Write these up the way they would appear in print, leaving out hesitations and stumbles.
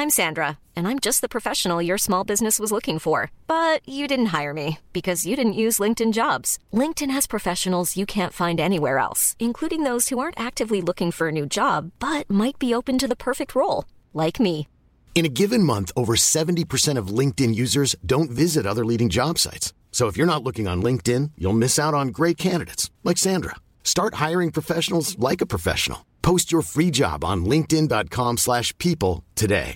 I'm Sandra, and I'm just the professional your small business was looking for. But you didn't hire me because you didn't use LinkedIn Jobs. LinkedIn has professionals you can't find anywhere else, including those who aren't actively looking for a new job, but might be open to the perfect role, like me. In a given month, over 70% of LinkedIn users don't visit other leading job sites. So if you're not looking on LinkedIn, you'll miss out on great candidates like Sandra. Start hiring professionals like a professional. Post your free job on linkedin.com/people today.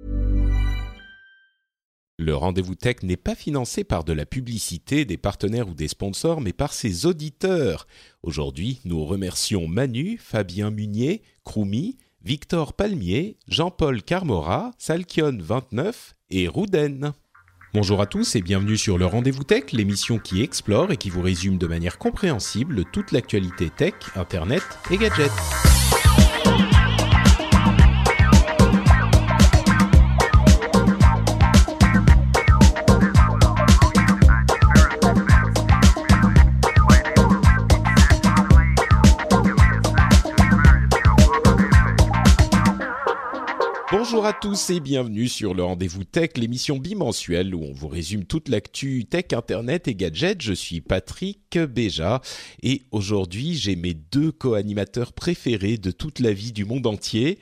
Le Rendez-vous Tech n'est pas financé par de la publicité, des partenaires ou des sponsors, mais par ses auditeurs. Aujourd'hui, nous remercions Manu, Fabien Munier, Kroumi, Victor Palmier, Jean-Paul Carmora, Salkion29 et Rouden. Bonjour à tous et bienvenue sur le Rendez-vous Tech, l'émission qui explore et qui vous résume de manière compréhensible toute l'actualité tech, internet et gadgets. Bonjour à tous et bienvenue sur le Rendez-vous Tech, l'émission bimensuelle où on vous résume toute l'actu tech, internet et gadgets. Je suis Patrick Béja et aujourd'hui j'ai mes deux co-animateurs préférés de toute la vie du monde entier.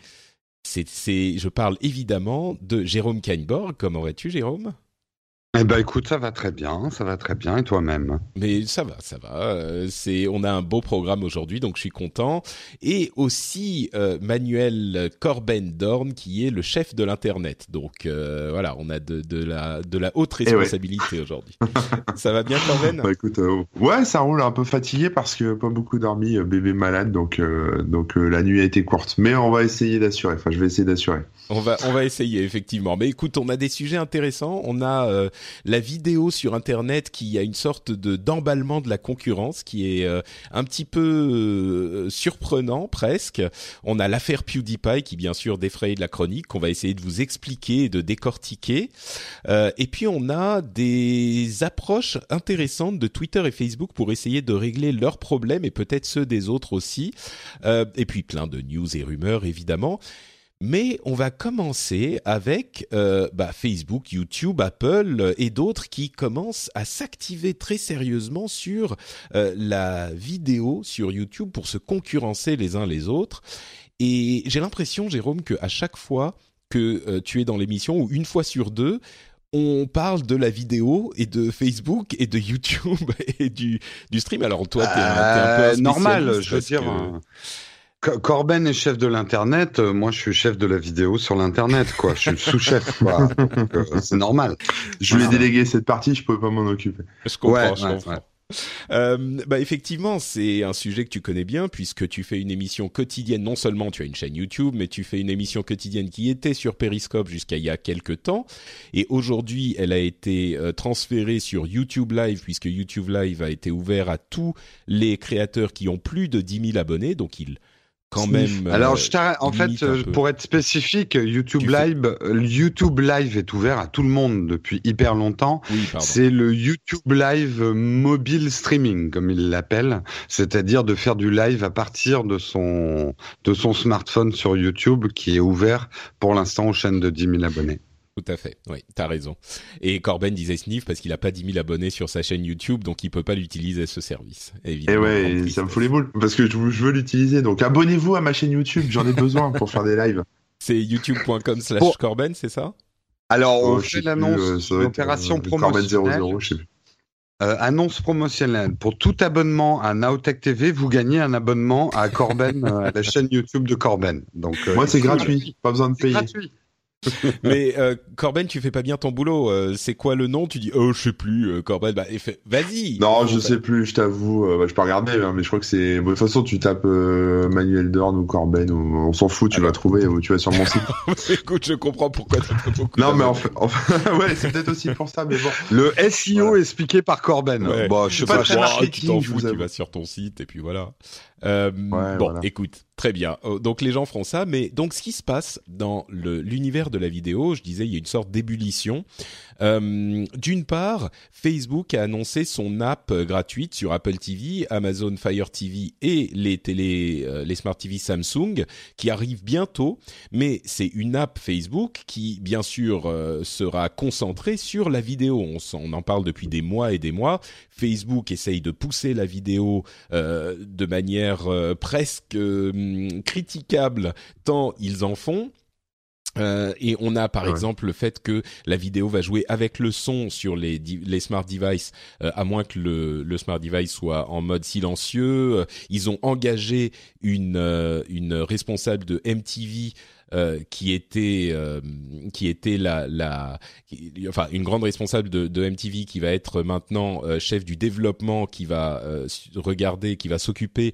Je parle évidemment de Jérôme Kainborg. Comment vas-tu, Jérôme ? Eh ben écoute, ça va très bien, et toi-même ? Mais ça va. On a un beau programme aujourd'hui, donc je suis content. Et aussi Manuel Corben-Dorn, qui est le chef de l'internet. Donc voilà, on a de la haute responsabilité aujourd'hui. Ça va bien, Corben ? Bah écoute, ouais, ça roule, un peu fatigué parce que pas beaucoup dormi, bébé malade, donc la nuit a été courte. Mais on va essayer d'assurer. Enfin, je vais essayer d'assurer. On va essayer effectivement. Mais écoute, on a des sujets intéressants. On a la vidéo sur Internet qui a une sorte d'emballement de la concurrence qui est un petit peu surprenant presque. On a l'affaire PewDiePie qui bien sûr défraye la chronique qu'on va essayer de vous expliquer et de décortiquer. Et puis on a des approches intéressantes de Twitter et Facebook pour essayer de régler leurs problèmes et peut-être ceux des autres aussi. Et puis plein de news et rumeurs évidemment. Mais on va commencer avec Facebook, YouTube, Apple et d'autres qui commencent à s'activer très sérieusement sur la vidéo sur YouTube pour se concurrencer les uns les autres. Et j'ai l'impression, Jérôme, qu'à chaque fois que tu es dans l'émission, ou une fois sur deux, on parle de la vidéo et de Facebook et de YouTube et du stream. Alors toi, t'es un peu normal, je veux dire... Corben est chef de l'internet, moi je suis chef de la vidéo sur l'internet, quoi. Je suis le sous-chef, quoi. Donc, c'est normal. Je lui ai délégué cette partie, je pouvais pas m'en occuper. Je comprends. Effectivement, c'est un sujet que tu connais bien puisque tu fais une émission quotidienne. Non seulement tu as une chaîne YouTube, mais tu fais une émission quotidienne qui était sur Periscope jusqu'à il y a quelques temps. Et aujourd'hui, elle a été transférée sur YouTube Live puisque YouTube Live a été ouvert à tous les créateurs qui ont plus de 10 000 abonnés. Donc quand même. Alors, en fait, pour être spécifique, YouTube Live est ouvert à tout le monde depuis hyper longtemps. Oui, pardon. C'est le YouTube Live mobile streaming, comme il l'appelle, c'est-à-dire de faire du live à partir de son smartphone sur YouTube, qui est ouvert pour l'instant aux chaînes de 10 000 abonnés. Tout à fait, oui, t'as raison. Et Corben disait sniff parce qu'il a pas 10 000 abonnés sur sa chaîne YouTube, donc il peut pas l'utiliser ce service. Évidemment. Et ouais, ça me fout les boules parce que je veux l'utiliser. Donc abonnez-vous à ma chaîne YouTube, j'en ai besoin pour faire des lives. C'est youtube.com/Corben, c'est ça ? Alors on fait l'annonce d'opération promotionnelle. Corben00, je sais plus. Annonce promotionnelle. Pour tout abonnement à Nowtech TV, vous gagnez un abonnement à Corben, à la chaîne YouTube de Corben. Donc moi c'est gratuit, pas besoin de payer. Gratuit. Mais Corben, tu fais pas bien ton boulot. C'est quoi le nom ? Tu dis je sais plus. Corben, vas-y. Non, je sais plus. Je t'avoue. Je peux regarder, mais je crois que c'est. Bon, de toute façon, tu tapes Manuel Dorn ou Corben, ou on s'en fout. Tu vas trouver. Ou tu vas sur mon site. Écoute, je comprends pourquoi t'as pas beaucoup. Non, mais enfin, ouais, c'est peut-être aussi pour ça. Mais bon. Le SEO expliqué par Corben. Ouais. Bon, je sais pas. très marketing, tu t'en fous. Tu vas sur ton site et puis voilà. Voilà. Écoute, très bien. Donc les gens feront ça, mais donc ce qui se passe dans l'univers de la vidéo, je disais, il y a une sorte d'ébullition. D'une part, Facebook a annoncé son app gratuite sur Apple TV, Amazon Fire TV et les Smart TV Samsung qui arrive bientôt, mais c'est une app Facebook qui, bien sûr, sera concentrée sur la vidéo. On en parle depuis des mois et des mois. Facebook essaye de pousser la vidéo de manière presque critiquable, tant ils en font. Et on a par exemple le fait que la vidéo va jouer avec le son sur les smart devices, à moins que le smart device soit en mode silencieux. Ils ont engagé une responsable de MTV qui était enfin une grande responsable de MTV qui va être maintenant chef du développement, qui va s'occuper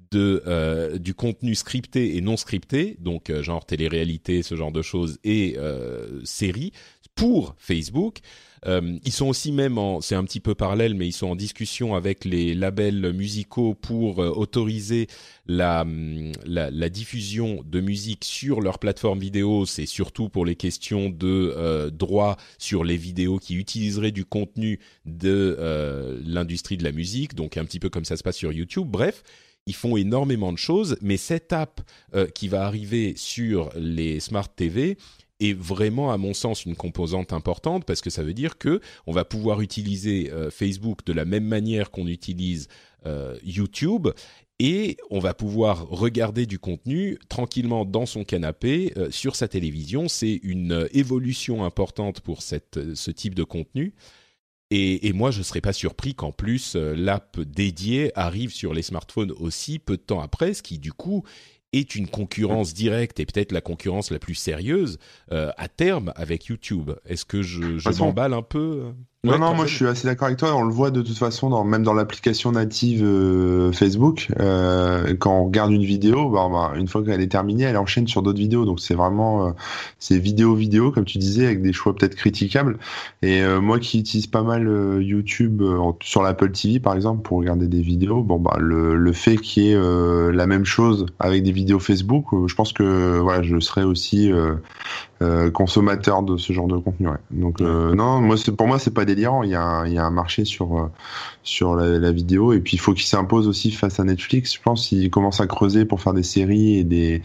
du contenu scripté et non scripté, donc genre télé-réalité, ce genre de choses, et séries pour Facebook. Ils sont aussi c'est un petit peu parallèle, mais ils sont en discussion avec les labels musicaux pour autoriser la diffusion de musique sur leur plateforme vidéo. C'est surtout pour les questions de droit sur les vidéos qui utiliseraient du contenu de l'industrie de la musique, donc un petit peu comme ça se passe sur YouTube. Bref, ils font énormément de choses, mais cette app qui va arriver sur les Smart TV est vraiment, à mon sens, une composante importante, parce que ça veut dire que on va pouvoir utiliser Facebook de la même manière qu'on utilise YouTube, et on va pouvoir regarder du contenu tranquillement dans son canapé sur sa télévision. C'est une évolution importante pour ce type de contenu. Et moi, je ne serais pas surpris qu'en plus, l'app dédiée arrive sur les smartphones aussi peu de temps après, ce qui, du coup, est une concurrence directe et peut-être la concurrence la plus sérieuse à terme avec YouTube. Est-ce que je m'emballe un peu ? Non, moi je suis assez d'accord avec toi. On le voit de toute façon, même dans l'application native Facebook, quand on regarde une vidéo, une fois qu'elle est terminée, elle enchaîne sur d'autres vidéos. Donc c'est vraiment c'est vidéo, comme tu disais, avec des choix peut-être critiquables. Et moi qui utilise pas mal YouTube sur l'Apple TV par exemple pour regarder des vidéos, le fait qu'il y ait la même chose avec des vidéos Facebook, je pense que je serais aussi consommateur de ce genre de contenu. Ouais. Donc non, pour moi c'est pas délirant. Il y a un marché sur la vidéo, et puis il faut qu'il s'impose aussi face à Netflix. Je pense qu'ils commencent à creuser pour faire des séries et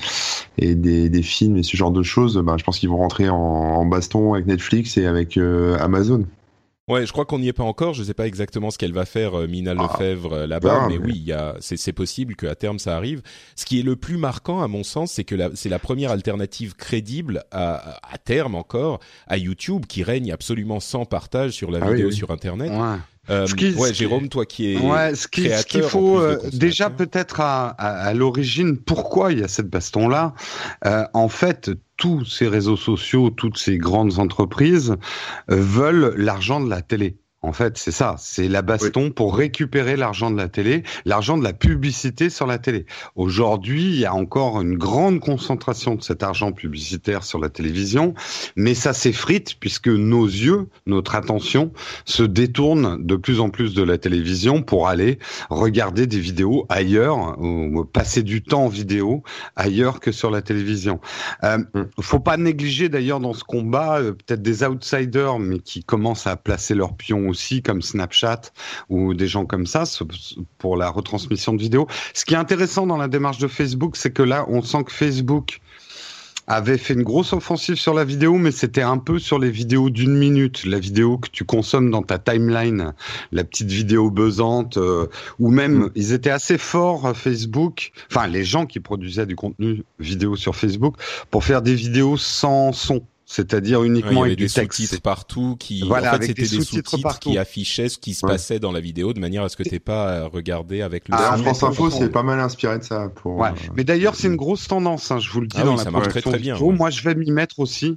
des films et ce genre de choses. Je pense qu'ils vont rentrer en baston avec Netflix et avec Amazon. Ouais, je crois qu'on n'y est pas encore. Je sais pas exactement ce qu'elle va faire, Mina Lefebvre, là-bas, mais oui, c'est possible qu'à terme ça arrive. Ce qui est le plus marquant, à mon sens, c'est que c'est la première alternative crédible à terme encore à YouTube, qui règne absolument sans partage sur la vidéo sur Internet. Ouais. Jérôme, toi qui es créateur, ce qu'il faut déjà peut-être à l'origine, pourquoi il y a cette baston-là. En fait, tous ces réseaux sociaux, toutes ces grandes entreprises veulent l'argent de la télé. En fait, c'est ça, c'est la baston pour récupérer l'argent de la télé, l'argent de la publicité sur la télé. Aujourd'hui, il y a encore une grande concentration de cet argent publicitaire sur la télévision, mais ça s'effrite puisque nos yeux, notre attention se détourne de plus en plus de la télévision pour aller regarder des vidéos ailleurs, ou passer du temps en vidéo ailleurs que sur la télévision. Faut pas négliger d'ailleurs dans ce combat peut-être des outsiders, mais qui commencent à placer leurs pions aussi, comme Snapchat ou des gens comme ça, pour la retransmission de vidéos. Ce qui est intéressant dans la démarche de Facebook, c'est que là, on sent que Facebook avait fait une grosse offensive sur la vidéo, mais c'était un peu sur les vidéos d'1 minute, la vidéo que tu consommes dans ta timeline, la petite vidéo buzzante, ou même, ils étaient assez forts, Facebook, enfin, les gens qui produisaient du contenu vidéo sur Facebook, pour faire des vidéos sans son. C'est-à-dire uniquement avec du texte. Il y avait des sous-titres partout en fait, c'était des sous-titres qui affichaient ce qui se passait dans la vidéo de manière à ce que t'aies pas à regarder avec le son. France Info, c'est pas mal inspiré de ça. Mais d'ailleurs, c'est une grosse tendance, je vous le dis, dans la production vidéo. Moi, je vais m'y mettre aussi.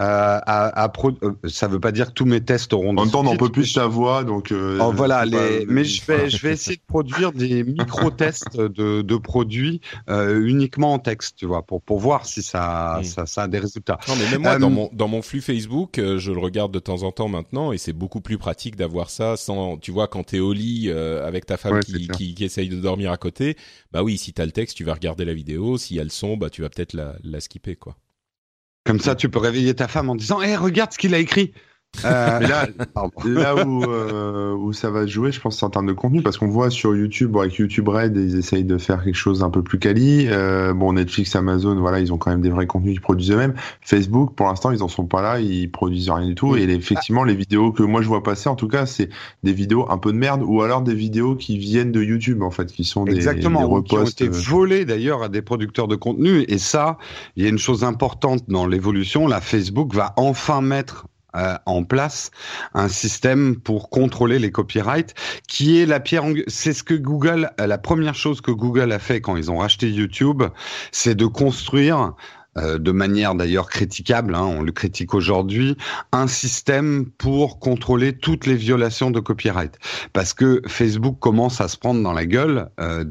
Ça veut pas dire que tous mes tests auront des sous-titres. En même temps, on n'en peut plus ta voix, donc. Mais je vais essayer de produire des micro-tests de produits uniquement en texte, tu vois, pour voir si ça a des résultats. Non, mais même moi, dans mon flux Facebook, je le regarde de temps en temps maintenant, et c'est beaucoup plus pratique d'avoir ça sans, tu vois, quand t'es au lit avec ta femme qui essaye de dormir à côté, oui, si t'as le texte, tu vas regarder la vidéo, s'il y a le son, tu vas peut-être la skipper, quoi. Comme ça, tu peux réveiller ta femme en disant, regarde ce qu'il a écrit. Mais là où ça va se jouer, je pense, c'est en termes de contenu, parce qu'on voit sur YouTube, bon, avec YouTube Red, ils essayent de faire quelque chose un peu plus quali. Bon, Netflix, Amazon, voilà, ils ont quand même des vrais contenus qu'ils produisent eux-mêmes. Facebook, pour l'instant, ils en sont pas là, ils produisent rien du tout. Oui. Et effectivement, les vidéos que moi je vois passer, en tout cas, c'est des vidéos un peu de merde, ou alors des vidéos qui viennent de YouTube, en fait, qui sont Exactement, des ou qui ont reposts. été volés d'ailleurs à des producteurs de contenu. Et ça, il y a une chose importante dans l'évolution. Là, Facebook va enfin mettre en place un système pour contrôler les copyrights, qui est la pierre c'est ce que Google, la première chose que Google a fait quand ils ont racheté YouTube, c'est de construire de manière d'ailleurs critiquable, on le critique aujourd'hui, un système pour contrôler toutes les violations de copyright. Parce que Facebook commence à se prendre dans la gueule,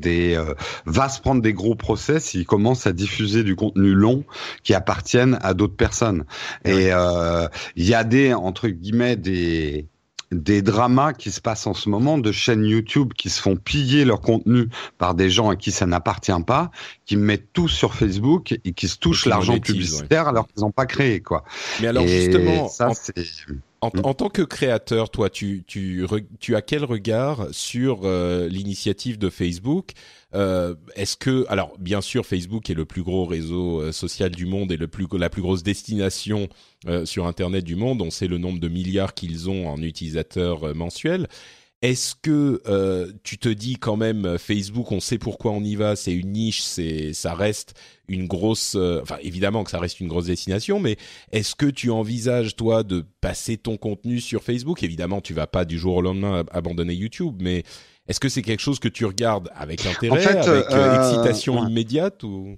va se prendre des gros procès s'il commence à diffuser du contenu long qui appartiennent à d'autres personnes. Et il y a entre guillemets, des dramas qui se passent en ce moment de chaînes YouTube qui se font piller leur contenu par des gens à qui ça n'appartient pas, qui mettent tout sur Facebook et qui se touchent l'argent publicitaire alors qu'ils n'ont pas créé, quoi. Mais alors justement, ça, en tant que créateur, toi, tu as quel regard sur l'initiative de Facebook? Est-ce que, alors bien sûr, Facebook est le plus gros réseau social du monde et la plus grosse destination sur Internet du monde. On sait le nombre de milliards qu'ils ont en utilisateurs mensuels. Est-ce que tu te dis quand même, Facebook, on sait pourquoi on y va, c'est une niche, ça reste une grosse, enfin évidemment que ça reste une grosse destination, mais est-ce que tu envisages toi de passer ton contenu sur Facebook? Évidemment, tu vas pas du jour au lendemain abandonner YouTube, mais est-ce que c'est quelque chose que tu regardes avec intérêt, avec excitation immédiate ou?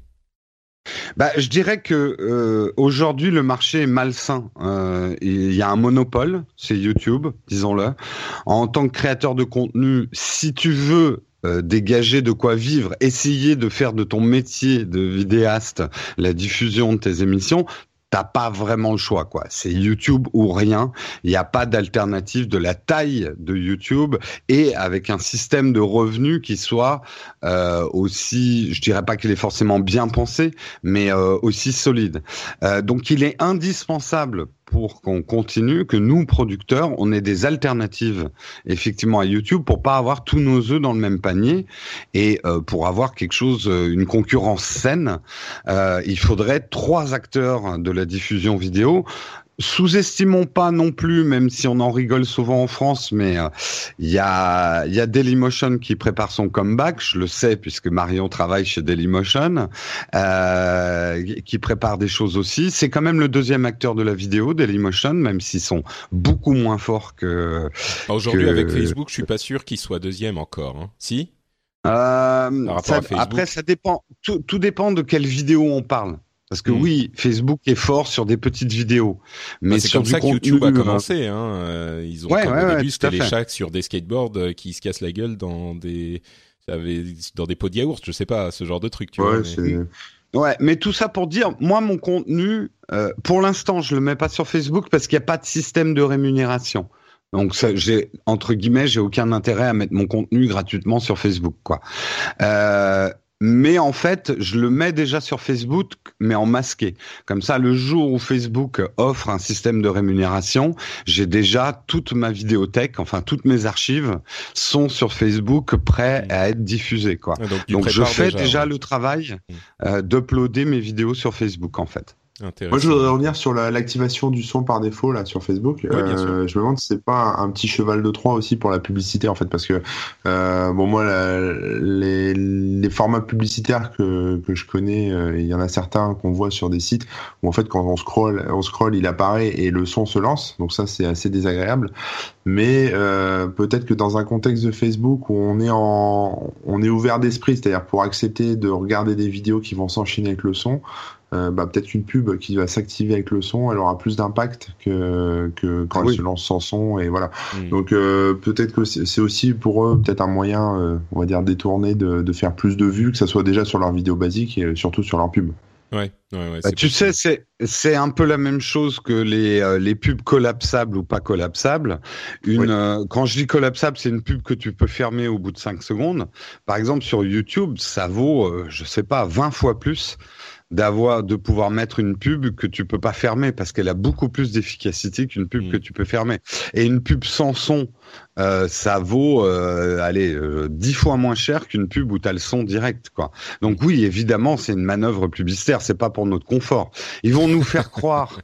Je dirais que aujourd'hui le marché est malsain. Il y a un monopole, c'est YouTube, disons-le. En tant que créateur de contenu, si tu veux dégager de quoi vivre, essayer de faire de ton métier de vidéaste la diffusion de tes émissions, t'as pas vraiment le choix, quoi. C'est YouTube ou rien. Il n'y a pas d'alternative de la taille de YouTube et avec un système de revenus qui soit aussi, je dirais pas qu'il est forcément bien pensé, mais aussi solide. Donc il est indispensable pour qu'on continue, que nous, producteurs, on ait des alternatives effectivement à YouTube pour pas avoir tous nos œufs dans le même panier et pour avoir quelque chose, une concurrence saine, il faudrait 3 acteurs de la diffusion vidéo. Sous-estimons pas non plus, même si on en rigole souvent en France, mais il y a Dailymotion qui prépare son comeback, je le sais puisque Marion travaille chez Dailymotion, qui prépare des choses aussi. C'est quand même le deuxième acteur de la vidéo, Dailymotion, même s'ils sont beaucoup moins forts que... Aujourd'hui, avec Facebook, je suis pas sûr qu'il soit deuxième encore, hein. Si? Après, ça dépend. Tout dépend de quelle vidéo on parle. Parce que oui, Facebook est fort sur des petites vidéos, mais c'est sur comme du ça que contenu, YouTube a commencé. Ils ont au début c'était les fait. Shacks sur des skateboards qui se cassent la gueule dans des pots de yaourt, je sais pas, ce genre de truc. Tu vois, Ouais, mais tout ça pour dire, moi mon contenu, pour l'instant je le mets pas sur Facebook parce qu'il n'y a pas de système de rémunération. Donc ça, j'ai aucun intérêt à mettre mon contenu gratuitement sur Facebook, quoi. Mais en fait, je le mets déjà sur Facebook, mais en masqué. Comme ça, le jour où Facebook offre un système de rémunération, j'ai déjà toute ma vidéothèque, enfin toutes mes archives sont sur Facebook, prêts à être diffusées, quoi. Donc je fais déjà le travail d'uploader mes vidéos sur Facebook, en fait. Moi, je voudrais revenir sur l'activation du son par défaut là sur Facebook. Oui, je me demande si c'est pas un petit cheval de Troie aussi pour la publicité en fait, parce que moi les formats publicitaires que je connais, il y en a certains qu'on voit sur des sites où en fait quand on scroll, il apparaît et le son se lance. Donc ça c'est assez désagréable. Mais peut-être que dans un contexte de Facebook où on est ouvert d'esprit, c'est-à-dire pour accepter de regarder des vidéos qui vont s'enchaîner avec le son. Peut-être qu'une pub qui va s'activer avec le son, elle aura plus d'impact que quand elle se lance sans son, et voilà. Donc peut-être que c'est aussi pour eux peut-être un moyen, on va dire détourné de faire plus de vues, que ça soit déjà sur leur vidéo basique et surtout sur leur pub. Ouais, tu sais, c'est un peu la même chose que les pubs collapsables ou pas collapsables. Quand je dis collapsable, c'est une pub que tu peux fermer au bout de 5 secondes. Par exemple, sur YouTube, ça vaut, je sais pas, 20 fois plus de pouvoir mettre une pub que tu peux pas fermer parce qu'elle a beaucoup plus d'efficacité qu'une pub que tu peux fermer. Et une pub sans son, ça vaut 10 fois moins cher qu'une pub où tu as le son direct, quoi. Donc oui, évidemment, c'est une manœuvre publicitaire, c'est pas pour notre confort. Ils vont nous faire croire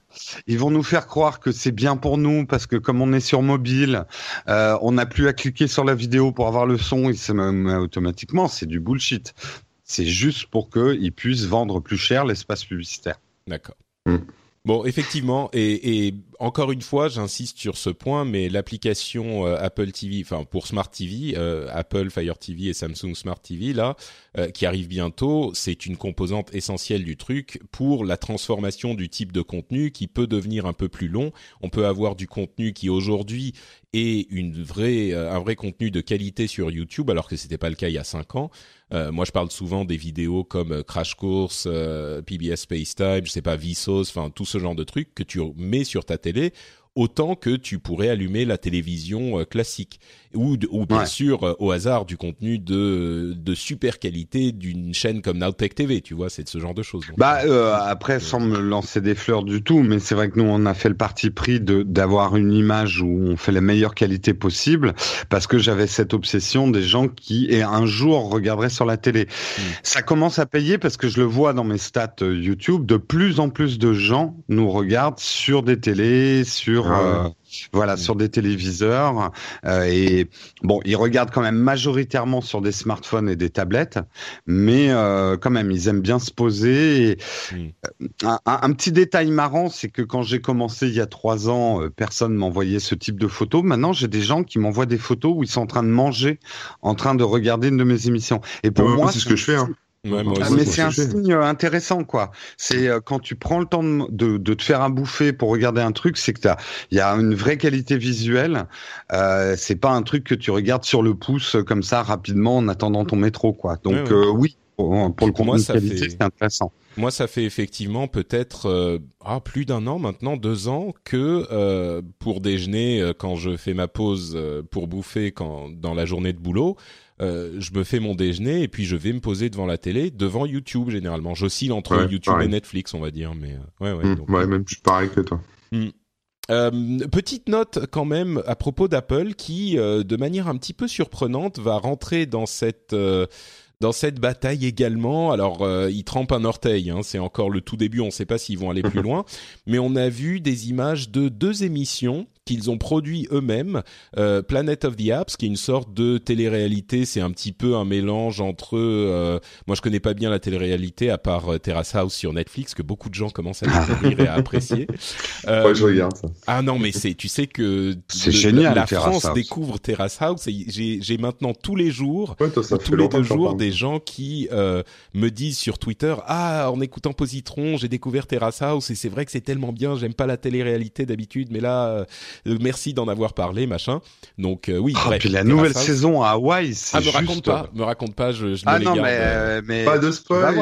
que c'est bien pour nous parce que comme on est sur mobile, on n'a plus à cliquer sur la vidéo pour avoir le son, il se met automatiquement, c'est du bullshit. C'est juste pour qu'ils puissent vendre plus cher l'espace publicitaire. D'accord. Bon, effectivement, et encore une fois, j'insiste sur ce point, mais l'application Apple TV, enfin pour Smart TV, Apple Fire TV et Samsung Smart TV, là, qui arrive bientôt, c'est une composante essentielle du truc pour la transformation du type de contenu qui peut devenir un peu plus long. On peut avoir du contenu qui aujourd'hui est un vrai contenu de qualité sur YouTube, alors que c'était pas le cas il y a 5 ans. Moi, je parle souvent des vidéos comme Crash Course, PBS Spacetime, je sais pas, Vsauce, enfin tout ce genre de trucs que tu mets sur ta télé, autant que tu pourrais allumer la télévision classique ou bien sûr au hasard du contenu de super qualité d'une chaîne comme Nowtech TV, tu vois, c'est ce genre de choses. Donc, après, sans me lancer des fleurs du tout, mais c'est vrai que nous on a fait le parti pris d'avoir une image où on fait la meilleure qualité possible, parce que j'avais cette obsession des gens qui un jour regarderaient sur la télé. Ça commence à payer parce que je le vois dans mes stats YouTube, de plus en plus de gens nous regardent sur des télés, sur sur des téléviseurs, et bon, ils regardent quand même majoritairement sur des smartphones et des tablettes, mais quand même, ils aiment bien se poser. Et, un petit détail marrant, c'est que quand j'ai commencé il y a 3 ans, personne m'envoyait ce type de photos. Maintenant, j'ai des gens qui m'envoient des photos où ils sont en train de manger, en train de regarder une de mes émissions. Et pour moi, c'est ce que je fais. Hein. Ouais, mais c'est un signe intéressant, quoi. C'est quand tu prends le temps de te faire à bouffer pour regarder un truc, c'est que il y a une vraie qualité visuelle. C'est pas un truc que tu regardes sur le pouce comme ça rapidement en attendant ton métro, quoi. Donc oui, pour le contenu de qualité, c'est intéressant. Moi, ça fait effectivement peut-être plus d'1 an maintenant, 2 ans, que pour déjeuner, quand je fais ma pause pour bouffer dans la journée de boulot, je me fais mon déjeuner et puis je vais me poser devant la télé, devant YouTube généralement. J'oscille entre YouTube et Netflix, on va dire, mais donc, même je suis pareil que toi. Petite note quand même à propos d'Apple qui, de manière un petit peu surprenante, va rentrer dans cette bataille également. Alors, ils trempent un orteil, hein, c'est encore le tout début, on ne sait pas s'ils vont aller plus loin, mais on a vu des images de 2 émissions qu'ils ont produit eux-mêmes, Planet of the Apps, qui est une sorte de télé-réalité, c'est un petit peu un mélange entre... moi, je connais pas bien la télé-réalité, à part Terrace House sur Netflix, que beaucoup de gens commencent à découvrir et à apprécier. Je regarde ça. Ah non, mais tu sais que c'est génial, la France découvre Terrace House, et j'ai maintenant tous les jours, tous les 2 jours, des gens qui me disent sur Twitter, en écoutant Positron, j'ai découvert Terrace House, et c'est vrai que c'est tellement bien, j'aime pas la télé-réalité d'habitude, mais là... merci d'en avoir parlé, machin. Donc oui. Bref, puis la nouvelle saison à Hawaï, c'est me raconte pas, je me les garde. Non, mais pas de spoil.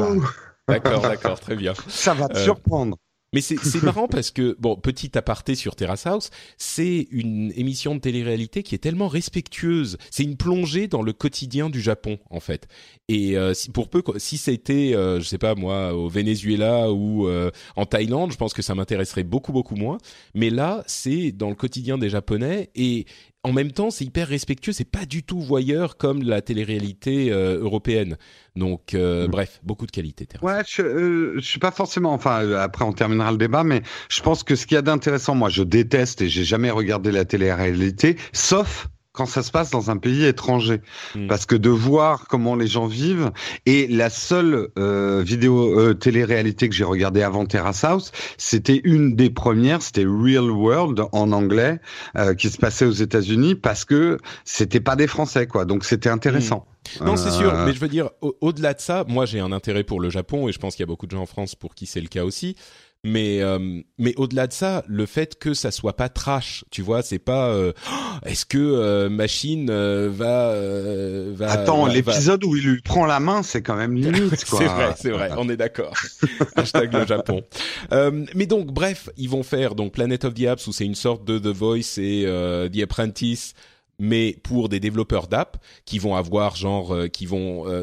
D'accord, très bien. Ça va te surprendre. Mais c'est marrant parce que, bon, petit aparté sur Terrace House, c'est une émission de télé-réalité qui est tellement respectueuse. C'est une plongée dans le quotidien du Japon, en fait. Et si c'était, je sais pas moi, au Venezuela ou en Thaïlande, je pense que ça m'intéresserait beaucoup, beaucoup moins. Mais là, c'est dans le quotidien des Japonais et en même temps, c'est hyper respectueux. C'est pas du tout voyeur comme la télé-réalité européenne. Donc, bref, beaucoup de qualité. Ouais, je suis pas forcément. Enfin, après, on terminera le débat, mais je pense que ce qu'il y a d'intéressant, moi, je déteste et j'ai jamais regardé la télé-réalité, sauf quand ça se passe dans un pays étranger. Parce que de voir comment les gens vivent, et la seule vidéo télé-réalité que j'ai regardée avant Terrace House, c'était une des premières, c'était Real World en anglais, qui se passait aux États-Unis, parce que c'était pas des Français, quoi. Donc c'était intéressant. Non, c'est sûr, mais je veux dire, au-delà de ça, moi j'ai un intérêt pour le Japon, et je pense qu'il y a beaucoup de gens en France pour qui c'est le cas aussi. Mais au-delà de ça, le fait que ça soit pas trash, tu vois, c'est pas est-ce que Machine va Attends, l'épisode où il lui prend la main, c'est quand même limite, quoi. c'est vrai, on est d'accord. Hashtag le Japon. Mais donc bref, ils vont faire donc Planet of the Apps où c'est une sorte de The Voice et The Apprentice, mais pour des développeurs d'app qui vont avoir qui vont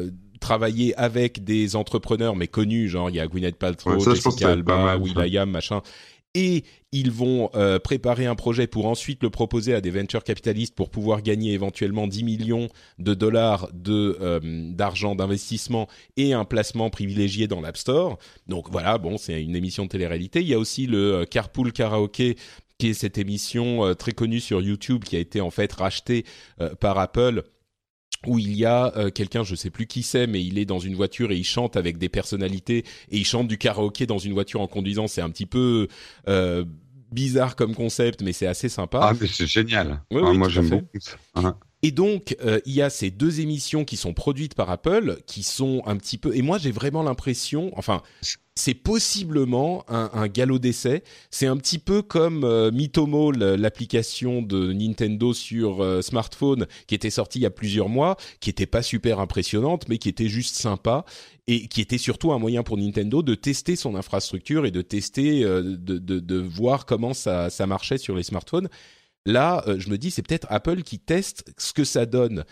travailler avec des entrepreneurs mais connus, genre il y a Gwyneth Paltrow, Jessica Alba, will.i.am, machin. Et ils vont préparer un projet pour ensuite le proposer à des venture capitalistes pour pouvoir gagner éventuellement 10 millions de dollars d'argent d'investissement et un placement privilégié dans l'App Store. Donc voilà, bon, c'est une émission de télé-réalité. Il y a aussi le Carpool Karaoke, qui est cette émission très connue sur YouTube qui a été en fait rachetée par Apple, où il y a quelqu'un, je sais plus qui c'est, mais il est dans une voiture et il chante avec des personnalités et il chante du karaoké dans une voiture en conduisant. C'est un petit peu bizarre comme concept, mais c'est assez sympa. Ah, mais c'est génial. Oui, oui, moi, j'aime beaucoup ça. Et donc, il y a ces deux émissions qui sont produites par Apple, qui sont un petit peu... Et moi, j'ai vraiment l'impression... Enfin, c'est possiblement un galop d'essai. C'est un petit peu comme Mitomo, l'application de Nintendo sur smartphone, qui était sortie il y a plusieurs mois, qui était pas super impressionnante, mais qui était juste sympa, et qui était surtout un moyen pour Nintendo de tester son infrastructure et de tester, de voir comment ça marchait sur les smartphones. Là, je me dis, c'est peut-être Apple qui teste ce que ça donne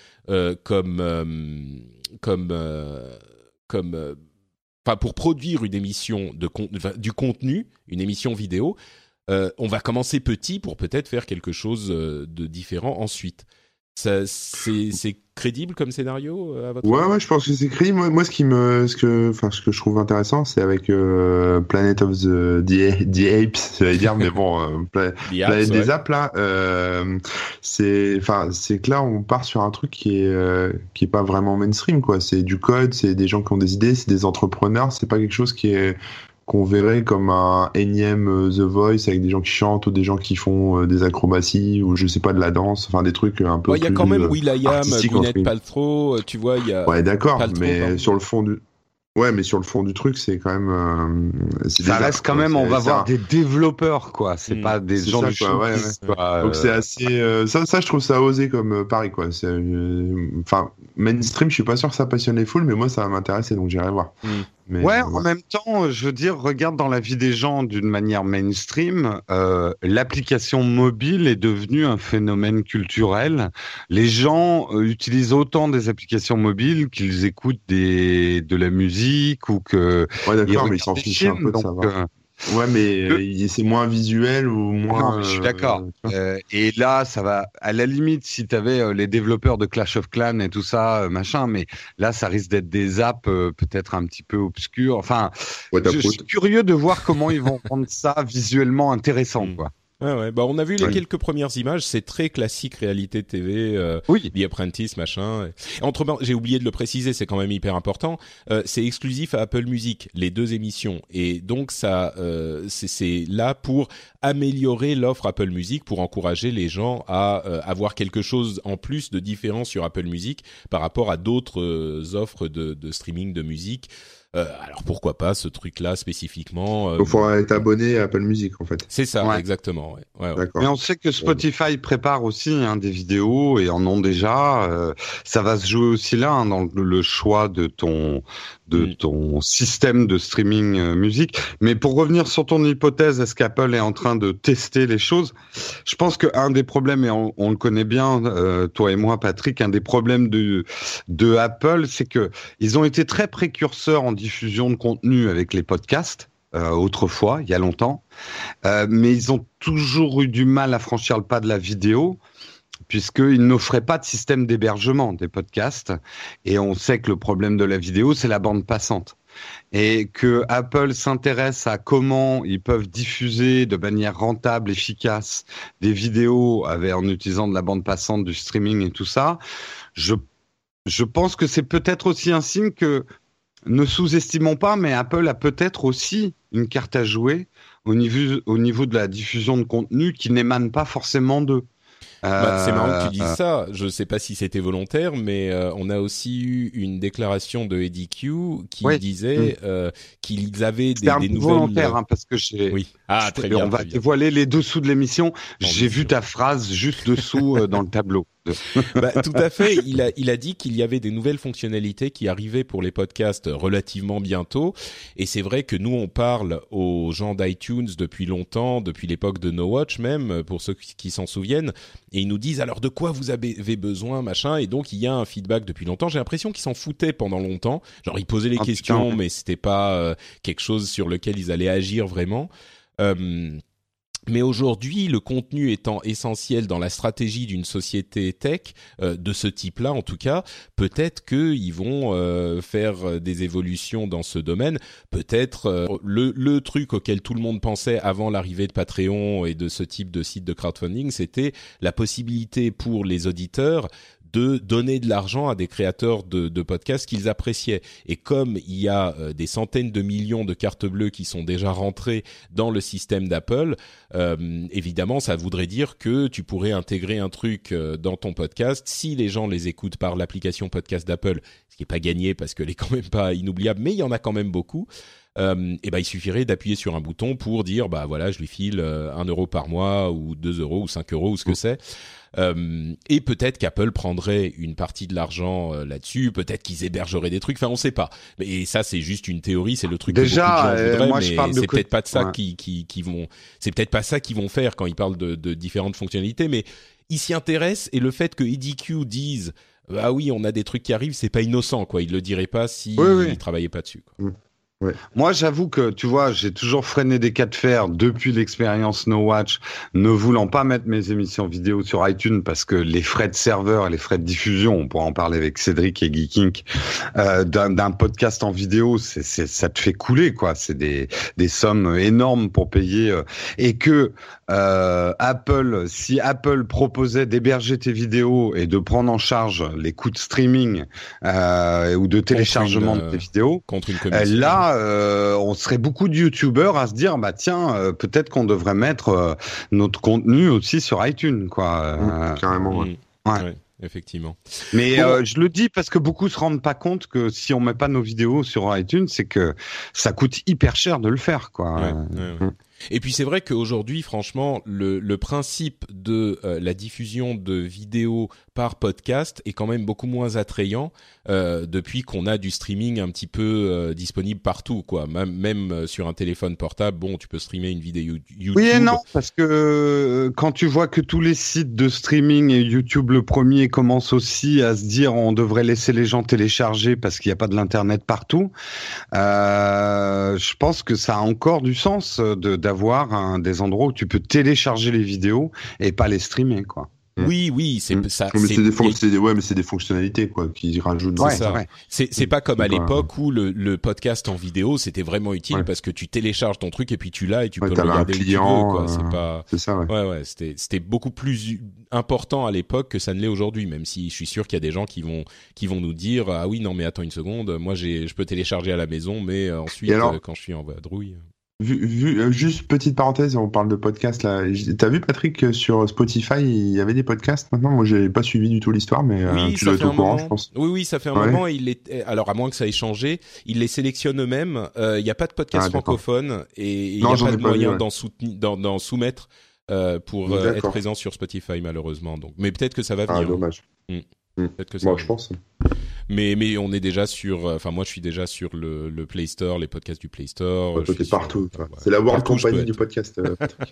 enfin, pour produire une émission du contenu, une émission vidéo. On va commencer petit pour peut-être faire quelque chose de différent ensuite. Ça, c'est crédible comme scénario à votre avis ? Ouais, je pense que c'est crédible. Moi, ce que je trouve intéressant, c'est avec Planet of the Apes, j'allais dire, mais bon, Planète des Apes là, c'est que là, on part sur un truc qui est pas vraiment mainstream, quoi. C'est du code, c'est des gens qui ont des idées, c'est des entrepreneurs. C'est pas quelque chose qu'on verrait comme un énième The Voice avec des gens qui chantent ou des gens qui font des acrobaties ou je sais pas de la danse, enfin des trucs un peu plus. Il y a quand même will.i.am, Gwyneth Paltrow, tu vois, il y a. Ouais, d'accord, Paltrow, mais pardon. sur le fond du. Ouais, mais sur le fond du truc, c'est quand même. Ça reste quand même, on va voir des développeurs, quoi. C'est pas des gens du showbiz, quoi. Donc c'est assez. Ça, je trouve ça osé comme pari, quoi. Enfin, mainstream, je suis pas sûr que ça passionne les foules, mais moi, ça va m'intéresser, donc j'irai voir. Mais, ouais, en même temps, je veux dire, regarde dans la vie des gens d'une manière mainstream, l'application mobile est devenue un phénomène culturel. Les gens utilisent autant des applications mobiles qu'ils écoutent de la musique ou que. Ouais, d'accord, mais ils s'en fichent un peu de savoir. Ouais, mais c'est moins visuel ou moins. Non, mais je suis d'accord. Et là, ça va. À la limite, si t'avais les développeurs de Clash of Clans et tout ça, machin, mais là, ça risque d'être des apps peut-être un petit peu obscures. Enfin, je suis curieux de voir comment ils vont rendre ça visuellement intéressant, quoi. Ouais. Bah, on a vu les quelques premières images. C'est très classique réalité TV. Oui. The Apprentice, machin. J'ai oublié de le préciser, c'est quand même hyper important. C'est exclusif à Apple Music, les deux émissions. Et donc ça, c'est là pour améliorer l'offre Apple Music, pour encourager les gens à avoir quelque chose en plus de différent sur Apple Music par rapport à d'autres offres de streaming de musique. Alors pourquoi pas ce truc-là spécifiquement. Il faudra être abonné à Apple Music en fait. C'est ça, exactement. Ouais. D'accord. Mais on sait que Spotify prépare aussi des vidéos et en ont déjà. Ça va se jouer aussi là dans le choix de ton système de streaming musique. Mais pour revenir sur ton hypothèse, est-ce qu'Apple est en train de tester les choses ? Je pense qu'un des problèmes, et on le connaît bien, toi et moi, Patrick, un des problèmes de Apple, c'est que ils ont été très précurseurs en diffusion de contenu avec les podcasts. Autrefois, il y a longtemps, mais ils ont toujours eu du mal à franchir le pas de la vidéo, puisqu'ils n'offraient pas de système d'hébergement des podcasts, et on sait que le problème de la vidéo, c'est la bande passante. Et que Apple s'intéresse à comment ils peuvent diffuser de manière rentable, efficace, des vidéos en utilisant de la bande passante, du streaming et tout ça, je pense que c'est peut-être aussi un signe que, ne sous-estimons pas, mais Apple a peut-être aussi une carte à jouer au niveau de la diffusion de contenu qui n'émane pas forcément d'eux. C'est marrant que tu dises ça. Je sais pas si c'était volontaire, mais on a aussi eu une déclaration de Eddie Q qui disait qu'ils avaient des nouvelles. C'était volontaire, parce que j'ai. Oui. Ah, très bien. On va dévoiler les dessous de l'émission. J'ai vu ta phrase juste dessous dans le tableau. Tout à fait. Il a dit qu'il y avait des nouvelles fonctionnalités qui arrivaient pour les podcasts relativement bientôt. Et c'est vrai que nous, on parle aux gens d'iTunes depuis longtemps, depuis l'époque de No Watch même, pour ceux qui s'en souviennent. Et ils nous disent alors de quoi vous avez besoin, machin. Et donc il y a un feedback depuis longtemps. J'ai l'impression qu'ils s'en foutaient pendant longtemps. Genre ils posaient les questions, mais c'était pas quelque chose sur lequel ils allaient agir vraiment. Mais aujourd'hui, le contenu étant essentiel dans la stratégie d'une société tech, de ce type-là en tout cas, peut-être qu'ils vont faire des évolutions dans ce domaine. Peut-être le truc auquel tout le monde pensait avant l'arrivée de Patreon et de ce type de site de crowdfunding, c'était la possibilité pour les auditeurs de donner de l'argent à des créateurs de podcasts qu'ils appréciaient. Et comme il y a des centaines de millions de cartes bleues qui sont déjà rentrées dans le système d'Apple, évidemment, ça voudrait dire que tu pourrais intégrer un truc dans ton podcast. Si les gens les écoutent par l'application podcast d'Apple, ce qui n'est pas gagné parce qu'elle est quand même pas inoubliable, mais il y en a quand même beaucoup, il suffirait d'appuyer sur un bouton pour dire, voilà, je lui file 1 euro par mois ou 2 euros ou 5 euros ou ce que c'est. Et peut-être qu'Apple prendrait une partie de l'argent là-dessus, peut-être qu'ils hébergeraient des trucs, enfin on sait pas. Et ça c'est juste une théorie, c'est le truc déjà, que beaucoup de gens voudraient, moi, mais c'est peut-être pas de ça qui vont, c'est peut-être pas ça qu'ils vont faire quand ils parlent de différentes fonctionnalités, mais ils s'y intéressent et le fait que EDQ dise ah oui on a des trucs qui arrivent, c'est pas innocent quoi, ils le diraient pas si ils travaillaient pas dessus quoi. Ouais. Moi, j'avoue que, tu vois, j'ai toujours freiné des cas de fer depuis l'expérience No Watch, ne voulant pas mettre mes émissions vidéo sur iTunes parce que les frais de serveur et les frais de diffusion, on pourra en parler avec Cédric et Geeking, d'un podcast en vidéo, ça te fait couler, quoi. C'est des sommes énormes pour payer, et que si Apple proposait d'héberger tes vidéos et de prendre en charge les coûts de streaming ou de téléchargement de tes vidéos, contre une commission, là, on serait beaucoup de youtubeurs à se dire peut-être qu'on devrait mettre notre contenu aussi sur iTunes, quoi. Carrément. Ouais, effectivement. Mais je le dis parce que beaucoup se rendent pas compte que si on met pas nos vidéos sur iTunes, c'est que ça coûte hyper cher de le faire, quoi. Ouais. Et puis c'est vrai qu'aujourd'hui, franchement, le principe de la diffusion de vidéos par podcast est quand même beaucoup moins attrayant depuis qu'on a du streaming un petit peu disponible partout, quoi. Même sur un téléphone portable, bon, tu peux streamer une vidéo YouTube. Oui et non, parce que quand tu vois que tous les sites de streaming et YouTube le premier commencent aussi à se dire on devrait laisser les gens télécharger parce qu'il n'y a pas de l'internet partout, je pense que ça a encore du sens d'avoir des endroits où tu peux télécharger les vidéos et pas les streamer, quoi. Oui, c'est ça. Mais c'est des fonctionnalités quoi qui rajoutent. C'est ça. C'est pas comme à l'époque où le podcast en vidéo c'était vraiment utile parce que tu télécharges ton truc et puis tu l'as et tu peux le regarder où tu veux, quoi. C'est ça. Ouais. C'était beaucoup plus important à l'époque que ça ne l'est aujourd'hui. Même si je suis sûr qu'il y a des gens qui vont nous dire ah oui non mais attends une seconde, moi je peux télécharger à la maison mais ensuite quand je suis en vadrouille. Juste petite parenthèse, on parle de podcast là. T'as vu Patrick que sur Spotify il y avait des podcasts maintenant? Moi j'ai pas suivi du tout l'histoire, mais tu dois être au courant, je pense. Oui, ça fait un moment. Alors à moins que ça ait changé, ils les sélectionnent eux-mêmes. Il y a pas de podcast francophone et il y a pas de moyen d'en soumettre pour être présent sur Spotify malheureusement. Donc, mais peut-être que ça va venir. Dommage. Peut-être que ça. Je pense. Mais on est déjà sur. Enfin, moi, je suis déjà sur le Play Store, les podcasts du Play Store. T'es partout. C'est la World Company du podcast.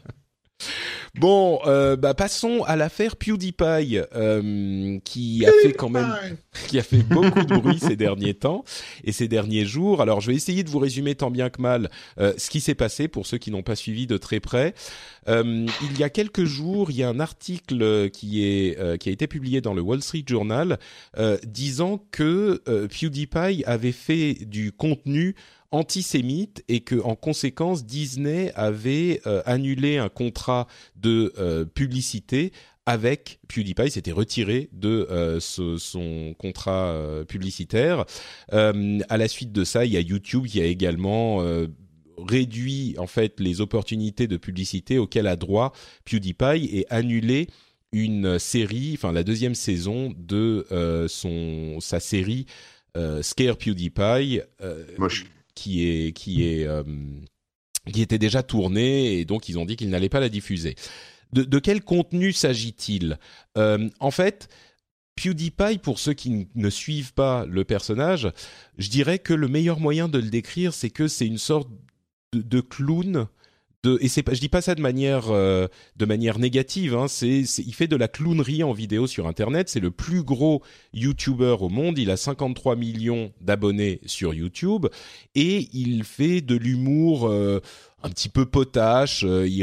Bon, passons à l'affaire PewDiePie, qui a fait beaucoup de bruit ces derniers temps et ces derniers jours. Alors, je vais essayer de vous résumer tant bien que mal ce qui s'est passé pour ceux qui n'ont pas suivi de très près. Il y a quelques jours, il y a un article qui a été publié dans le Wall Street Journal disant que PewDiePie avait fait du contenu antisémite et que en conséquence Disney avait annulé un contrat de publicité avec PewDiePie, s'était retiré de son contrat publicitaire. À la suite de ça, il y a YouTube qui a également réduit en fait les opportunités de publicité auxquelles a droit PewDiePie et annulé une série, enfin la deuxième saison de sa série Scare PewDiePie. qui était déjà tournée et donc ils ont dit qu'ils n'allaient pas la diffuser. de quel contenu s'agit-il ? En fait, PewDiePie, pour ceux qui ne suivent pas le personnage, je dirais que le meilleur moyen de le décrire, c'est que c'est une sorte de clown. Et je dis pas ça de manière négative, hein, il fait de la clownerie en vidéo sur Internet. C'est le plus gros YouTuber au monde. Il a 53 millions d'abonnés sur YouTube et il fait de l'humour un petit peu potache.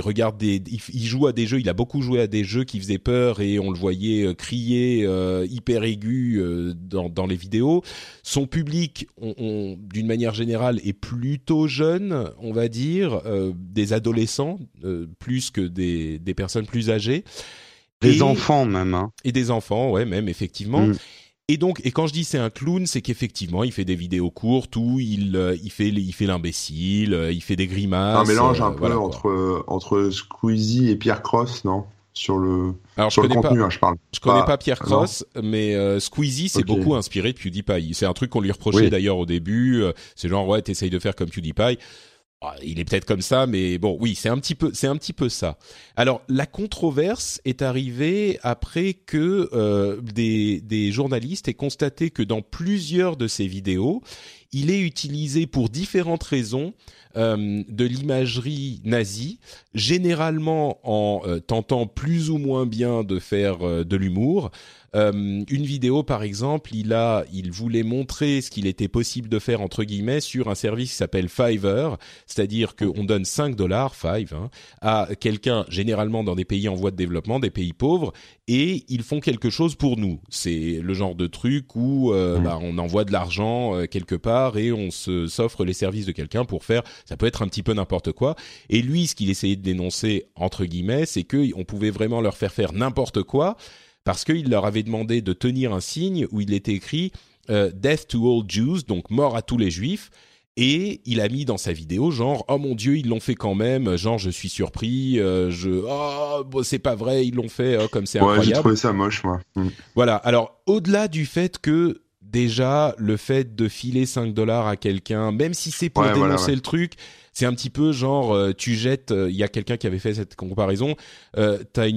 Il joue à des jeux. Il a beaucoup joué à des jeux qui faisaient peur et on le voyait crier hyper aigu dans les vidéos. Son public, d'une manière générale, est plutôt jeune, on va dire, des adolescents plus que des personnes plus âgées. Des enfants même. Hein. Et des enfants, ouais, même effectivement. Et quand je dis c'est un clown, c'est qu'effectivement il fait des vidéos courtes où il fait l'imbécile, il fait des grimaces. Un mélange un peu voilà, entre Squeezie et Pierre Cross, non ? Sur le pas, contenu, hein, je parle. Je connais pas Pierre Cross, mais Squeezie s'est beaucoup inspiré de PewDiePie. C'est un truc qu'on lui reprochait d'ailleurs au début. C'est genre ouais, t'essayes de faire comme PewDiePie. Il est peut-être comme ça, mais bon, oui, c'est un petit peu ça. Alors, la controverse est arrivée après que des journalistes aient constaté que dans plusieurs de ses vidéos, il est utilisé pour différentes raisons de l'imagerie nazie, généralement en tentant plus ou moins bien de faire de l'humour. Une vidéo, par exemple, il voulait montrer ce qu'il était possible de faire, entre guillemets, sur un service qui s'appelle Fiverr, c'est-à-dire qu'on donne $5, à quelqu'un, généralement dans des pays en voie de développement, des pays pauvres, et ils font quelque chose pour nous. C'est le genre de truc où on envoie de l'argent quelque part et on s'offre les services de quelqu'un pour faire, ça peut être un petit peu n'importe quoi. Et lui, ce qu'il essayait de dénoncer, entre guillemets, c'est qu'on pouvait vraiment leur faire n'importe quoi, parce qu'il leur avait demandé de tenir un signe où il était écrit « Death to all Jews », donc « mort à tous les Juifs », et il a mis dans sa vidéo genre « Oh mon Dieu, ils l'ont fait quand même », genre « Je suis surpris, c'est pas vrai, ils l'ont fait, comme c'est incroyable ». Ouais, j'ai trouvé ça moche, moi. Voilà, alors au-delà du fait que, déjà, le fait de filer $5 à quelqu'un, même si c'est pour dénoncer le truc, c'est un petit peu genre tu jettes, il y a quelqu'un qui avait fait cette comparaison, t'as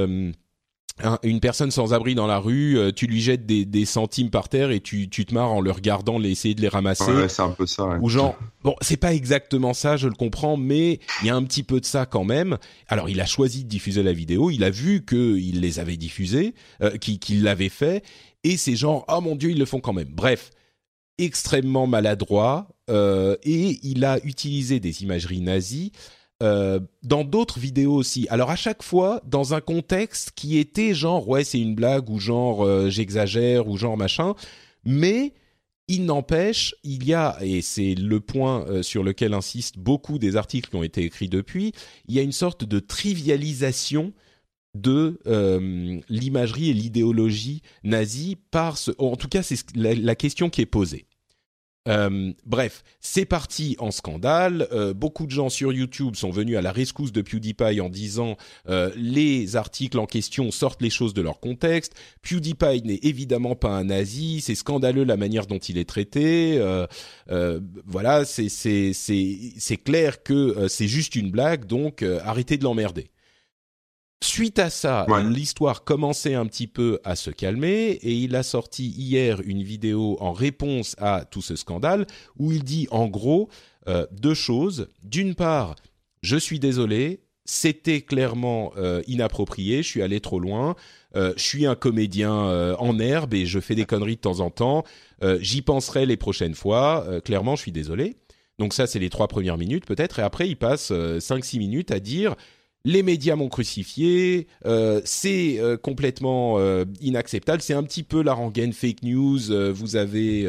une personne sans abri dans la rue, tu lui jettes des centimes par terre et tu te marres en le regardant essayer de les ramasser. Ouais, c'est un peu ça. Ouais. Ou genre, bon, c'est pas exactement ça, je le comprends, mais il y a un petit peu de ça quand même. Alors, il a choisi de diffuser la vidéo, il a vu qu'il les avait diffusés, qu'il l'avait fait, et c'est genre, oh mon Dieu, ils le font quand même. Bref, extrêmement maladroit, et il a utilisé des imageries nazies dans d'autres vidéos aussi. Alors à chaque fois dans un contexte qui était genre ouais c'est une blague ou genre j'exagère ou genre machin, mais il n'empêche, il y a, et c'est le point sur lequel insistent beaucoup des articles qui ont été écrits depuis, il y a une sorte de trivialisation de l'imagerie et l'idéologie nazie en tout cas c'est la question qui est posée. Bref, c'est parti en scandale. Beaucoup de gens sur YouTube sont venus à la rescousse de PewDiePie en disant les articles en question sortent les choses de leur contexte. PewDiePie n'est évidemment pas un nazi. C'est scandaleux la manière dont il est traité. Voilà, c'est clair que c'est juste une blague. Donc arrêtez de l'emmerder. Suite à ça, l'histoire commençait un petit peu à se calmer et il a sorti hier une vidéo en réponse à tout ce scandale où il dit en gros deux choses. D'une part, je suis désolé, c'était clairement inapproprié, je suis allé trop loin, je suis un comédien en herbe et je fais des conneries de temps en temps, j'y penserai les prochaines fois, clairement je suis désolé. Donc ça c'est les 3 premières minutes peut-être et après il passe 5-6 minutes à dire... Les médias m'ont crucifié, c'est complètement inacceptable. C'est un petit peu la rengaine fake news. Vous avez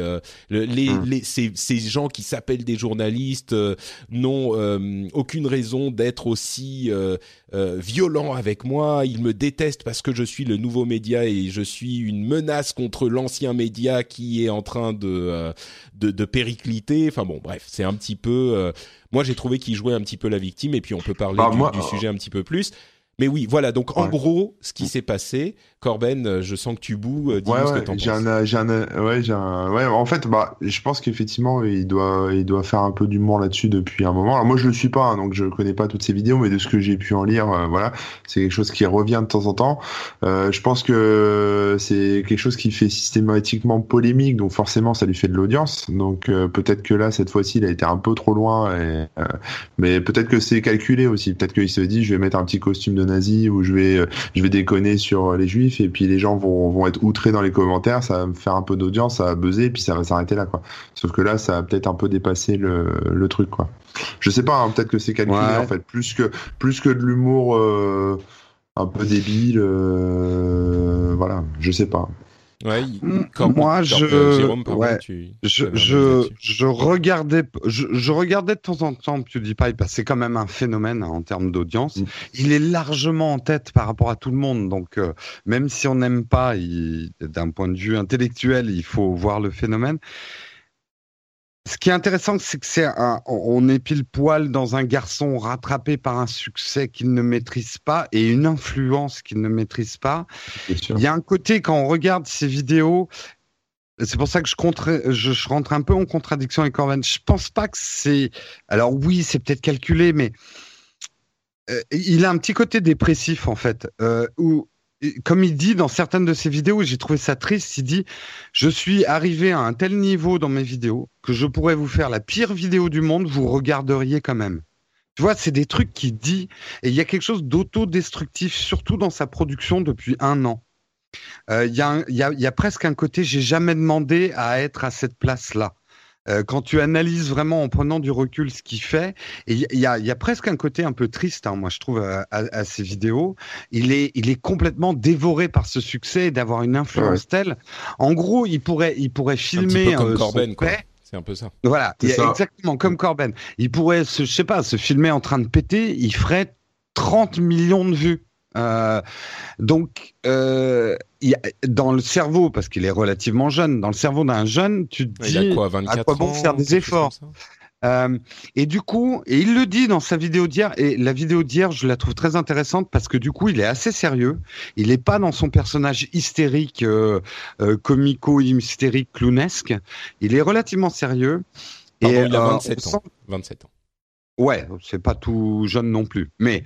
ces gens qui s'appellent des journalistes n'ont aucune raison d'être aussi violents avec moi. Ils me détestent parce que je suis le nouveau média et je suis une menace contre l'ancien média qui est en train de péricliter. Enfin bon, bref, c'est un petit peu... Moi, j'ai trouvé qu'il jouait un petit peu la victime et puis on peut parler du sujet un petit peu plus. Mais oui, voilà. Donc en Ouais. gros, ce qui s'est passé, Corben, je sens que tu boues. Dis-nous ce que t'en penses. Ouais, en fait, je pense qu'effectivement, il doit faire un peu d'humour là-dessus depuis un moment. Alors moi, je le suis pas, hein, donc je connais pas toutes ces vidéos, mais de ce que j'ai pu en lire, voilà, c'est quelque chose qui revient de temps en temps. Je pense que c'est quelque chose qui fait systématiquement polémique, donc forcément, ça lui fait de l'audience. Donc peut-être que là, cette fois-ci, il a été un peu trop loin, mais peut-être que c'est calculé aussi. Peut-être qu'il se dit, je vais mettre un petit costume de nazi ou je vais déconner sur les juifs et puis les gens vont être outrés dans les commentaires, ça va me faire un peu d'audience, ça va buzzer, puis ça va s'arrêter là, quoi. Sauf que là, ça a peut-être un peu dépassé le truc, quoi. Je sais pas, hein, peut-être que c'est calculé, en fait, plus que de l'humour un peu débile, voilà, je sais pas. Ouais, Jérôme, pardon, ouais, je regardais de temps en temps PewDiePie parce que c'est quand même un phénomène, hein, en termes d'audience. Il est largement en tête par rapport à tout le monde, donc même si on n'aime pas, d'un point de vue intellectuel, il faut voir le phénomène. Ce qui est intéressant, c'est que on est pile poil dans un garçon rattrapé par un succès qu'il ne maîtrise pas et une influence qu'il ne maîtrise pas. Il y a un côté, quand on regarde ces vidéos, c'est pour ça que je rentre un peu en contradiction avec Corben. Je pense pas que c'est... Alors oui, c'est peut-être calculé, mais il a un petit côté dépressif, en fait, où... Comme il dit dans certaines de ses vidéos, j'ai trouvé ça triste, il dit « Je suis arrivé à un tel niveau dans mes vidéos que je pourrais vous faire la pire vidéo du monde, vous regarderiez quand même. » Tu vois, c'est des trucs qu'il dit, et il y a quelque chose d'autodestructif, surtout dans sa production depuis 1 an. Il y a presque un côté « J'ai jamais demandé à être à cette place-là ». Quand tu analyses vraiment en prenant du recul ce qu'il fait, et il y a presque un côté un peu triste, hein, moi je trouve, à ces vidéos. Il est complètement dévoré par ce succès et d'avoir une influence telle. En gros, il pourrait filmer un petit peu comme Corben, quoi. C'est un peu ça. Voilà, exactement comme Corben. Il pourrait se filmer en train de péter, il ferait 30 millions de vues. Donc, dans le cerveau, parce qu'il est relativement jeune, dans le cerveau d'un jeune, tu te dis à quoi bon faire des efforts. Et du coup, et il le dit dans sa vidéo d'hier, et la vidéo d'hier, je la trouve très intéressante parce que du coup, il est assez sérieux. Il n'est pas dans son personnage hystérique, comico-hystérique, clownesque. Il est relativement sérieux. Pardon, et il a 27 ans. Ouais, c'est pas tout jeune non plus. Mais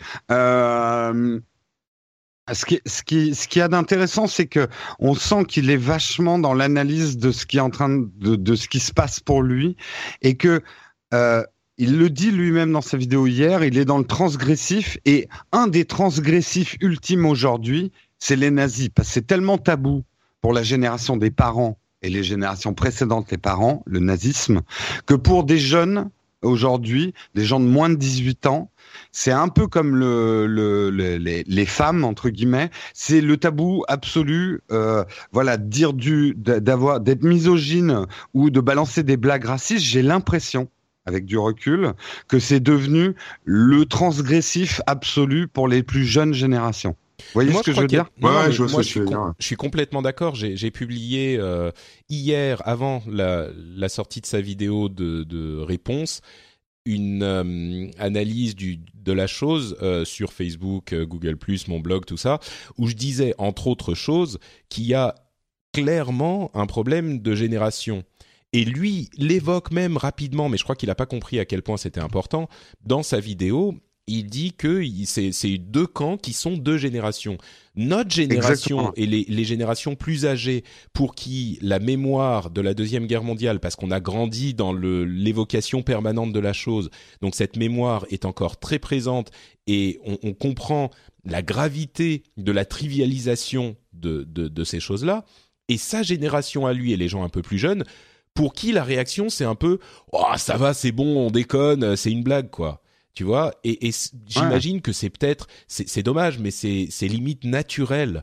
ce qui a d'intéressant, c'est que on sent qu'il est vachement dans l'analyse de ce qui est en train de ce qui se passe pour lui, et que il le dit lui-même dans sa vidéo hier, il est dans le transgressif, et un des transgressifs ultimes aujourd'hui, c'est les nazis, parce que c'est tellement tabou pour la génération des parents et les générations précédentes, les parents, le nazisme, que pour des jeunes aujourd'hui, des gens de moins de 18 ans, c'est un peu comme les femmes, entre guillemets, c'est le tabou absolu, voilà, d'être misogyne ou de balancer des blagues racistes. J'ai l'impression, avec du recul, que c'est devenu le transgressif absolu pour les plus jeunes générations. Vous voyez ce que je veux dire ? Je suis complètement d'accord. J'ai publié hier, avant la sortie de sa vidéo de réponse, une analyse de la chose sur Facebook, Google+, mon blog, tout ça, où je disais, entre autres choses, qu'il y a clairement un problème de génération. Et lui l'évoque même rapidement, mais je crois qu'il n'a pas compris à quel point c'était important. Dans sa vidéo, il dit que c'est 2 camps qui sont 2 générations. Notre génération et les générations plus âgées, pour qui la mémoire de la Deuxième Guerre mondiale, parce qu'on a grandi dans l'évocation permanente de la chose, donc cette mémoire est encore très présente, et on comprend la gravité de la trivialisation de ces choses-là. Et sa génération à lui, et les gens un peu plus jeunes, pour qui la réaction c'est un peu « Oh, ça va, c'est bon, on déconne, c'est une blague, quoi ». Tu vois, et j'imagine que c'est peut-être, c'est dommage, mais c'est limite naturel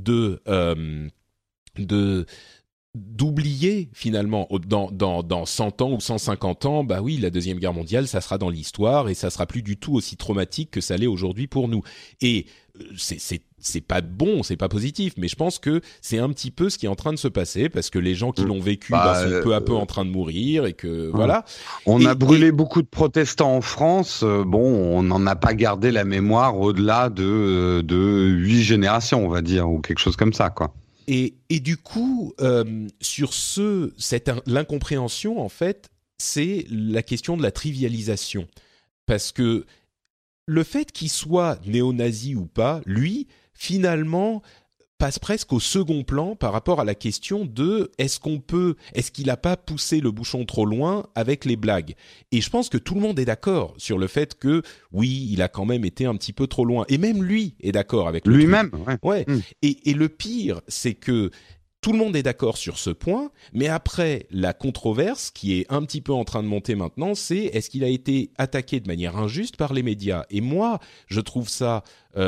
d'oublier finalement dans 100 ans ou 150 ans, bah oui, la Deuxième Guerre mondiale, ça sera dans l'histoire et ça sera plus du tout aussi traumatique que ça l'est aujourd'hui pour nous. Et c'est pas bon, c'est pas positif, mais je pense que c'est un petit peu ce qui est en train de se passer parce que les gens qui l'ont vécu sont peu à peu en train de mourir et que voilà. On a brûlé beaucoup de protestants en France. On n'en a pas gardé la mémoire au-delà de 8 générations, on va dire, ou quelque chose comme ça, quoi. Et du coup, sur l'incompréhension, en fait, c'est la question de la trivialisation. Parce que le fait qu'il soit néo-nazi ou pas, lui, finalement, passe presque au second plan par rapport à la question de est-ce qu'il n'a pas poussé le bouchon trop loin avec les blagues. Et je pense que tout le monde est d'accord sur le fait que oui, il a quand même été un petit peu trop loin. Et même lui est d'accord avec lui-même. Ouais. Et le pire, c'est que tout le monde est d'accord sur ce point, mais après, la controverse qui est un petit peu en train de monter maintenant, c'est est-ce qu'il a été attaqué de manière injuste par les médias ? Et moi, je trouve ça,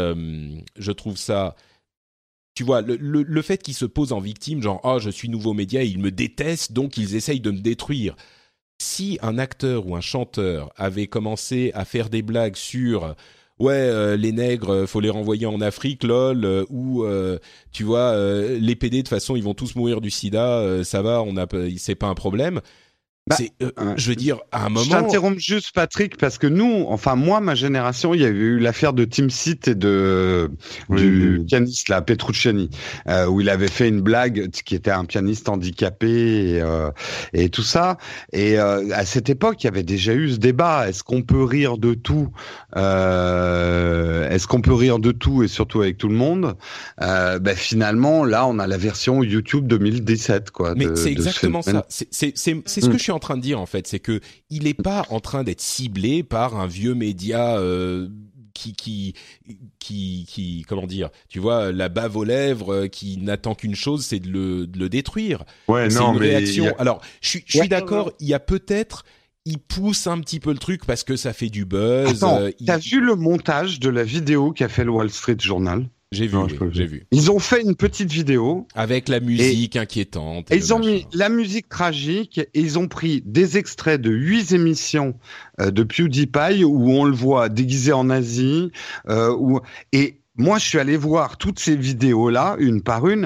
tu vois, le fait qu'il se pose en victime, genre « Oh, je suis nouveau média, ils me détestent, donc ils essayent de me détruire ». Si un acteur ou un chanteur avait commencé à faire des blagues sur les nègres, faut les renvoyer en Afrique, lol, ou tu vois, les PD de toute façon ils vont tous mourir du sida, ça va, c'est pas un problème. Je veux dire, à un moment. Je t'interromps juste, Patrick, parce que nous, enfin moi, ma génération, il y avait eu l'affaire de Tim Seat et du pianiste là, Petrucciani, où il avait fait une blague qui était un pianiste handicapé et tout ça. Et à cette époque, il y avait déjà eu ce débat. Est-ce qu'on peut rire de tout Est-ce qu'on peut rire de tout et surtout avec tout le monde Finalement, là, on a la version YouTube 2017, quoi. Mais c'est exactement ça. C'est ce que je suis en train de dire en fait, c'est que il est pas en train d'être ciblé par un vieux média qui comment dire, tu vois, la bave aux lèvres, qui n'attend qu'une chose, c'est de le détruire. Ouais, c'est non, une mais réaction. Alors, je suis d'accord, il y a peut-être, il pousse un petit peu le truc parce que ça fait du buzz. Attends, t'as vu le montage de la vidéo qu'a fait le Wall Street Journal ? J'ai vu. Ils ont fait une petite vidéo avec la musique inquiétante. Et ils ont mis la musique tragique et ils ont pris des extraits de 8 émissions de PewDiePie où on le voit déguisé en nazi. Et moi, je suis allé voir toutes ces vidéos-là, une par une.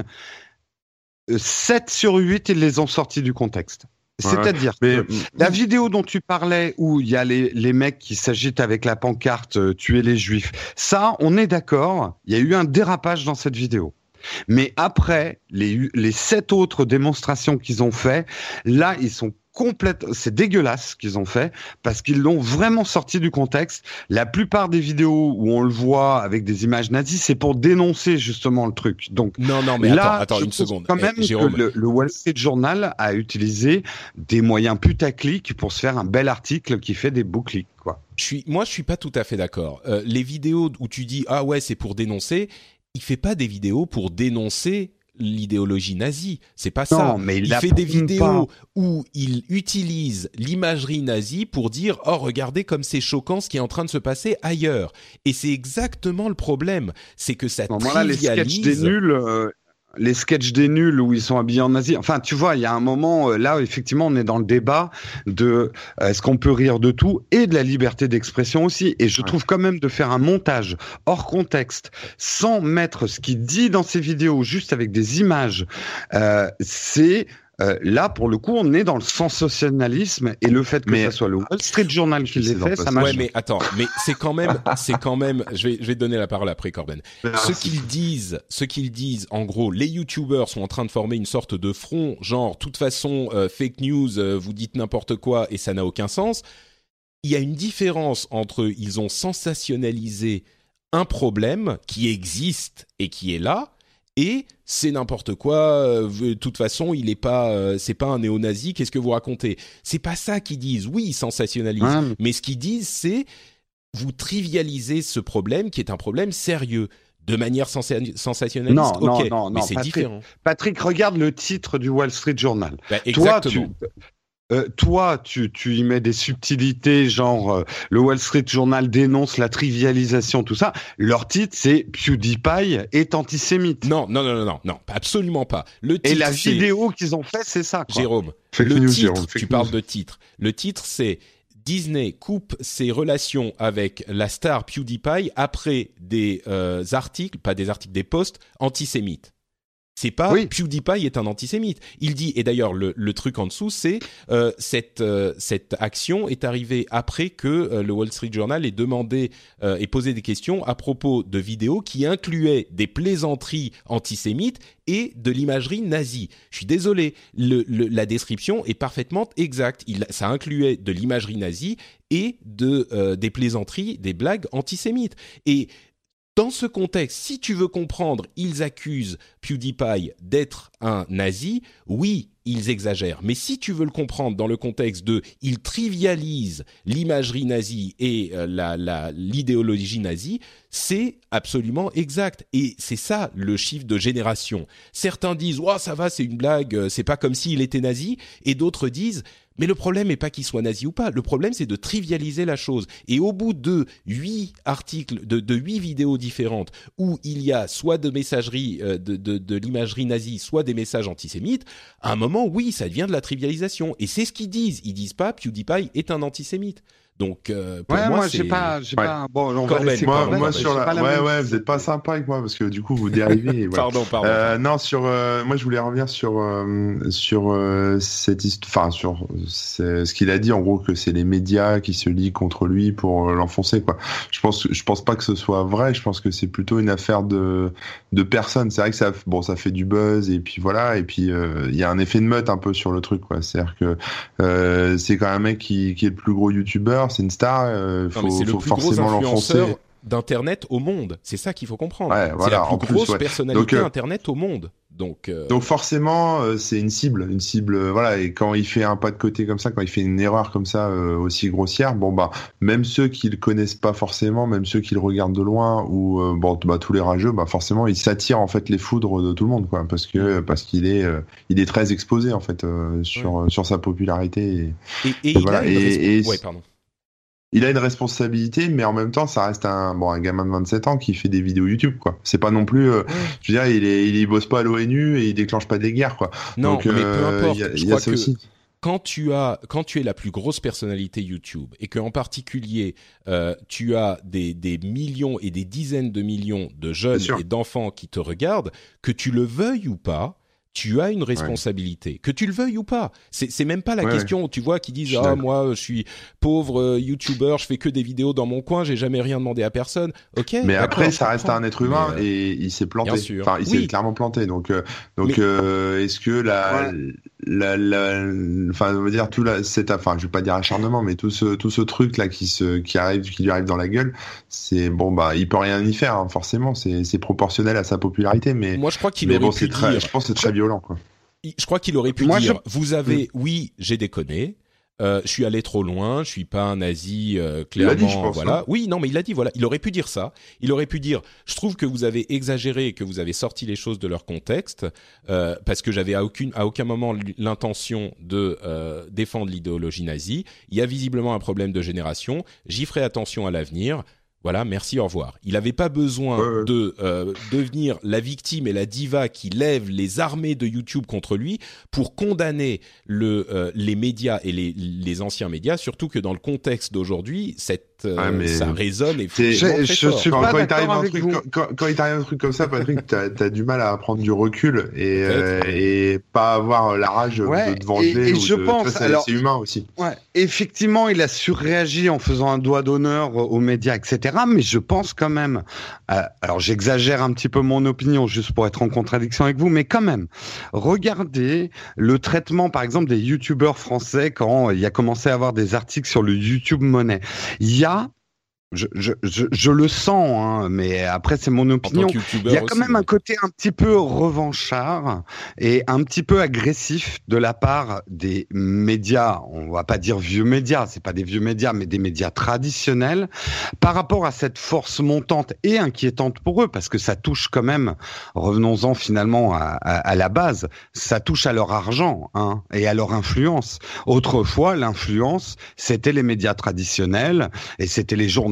7 sur 8, ils les ont sortis du contexte. C'est-à-dire que la vidéo dont tu parlais, où il y a les mecs qui s'agitent avec la pancarte « Tuer les Juifs », ça, on est d'accord, il y a eu un dérapage dans cette vidéo. Mais après, les 7 autres démonstrations qu'ils ont fait, là, ils sont c'est dégueulasse ce qu'ils ont fait parce qu'ils l'ont vraiment sorti du contexte. La plupart des vidéos où on le voit avec des images nazies, c'est pour dénoncer justement le truc. Donc non, mais là, attends une seconde. Quand même, que le Wall Street Journal a utilisé des moyens putaclic pour se faire un bel article qui fait des beaux clics, quoi. Moi, je suis pas tout à fait d'accord. Les vidéos où tu dis ah ouais, c'est pour dénoncer, il fait pas des vidéos pour dénoncer l'idéologie nazie, c'est pas ça. Mais il fait des vidéos où il utilise l'imagerie nazie pour dire oh regardez comme c'est choquant ce qui est en train de se passer ailleurs. Et c'est exactement le problème, c'est que ça trivialise. Les sketchs des nuls. Les sketchs des nuls où ils sont habillés en nazi. Enfin, tu vois, il y a un moment là, effectivement, on est dans le débat de est-ce qu'on peut rire de tout et de la liberté d'expression aussi. Et je trouve quand même de faire un montage hors contexte, sans mettre ce qu'il dit dans ses vidéos, juste avec des images, c'est là, pour le coup, on est dans le sensationnalisme et le fait que ça soit le Wall Street Journal qui l'ait fait, ça marche. Ouais, mais attends, mais c'est quand même, je vais te donner la parole après, Corben. Ce qu'ils disent, en gros, les YouTubers sont en train de former une sorte de front, genre, toute façon, fake news, vous dites n'importe quoi et ça n'a aucun sens. Il y a une différence entre ils ont sensationnalisé un problème qui existe et qui est là, et c'est n'importe quoi. De toute façon, il est pas, c'est pas un néo-nazi. Qu'est-ce que vous racontez ? C'est pas ça qu'ils disent. Oui, ils sensationnalisent, mais ce qu'ils disent, c'est vous trivialisez ce problème qui est un problème sérieux de manière sensationnaliste. Non, mais c'est Patrick, différent. Patrick, regarde le titre du Wall Street Journal. Exactement. Toi, tu y mets des subtilités, genre le Wall Street Journal dénonce la trivialisation, tout ça. Leur titre, c'est PewDiePie est antisémite. Non, absolument pas. Le titre, et la vidéo qu'ils ont fait, c'est ça, quoi. Jérôme, tu parles de titre. Le titre, c'est Disney coupe ses relations avec la star PewDiePie après des des posts antisémites. C'est pas PewDiePie est un antisémite. Il dit, et d'ailleurs le truc en dessous, c'est cette action est arrivée après que le Wall Street Journal ait demandé et posé des questions à propos de vidéos qui incluaient des plaisanteries antisémites et de l'imagerie nazie. Je suis désolé, la description est parfaitement exacte. Ça incluait de l'imagerie nazie et des plaisanteries, des blagues antisémites. Et dans ce contexte, si tu veux comprendre, ils accusent PewDiePie d'être un nazi, oui, ils exagèrent. Mais si tu veux le comprendre dans le contexte ils trivialisent l'imagerie nazie et l'idéologie nazie, c'est absolument exact. Et c'est ça le chiffre de génération. Certains disent « Oh, ça va, c'est une blague, c'est pas comme s'il était nazi », et d'autres disent « Mais le problème n'est pas qu'il soit nazi ou pas, le problème c'est de trivialiser la chose. » Et au bout de 8 articles, de 8 vidéos différentes, où il y a soit de messagerie, de l'imagerie nazie, soit des messages antisémites, à un moment, oui, ça devient de la trivialisation. Et c'est ce qu'ils disent. Ils disent pas PewDiePie est un antisémite. Donc pour moi c'est... j'ai pas bon, on va laisser moi sur la vous êtes pas sympa avec moi parce que du coup vous dérivez. Voilà. Pardon. Non, moi je voulais revenir sur cette histoire, sur ce qu'il a dit en gros, que c'est les médias qui se lient contre lui pour l'enfoncer, quoi. Je pense pas que ce soit vrai, je pense que c'est plutôt une affaire de personnes. C'est vrai que ça fait du buzz et puis voilà, et puis il y a un effet de meute un peu sur le truc, quoi. C'est-à-dire que c'est quand même un mec qui est le plus gros youtubeur, c'est une star, faut forcément l'enfoncer. D'internet au monde, c'est ça qu'il faut comprendre. Ouais, c'est la plus grosse personnalité internet au monde. Donc forcément c'est une cible, voilà. Et quand il fait un pas de côté comme ça, quand il fait une erreur comme ça aussi grossière, même ceux qui le connaissent pas forcément, même ceux qui le regardent de loin, ou tous les rageux, forcément il s'attire en fait les foudres de tout le monde, quoi, parce qu'il est très exposé en fait sur sa popularité et voilà. Pardon. Il a une responsabilité, mais en même temps, ça reste un gamin de 27 ans qui fait des vidéos YouTube, quoi. C'est pas non plus, je veux dire, il bosse pas à l'ONU et il déclenche pas des guerres, quoi. Non, donc, mais peu importe. Il y a ça aussi. Quand tu es la plus grosse personnalité YouTube et que en particulier tu as des millions et des dizaines de millions de jeunes et d'enfants qui te regardent, que tu le veuilles ou pas, tu as une responsabilité, que tu le veuilles ou pas. C'est même pas la question, tu vois, qui disent moi je suis pauvre YouTuber, je fais que des vidéos dans mon coin, j'ai jamais rien demandé à personne. OK. Mais après ça reste un être humain et il s'est planté. Bien sûr. Enfin, il s'est clairement planté. Donc est-ce que on va dire je vais pas dire acharnement, mais tout ce truc là qui lui arrive dans la gueule, c'est il peut rien y faire, hein, forcément, c'est proportionnel à sa popularité, mais moi je crois qu'il aurait pu dire, je pense que c'est très violent, quoi. Je crois qu'il aurait pu dire vous avez j'ai déconné. Je suis allé trop loin, je suis pas un nazi, clairement. Il l'a dit, je pense, voilà. Oui, non, mais il l'a dit, voilà. Il aurait pu dire ça. Il aurait pu dire, je trouve que vous avez exagéré et que vous avez sorti les choses de leur contexte, parce que j'avais à aucun moment l'intention de défendre l'idéologie nazie. Il y a visiblement un problème de génération. J'y ferai attention à l'avenir. Voilà, merci, au revoir. Il n'avait pas besoin de devenir la victime et la diva qui lève les armées de YouTube contre lui pour condamner les médias et les anciens médias, surtout que dans le contexte d'aujourd'hui, ça résonne et je suis pas d'accord avec vous. Quand il t'arrive un truc comme ça, Patrick, t'as du mal à prendre du recul et pas avoir la rage de te venger. Et je pense, c'est humain aussi. Ouais, effectivement, il a surréagi en faisant un doigt d'honneur aux médias, etc. Mais je pense quand même, alors j'exagère un petit peu mon opinion juste pour être en contradiction avec vous, mais quand même, regardez le traitement, par exemple, des youtubeurs français quand il y a commencé à avoir des articles sur le YouTube Money. Il y a, je le sens, hein, mais après c'est mon opinion. Il y a quand même un côté un petit peu revanchard et un petit peu agressif de la part des médias. On va pas dire vieux médias, c'est pas des vieux médias, mais des médias traditionnels par rapport à cette force montante et inquiétante pour eux, parce que ça touche quand même. Revenons-en finalement à la base. Ça touche à leur argent, hein, et à leur influence. Autrefois, l'influence, c'était les médias traditionnels et c'était les journalistes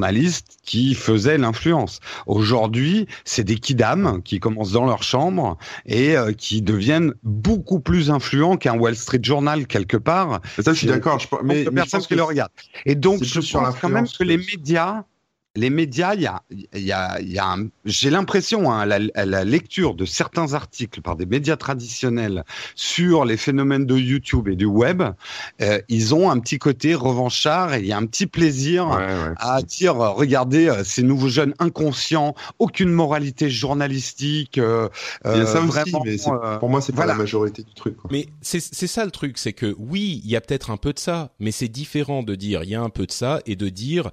journalistes qui faisaient l'influence. Aujourd'hui, c'est des kidams qui commencent dans leur chambre et qui deviennent beaucoup plus influents qu'un Wall Street Journal quelque part. Ça, je suis d'accord. Mais personne qui le regarde. Et donc, je pense quand même que les médias, j'ai l'impression, à la lecture de certains articles par des médias traditionnels sur les phénomènes de YouTube et du web, ils ont un petit côté revanchard et il y a un petit plaisir à dire, regardez, ces nouveaux jeunes inconscients, aucune moralité journalistique. Il y a ça vraiment, aussi, mais pour moi, c'est pas la majorité du truc, quoi. Mais c'est ça le truc, c'est que oui, il y a peut-être un peu de ça, mais c'est différent de dire il y a un peu de ça et de dire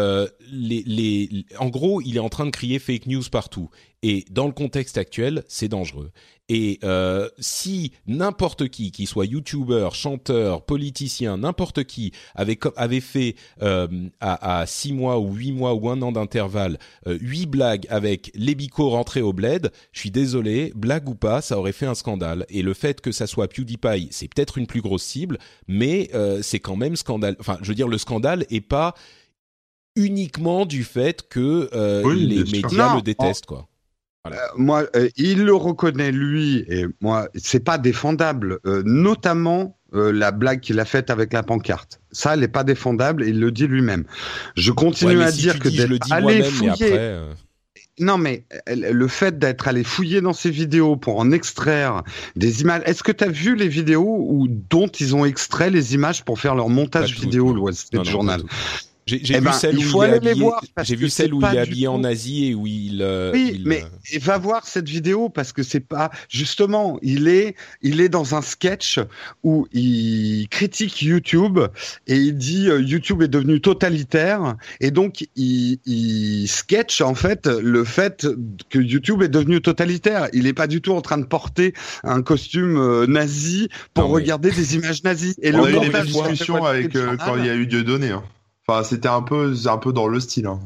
en gros, il est en train de crier fake news partout. Et dans le contexte actuel, c'est dangereux. Et si n'importe qui soit youtubeur, chanteur, politicien, n'importe qui avait fait à 6 mois ou 8 mois ou 1 an d'intervalle 8 blagues avec les bicots rentrés au bled, je suis désolé, blague ou pas, ça aurait fait un scandale. Et le fait que ça soit PewDiePie, c'est peut-être une plus grosse cible, mais c'est quand même scandale. Enfin, je veux dire, le scandale est pas uniquement du fait que les médias le détestent, quoi. Voilà. Moi, il le reconnaît lui, et moi, c'est pas défendable. Notamment la blague qu'il a faite avec la pancarte. Ça, elle est pas défendable, et il le dit lui-même. Je continue à dire que d'être allé fouiller. Non, mais le fait d'être allé fouiller dans ces vidéos pour en extraire des images. Est-ce que tu as vu les vidéos dont ils ont extrait les images pour faire leur montage vidéo, le Wall Street Journal? J'ai vu celle où il est habillé en Asie et où il. Mais va voir cette vidéo parce que c'est pas justement. Il est dans un sketch où il critique YouTube et il dit YouTube est devenu totalitaire et donc il sketch en fait le fait que YouTube est devenu totalitaire. Il est pas du tout en train de porter un costume nazi pour regarder des images nazies. Et on a eu des discussions avec quand il y a eu Dieudonné. Enfin, c'était un peu dans le style. Hein.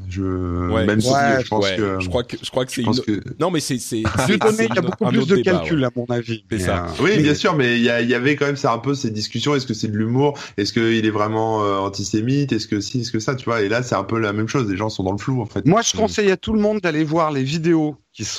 Je crois que c'est non, mais c'est il y a beaucoup plus de calcul à mon avis. C'est ça. Oui, bien sûr, mais il y avait quand même un peu ces discussions. Est-ce que c'est de l'humour? Est-ce qu'il est vraiment antisémite? Est-ce que si? Est-ce que ça? Tu vois? Et là, c'est un peu la même chose. Les gens sont dans le flou, en fait. Moi, je conseille à tout le monde d'aller voir les vidéos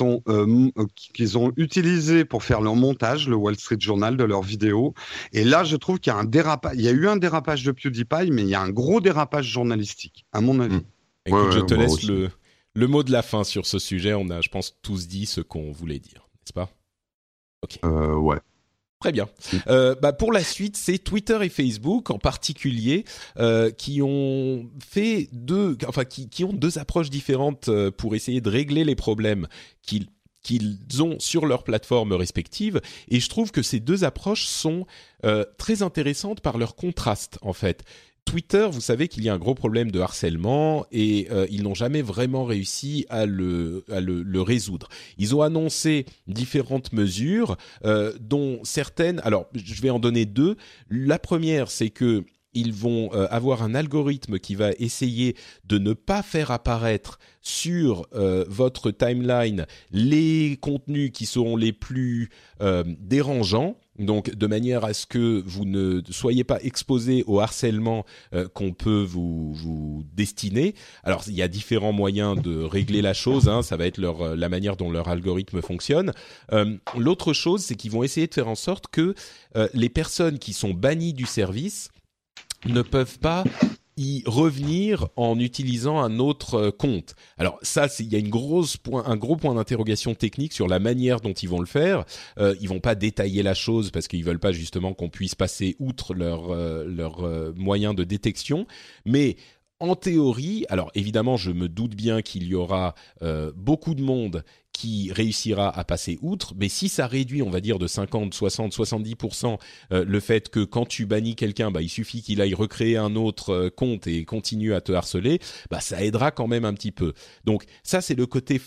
qu'ils ont utilisé pour faire leur montage, le Wall Street Journal de leurs vidéos. Et là, je trouve qu'il y a un dérapage. Il y a eu un dérapage de PewDiePie, mais il y a un gros dérapage journalistique, à mon avis. Écoute, je te laisse le mot de la fin sur ce sujet. On a, je pense, tous dit ce qu'on voulait dire, n'est-ce pas? Ok. Ouais. Très bien. Pour la suite, c'est Twitter et Facebook en particulier qui ont fait qui ont deux approches différentes pour essayer de régler les problèmes qu'ils ont sur leurs plateformes respectives. Et je trouve que ces deux approches sont très intéressantes par leur contraste, en fait. Twitter, vous savez qu'il y a un gros problème de harcèlement et ils n'ont jamais vraiment réussi à le résoudre. Ils ont annoncé différentes mesures, dont certaines. Alors, je vais en donner deux. La première, c'est que ils vont avoir un algorithme qui va essayer de ne pas faire apparaître sur votre timeline les contenus qui seront les plus dérangeants. Donc, de manière à ce que vous ne soyez pas exposé au harcèlement qu'on peut vous destiner. Alors, il y a différents moyens de régler la chose. Hein, ça va être la manière dont leur algorithme fonctionne. L'autre chose, c'est qu'ils vont essayer de faire en sorte que les personnes qui sont bannies du service ne peuvent pas y revenir en utilisant un autre compte. Alors ça, il y a un gros point d'interrogation technique sur la manière dont ils vont le faire. Ils vont pas détailler la chose parce qu'ils veulent pas justement qu'on puisse passer outre leur moyen de détection. Mais en théorie, alors évidemment, je me doute bien qu'il y aura beaucoup de monde qui réussira à passer outre, mais si ça réduit, on va dire, de 50, 60, 70% le fait que quand tu bannis quelqu'un, il suffit qu'il aille recréer un autre compte et continue à te harceler, ça aidera quand même un petit peu. Donc ça, c'est le côté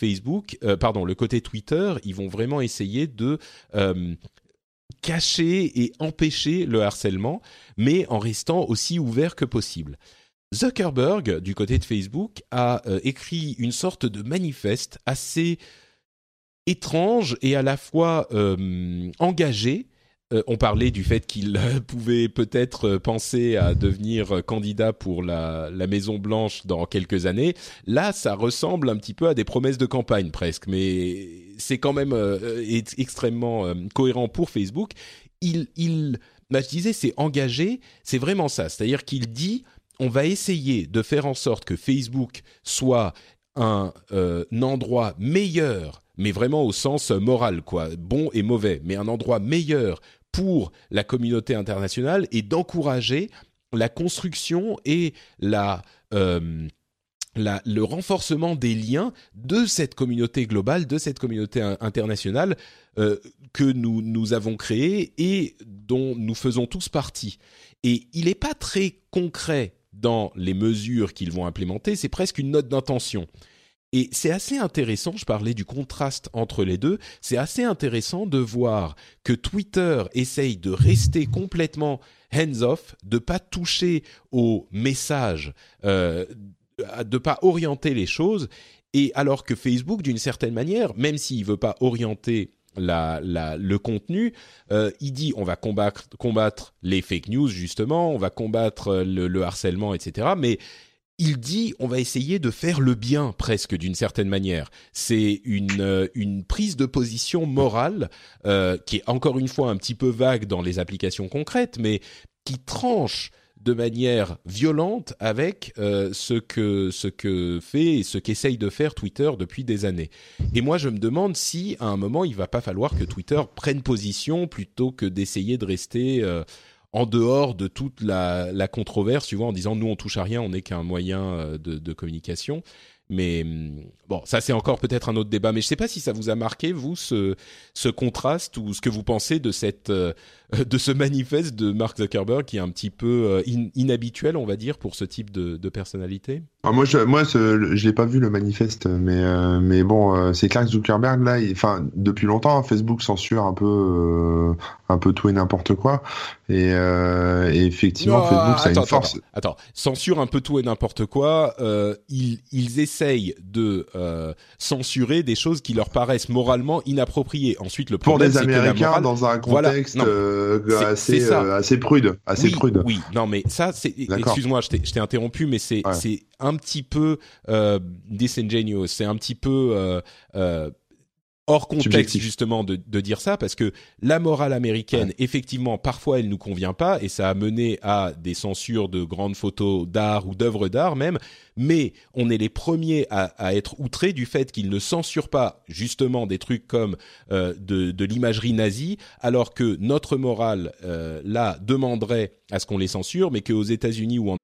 le côté Twitter. Ils vont vraiment essayer de cacher et empêcher le harcèlement, mais en restant aussi ouvert que possible. Zuckerberg, du côté de Facebook, a écrit une sorte de manifeste assez étrange et à la fois engagé on parlait du fait qu'il pouvait peut-être penser à devenir candidat pour la Maison Blanche dans quelques années. Là, ça ressemble un petit peu à des promesses de campagne presque, mais c'est quand même extrêmement cohérent pour Facebook. Je disais, c'est engagé, c'est vraiment ça. C'est-à-dire qu'il dit, on va essayer de faire en sorte que Facebook soit un endroit meilleur, mais vraiment au sens moral, quoi, bon et mauvais, mais un endroit meilleur pour la communauté internationale et d'encourager la construction et le renforcement des liens de cette communauté globale, de cette communauté internationale que nous avons créée et dont nous faisons tous partie. Et il n'est pas très concret dans les mesures qu'ils vont implémenter, c'est presque une note d'intention. Et c'est assez intéressant, je parlais du contraste entre les deux, c'est assez intéressant de voir que Twitter essaye de rester complètement hands-off, de ne pas toucher aux messages, de ne pas orienter les choses, et alors que Facebook, d'une certaine manière, même s'il ne veut pas orienter le contenu, il dit on va combattre les fake news justement, on va combattre le harcèlement, etc. Mais il dit on va essayer de faire le bien presque d'une certaine manière. C'est une prise de position morale qui est encore une fois un petit peu vague dans les applications concrètes, mais qui tranche de manière violente avec ce que fait et ce qu'essaye de faire Twitter depuis des années. Et moi, je me demande si, à un moment, il va pas falloir que Twitter prenne position plutôt que d'essayer de rester en dehors de toute la controverse, tu vois, en disant nous on touche à rien, on n'est qu'un moyen de communication. Mais bon, ça c'est encore peut-être un autre débat. Mais je ne sais pas si ça vous a marqué, vous, ce contraste ou ce que vous pensez de ce manifeste de Mark Zuckerberg qui est un petit peu inhabituel, on va dire, pour ce type de personnalité. Alors moi, je l'ai pas vu le manifeste, mais bon, c'est clair que Zuckerberg là, depuis longtemps, Facebook censure un peu tout et n'importe quoi, et effectivement, Facebook, ça a une force. Attends, censure un peu tout et n'importe quoi. Ils essayent de censurer des choses qui leur paraissent moralement inappropriées. Ensuite, le problème, pour des c'est Américains que dans un contexte assez prude, prude. Oui, non, mais ça, c'est. Excuse-moi, je t'ai interrompu, mais c'est un petit peu disingenuous, c'est un petit peu hors contexte subjectif, justement de dire ça, parce que la morale américaine, effectivement, parfois elle nous convient pas et ça a mené à des censures de grandes photos d'art ou d'œuvres d'art même, mais on est les premiers à être outrés du fait qu'ils ne censurent pas justement des trucs comme de l'imagerie nazie, alors que notre morale là demanderait à ce qu'on les censure, mais qu'aux États-Unis ou en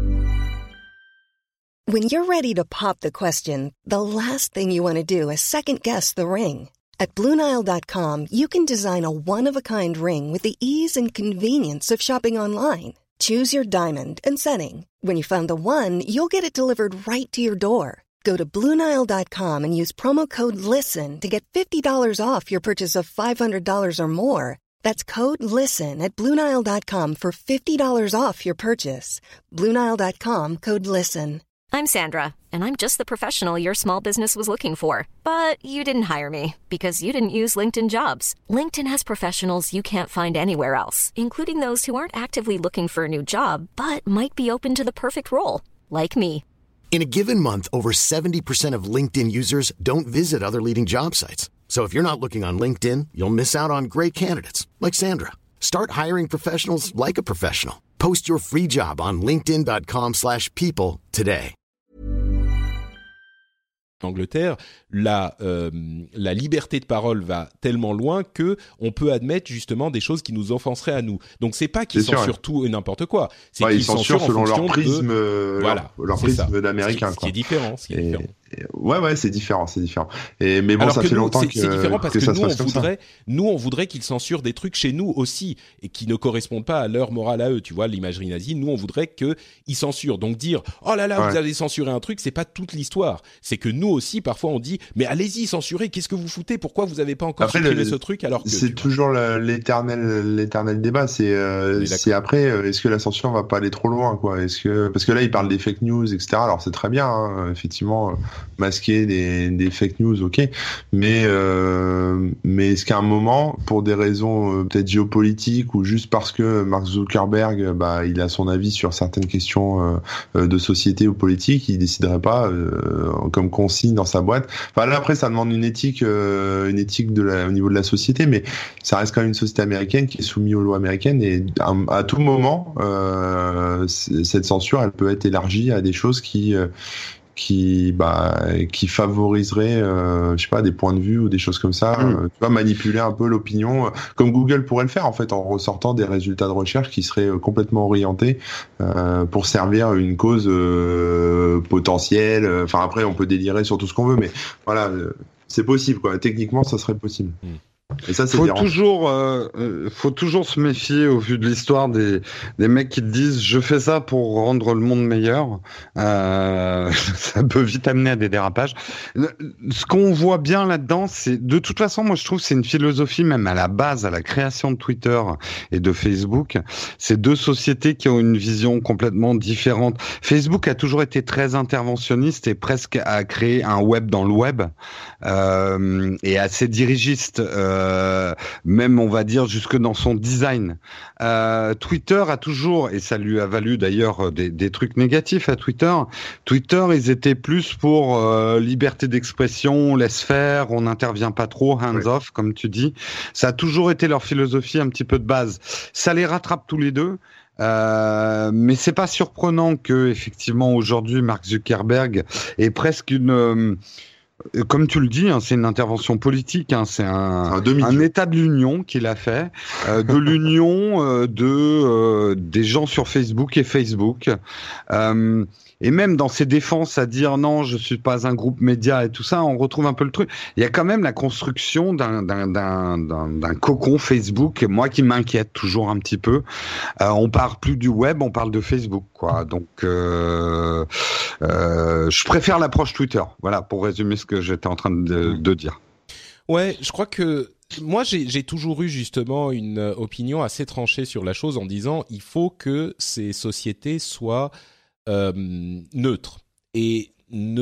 When you're ready to pop the question, the last thing you want to do is second-guess the ring. At BlueNile.com, you can design a one-of-a-kind ring with the ease and convenience of shopping online. Choose your diamond and setting. When you find the one, you'll get it delivered right to your door. Go to BlueNile.com and use promo code LISTEN to get $50 off your purchase of $500 or more. That's code LISTEN at BlueNile.com for $50 off your purchase. BlueNile.com, code LISTEN. I'm Sandra, and I'm just the professional your small business was looking for. But you didn't hire me because you didn't use LinkedIn Jobs. LinkedIn has professionals you can't find anywhere else, including those who aren't actively looking for a new job, but might be open to the perfect role, like me. In a given month, over 70% of LinkedIn users don't visit other leading job sites. So if you're not looking on LinkedIn, you'll miss out on great candidates, like Sandra. Start hiring professionals like a professional. Post your free job on linkedin.com/people today. Angleterre, la liberté de parole va tellement loin que on peut admettre justement des choses qui nous offenseraient à nous. Donc c'est pas qu'ils censurent tout et n'importe quoi, c'est qu'ils censurent selon leur prisme, leur prisme d'américain. Ce qui est différent. Ouais, c'est différent. Mais bon, alors ça fait longtemps que c'est différent parce que nous on voudrait qu'ils censurent des trucs chez nous aussi et qui ne correspondent pas à leur morale à eux. Tu vois, l'imagerie nazie, nous on voudrait que ils censurent. Donc dire oh là là, vous avez censuré un truc, c'est pas toute l'histoire. C'est que nous aussi parfois on dit mais allez-y censurez, qu'est-ce que vous foutez, pourquoi vous avez pas encore supprimé ce truc alors que c'est toujours l'éternel débat. C'est après est-ce que la censure va pas aller trop loin quoi, parce que là ils parlent des fake news etc. Alors c'est très bien effectivement. masquer des fake news, ok. Mais est-ce qu'à un moment, pour des raisons peut-être géopolitiques ou juste parce que Mark Zuckerberg, il a son avis sur certaines questions de société ou politique, il déciderait pas comme consigne dans sa boîte. Enfin là après, ça demande une éthique au niveau de la société, mais ça reste quand même une société américaine qui est soumise aux lois américaines et à tout moment, cette censure, elle peut être élargie à des choses qui favoriseraient, je sais pas, des points de vue ou des choses comme ça. Tu vois, manipuler un peu l'opinion, comme Google pourrait le faire en fait, en ressortant des résultats de recherche qui seraient complètement orientés pour servir une cause potentielle. Enfin après, on peut délirer sur tout ce qu'on veut, mais voilà, c'est possible quoi. Techniquement, ça serait possible. Et ça, c'est faut toujours se méfier au vu de l'histoire des mecs qui te disent je fais ça pour rendre le monde meilleur. Ça peut vite amener à des dérapages. Ce qu'on voit bien là-dedans, c'est de toute façon, moi je trouve que c'est une philosophie même à la base, à la création de Twitter et de Facebook. C'est deux sociétés qui ont une vision complètement différente. Facebook a toujours été très interventionniste et presque a créé un web dans le web et assez dirigiste. Même on va dire jusque dans son design. Twitter a toujours, et ça lui a valu d'ailleurs des trucs négatifs à Twitter. Twitter, ils étaient plus pour liberté d'expression, on laisse faire, on n'intervient pas trop, hands off comme tu dis. Ça a toujours été leur philosophie un petit peu de base. Ça les rattrape tous les deux. Mais c'est pas surprenant que effectivement aujourd'hui Mark Zuckerberg ait presque une comme tu le dis, hein, c'est une intervention politique, hein, c'est un état de l'union qu'il a fait, de l'union des gens sur Facebook et Facebook. Et même dans ses défenses à dire non, je suis pas un groupe média et tout ça, on retrouve un peu le truc. Il y a quand même la construction d'un cocon Facebook, moi qui m'inquiète toujours un petit peu. On parle plus du web, on parle de Facebook, quoi. Donc, je préfère l'approche Twitter. Voilà, pour résumer ce que j'étais en train de dire. Ouais, je crois que moi j'ai toujours eu justement une opinion assez tranchée sur la chose en disant il faut que ces sociétés soient neutres et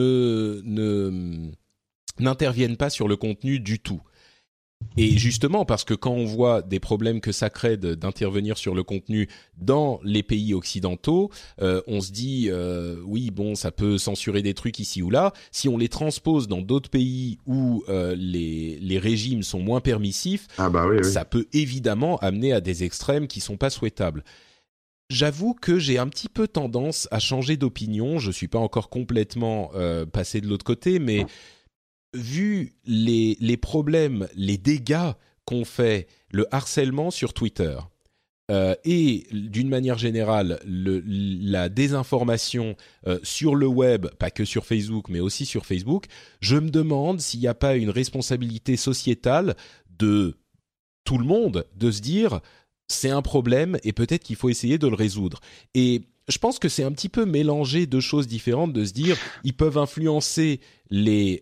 n'interviennent pas sur le contenu du tout. Et justement parce que quand on voit des problèmes que ça crée d'intervenir sur le contenu dans les pays occidentaux, on se dit oui bon ça peut censurer des trucs ici ou là. Si on les transpose dans d'autres pays où les régimes sont moins permissifs, ça peut évidemment amener à des extrêmes qui sont pas souhaitables. J'avoue que j'ai un petit peu tendance à changer d'opinion. Je suis pas encore complètement passé de l'autre côté, mais vu les problèmes, les dégâts qu'ont fait le harcèlement sur Twitter et d'une manière générale la désinformation sur le web, pas que sur Facebook, mais aussi sur Facebook, je me demande s'il n'y a pas une responsabilité sociétale de tout le monde de se dire c'est un problème et peut-être qu'il faut essayer de le résoudre. Et je pense que c'est un petit peu mélanger deux choses différentes, de se dire ils peuvent influencer les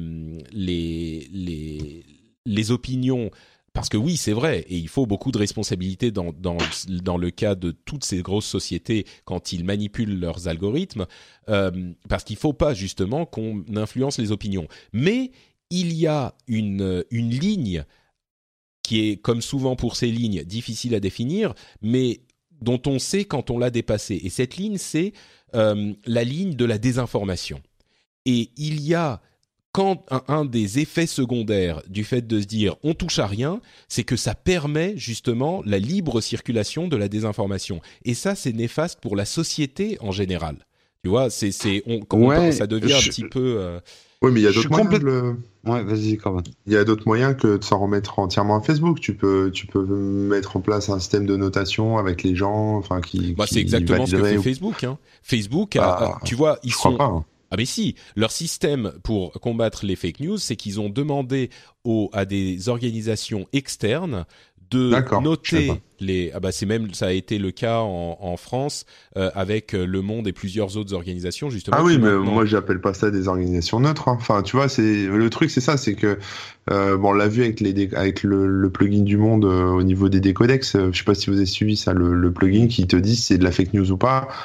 opinions, parce que oui c'est vrai et il faut beaucoup de responsabilité dans le cas de toutes ces grosses sociétés quand ils manipulent leurs algorithmes, parce qu'il faut pas justement qu'on influence les opinions. Mais il y a une ligne qui est, comme souvent pour ces lignes, difficile à définir, mais dont on sait quand on l'a dépassée. Et cette ligne, c'est la ligne de la désinformation. Et il y a, quand un des effets secondaires du fait de se dire « on touche à rien », c'est que ça permet justement la libre circulation de la désinformation. Et ça, c'est néfaste pour la société en général. Tu vois, ça devient un petit peu... Oui, mais il y a d'autres moyens Ouais, vas-y, quand même. Il y a d'autres moyens que de s'en remettre entièrement à Facebook. Tu peux mettre en place un système de notation avec les gens, enfin c'est exactement ce que fait Facebook. Hein. Facebook, tu vois, ils sont. Pas, hein. Ah mais si, leur système pour combattre les fake news, c'est qu'ils ont demandé à des organisations externes de noter les. Ah bah ça a été le cas en France avec Le Monde et plusieurs autres organisations justement. Ah oui, mais moi j'appelle pas ça des organisations neutres. Hein. Enfin, tu vois, le truc, c'est ça, c'est que on l'a vu avec le plugin du Monde au niveau des décodex. Je sais pas si vous avez suivi ça, le plugin qui te dit si c'est de la fake news ou pas.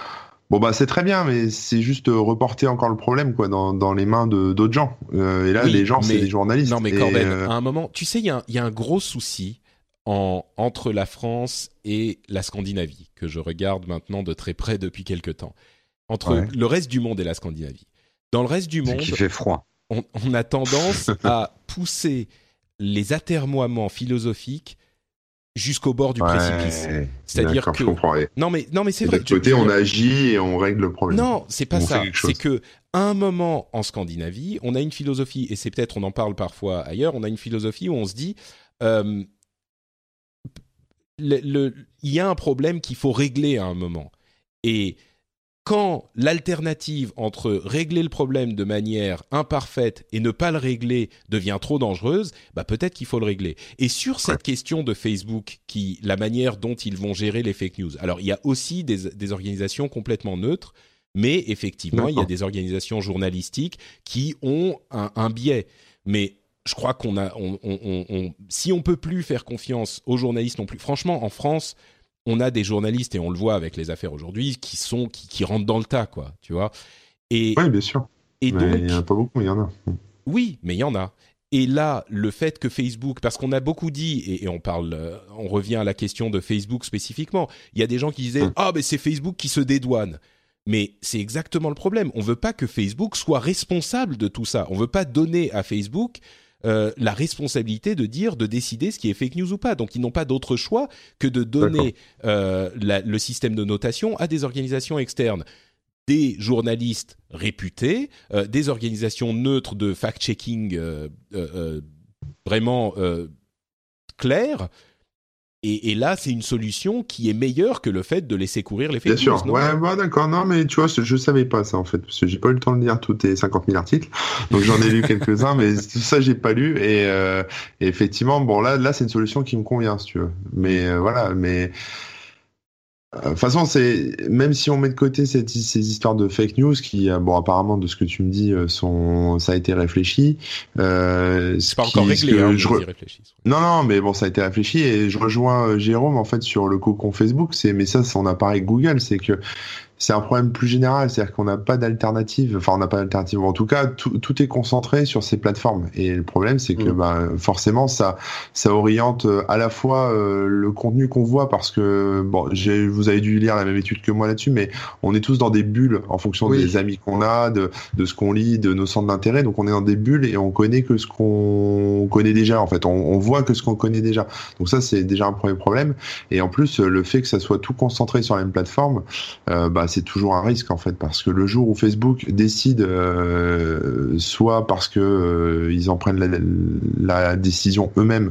Bon bah c'est très bien, mais c'est juste reporter encore le problème quoi dans les mains de d'autres gens. Et là, Oui, les gens, mais c'est des journalistes. non, mais Et, Corben, à un moment, tu sais, il y a un gros souci entre la France et la Scandinavie que je regarde maintenant de très près depuis quelque temps. Entre Ouais. le reste du monde et la Scandinavie. Dans le reste du C'est monde, qu'il fait froid. on a tendance à pousser les atermoiements philosophiques jusqu'au bord du précipice. ouais, C'est-à-dire d'accord, que je comprends. Et non mais c'est de vrai. l'autre côté, on agit et on règle le problème. Non, c'est pas On fait ça. quelque chose. C'est que à un moment en Scandinavie, on a une philosophie, et c'est peut-être, on en parle parfois ailleurs, on a une philosophie où on se dit, euh, il y a un problème qu'il faut régler à un moment. Et quand l'alternative entre régler le problème de manière imparfaite et ne pas le régler devient trop dangereuse, bah peut-être qu'il faut le régler. Et sur cette question de Facebook, la manière dont ils vont gérer les fake news. Alors, il y a aussi des organisations complètement neutres, mais effectivement, il y a des organisations journalistiques qui ont un biais. Mais je crois si on peut plus faire confiance aux journalistes non plus. Franchement, en France, on a des journalistes, et on le voit avec les affaires aujourd'hui, qui rentrent dans le tas, quoi, tu vois. Et, Oui, bien sûr. et Mais donc, il n'y en a pas beaucoup, mais il y en a. oui, mais il y en a. Et là, le fait que Facebook, parce qu'on a beaucoup dit, et on revient à la question de Facebook spécifiquement, il y a des gens qui disaient « Ah, mais c'est Facebook qui se dédouane ». Mais c'est exactement le problème. On veut pas que Facebook soit responsable de tout ça. On veut pas donner à Facebook la responsabilité de décider ce qui est fake news ou pas. Donc, ils n'ont pas d'autre choix que de donner le système de notation à des organisations externes, des journalistes réputés, des organisations neutres de fact-checking vraiment claires. Et là, c'est une solution qui est meilleure que le fait de laisser courir les fake news. Bien sûr, Non, ouais, bah, d'accord, non, mais tu vois, je savais pas ça en fait, parce que j'ai pas eu le temps de lire tous tes 50 000 articles, donc j'en ai lu quelques-uns, mais tout ça j'ai pas lu, et effectivement, bon là c'est une solution qui me convient, si tu veux, mais voilà, mais de toute façon, même si on met de côté ces histoires de fake news qui, bon, apparemment, de ce que tu me dis, ça a été réfléchi. c'est pas encore réglé, hein, ils y réfléchissent. Non, mais bon, ça a été réfléchi et je rejoins Jérôme en fait sur le cocon Facebook. Mais ça, on a pareil avec Google, c'est que c'est un problème plus général, c'est-à-dire qu'on n'a pas d'alternative. Enfin, on n'a pas d'alternative. En tout cas, tout est concentré sur ces plateformes. Et le problème, c'est que forcément, ça oriente à la fois le contenu qu'on voit, parce que bon, vous avez dû lire la même étude que moi là-dessus, mais on est tous dans des bulles en fonction des amis qu'on a, de ce qu'on lit, de nos centres d'intérêt. Donc, on est dans des bulles et on connaît que ce qu'on connaît déjà. En fait, on voit que ce qu'on connaît déjà. Donc ça, c'est déjà un premier problème. Et en plus, le fait que ça soit tout concentré sur la même plateforme, c'est toujours un risque en fait, parce que le jour où Facebook décide, soit parce que ils en prennent la décision eux-mêmes,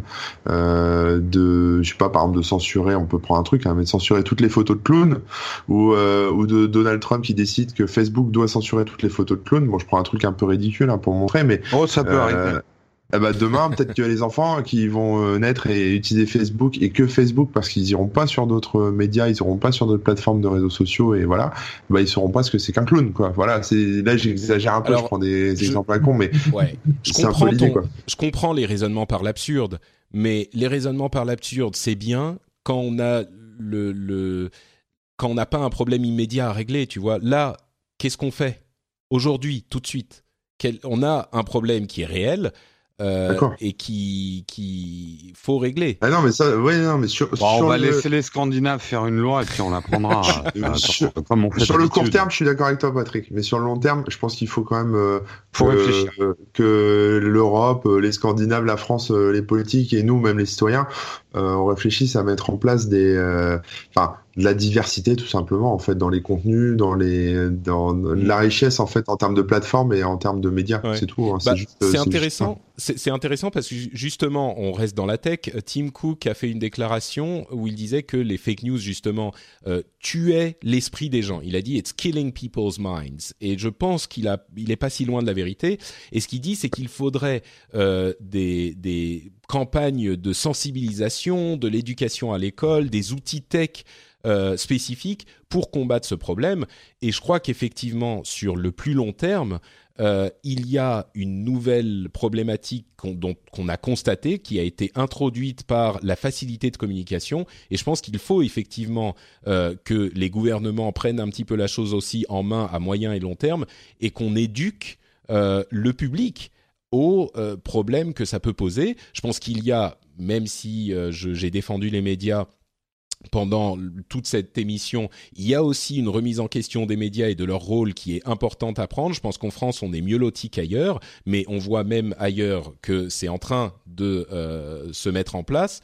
je sais pas, par exemple de censurer, on peut prendre un truc, mais de censurer toutes les photos de clowns, ou de Donald Trump qui décide que Facebook doit censurer toutes les photos de clowns. Bon, je prends un truc un peu ridicule pour montrer, mais ça peut arriver. Demain, peut-être que les enfants qui vont naître et utiliser Facebook et que Facebook, parce qu'ils iront pas sur d'autres médias, ils iront pas sur d'autres plateformes de réseaux sociaux, et voilà, ils sauront pas ce que c'est qu'un clown, quoi. Voilà, là j'exagère un peu. Alors, je prends des exemples à con, mais ouais, je comprends les raisonnements par l'absurde, mais les raisonnements par l'absurde, c'est bien quand on a quand on n'a pas un problème immédiat à régler, tu vois. Là, qu'est-ce qu'on fait aujourd'hui, tout de suite? On a un problème qui est réel. Et qui faut régler. Ah non, mais ça, mais on va laisser les Scandinaves faire une loi et puis on la prendra. Sur le court terme, je suis d'accord avec toi, Patrick. Mais sur le long terme, je pense qu'il faut quand même réfléchir. Que l'Europe, les Scandinaves, la France, les politiques et nous, même les citoyens, on réfléchisse à mettre en place de la diversité, tout simplement, en fait, dans les contenus, dans la richesse, en fait, en termes de plateformes et en termes de médias. Ouais. C'est tout. Hein, c'est intéressant. C'est intéressant parce que justement, on reste dans la tech. Tim Cook a fait une déclaration où il disait que les fake news, justement, tuaient l'esprit des gens. Il a dit « It's killing people's minds ». Et je pense qu'il est pas si loin de la vérité. Et ce qu'il dit, c'est qu'il faudrait des campagnes de sensibilisation, de l'éducation à l'école, des outils tech spécifiques pour combattre ce problème. Et je crois qu'effectivement, sur le plus long terme, il y a une nouvelle problématique qu'on a constatée, qui a été introduite par la facilité de communication. Et je pense qu'il faut effectivement que les gouvernements prennent un petit peu la chose aussi en main à moyen et long terme, et qu'on éduque le public aux problèmes que ça peut poser. Je pense qu'il y a, même si j'ai défendu les médias pendant toute cette émission, il y a aussi une remise en question des médias et de leur rôle qui est importante à prendre. Je pense qu'en France, on est mieux lotis qu'ailleurs, mais on voit même ailleurs que c'est en train de se mettre en place.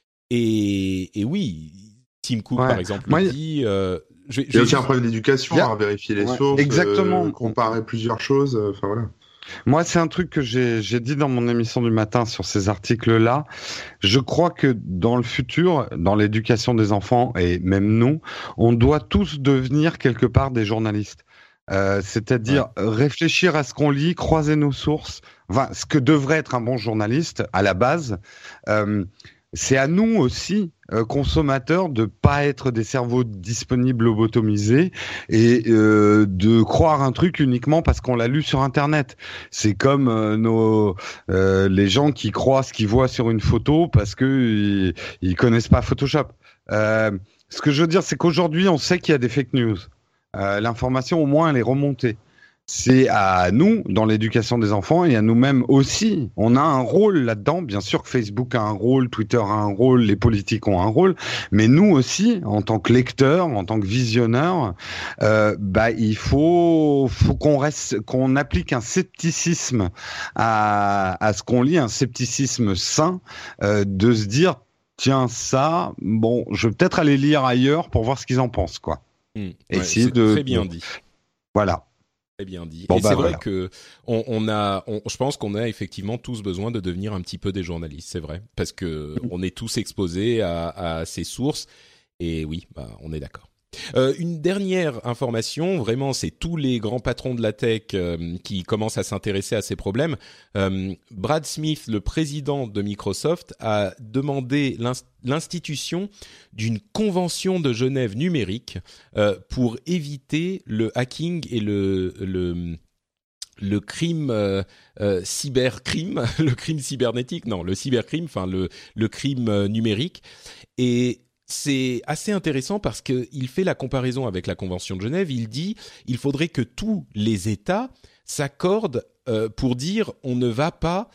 Et oui, Tim Cook, par exemple, dit... il y a aussi un problème d'éducation, vérifier les sources, comparer plusieurs choses, enfin voilà. Moi, c'est un truc que j'ai dit dans mon émission du matin sur ces articles-là. Je crois que dans le futur, dans l'éducation des enfants, et même nous, on doit tous devenir quelque part des journalistes. C'est-à-dire réfléchir à ce qu'on lit, croiser nos sources, enfin, ce que devrait être un bon journaliste à la base. C'est à nous aussi, consommateurs, de pas être des cerveaux disponibles lobotomisés et de croire un truc uniquement parce qu'on l'a lu sur Internet. C'est comme les gens qui croient ce qu'ils voient sur une photo parce que ils connaissent pas Photoshop. Ce que je veux dire, c'est qu'aujourd'hui, on sait qu'il y a des fake news. L'information, au moins, elle est remontée. C'est à nous, dans l'éducation des enfants, et à nous-mêmes aussi. On a un rôle là-dedans. Bien sûr que Facebook a un rôle, Twitter a un rôle, les politiques ont un rôle, mais nous aussi, en tant que lecteurs, en tant que visionneurs, il faut qu'on applique un scepticisme à ce qu'on lit, un scepticisme sain, de se dire, tiens, ça, bon, je vais peut-être aller lire ailleurs pour voir ce qu'ils en pensent, quoi. C'est très bien dit. Voilà. Très bien dit. Et c'est vrai que je pense qu'on a effectivement tous besoin de devenir un petit peu des journalistes, c'est vrai, parce que on est tous exposés à ces sources. Et oui, on est d'accord. Une dernière information, vraiment, c'est tous les grands patrons de la tech qui commencent à s'intéresser à ces problèmes. Brad Smith, le président de Microsoft, a demandé l'institution d'une convention de Genève numérique pour éviter le hacking et le crime cybercrime, le crime cybernétique, non, le cybercrime, enfin le crime numérique. Et c'est assez intéressant parce qu'il fait la comparaison avec la Convention de Genève. Il dit il faudrait que tous les États s'accordent pour dire on ne va pas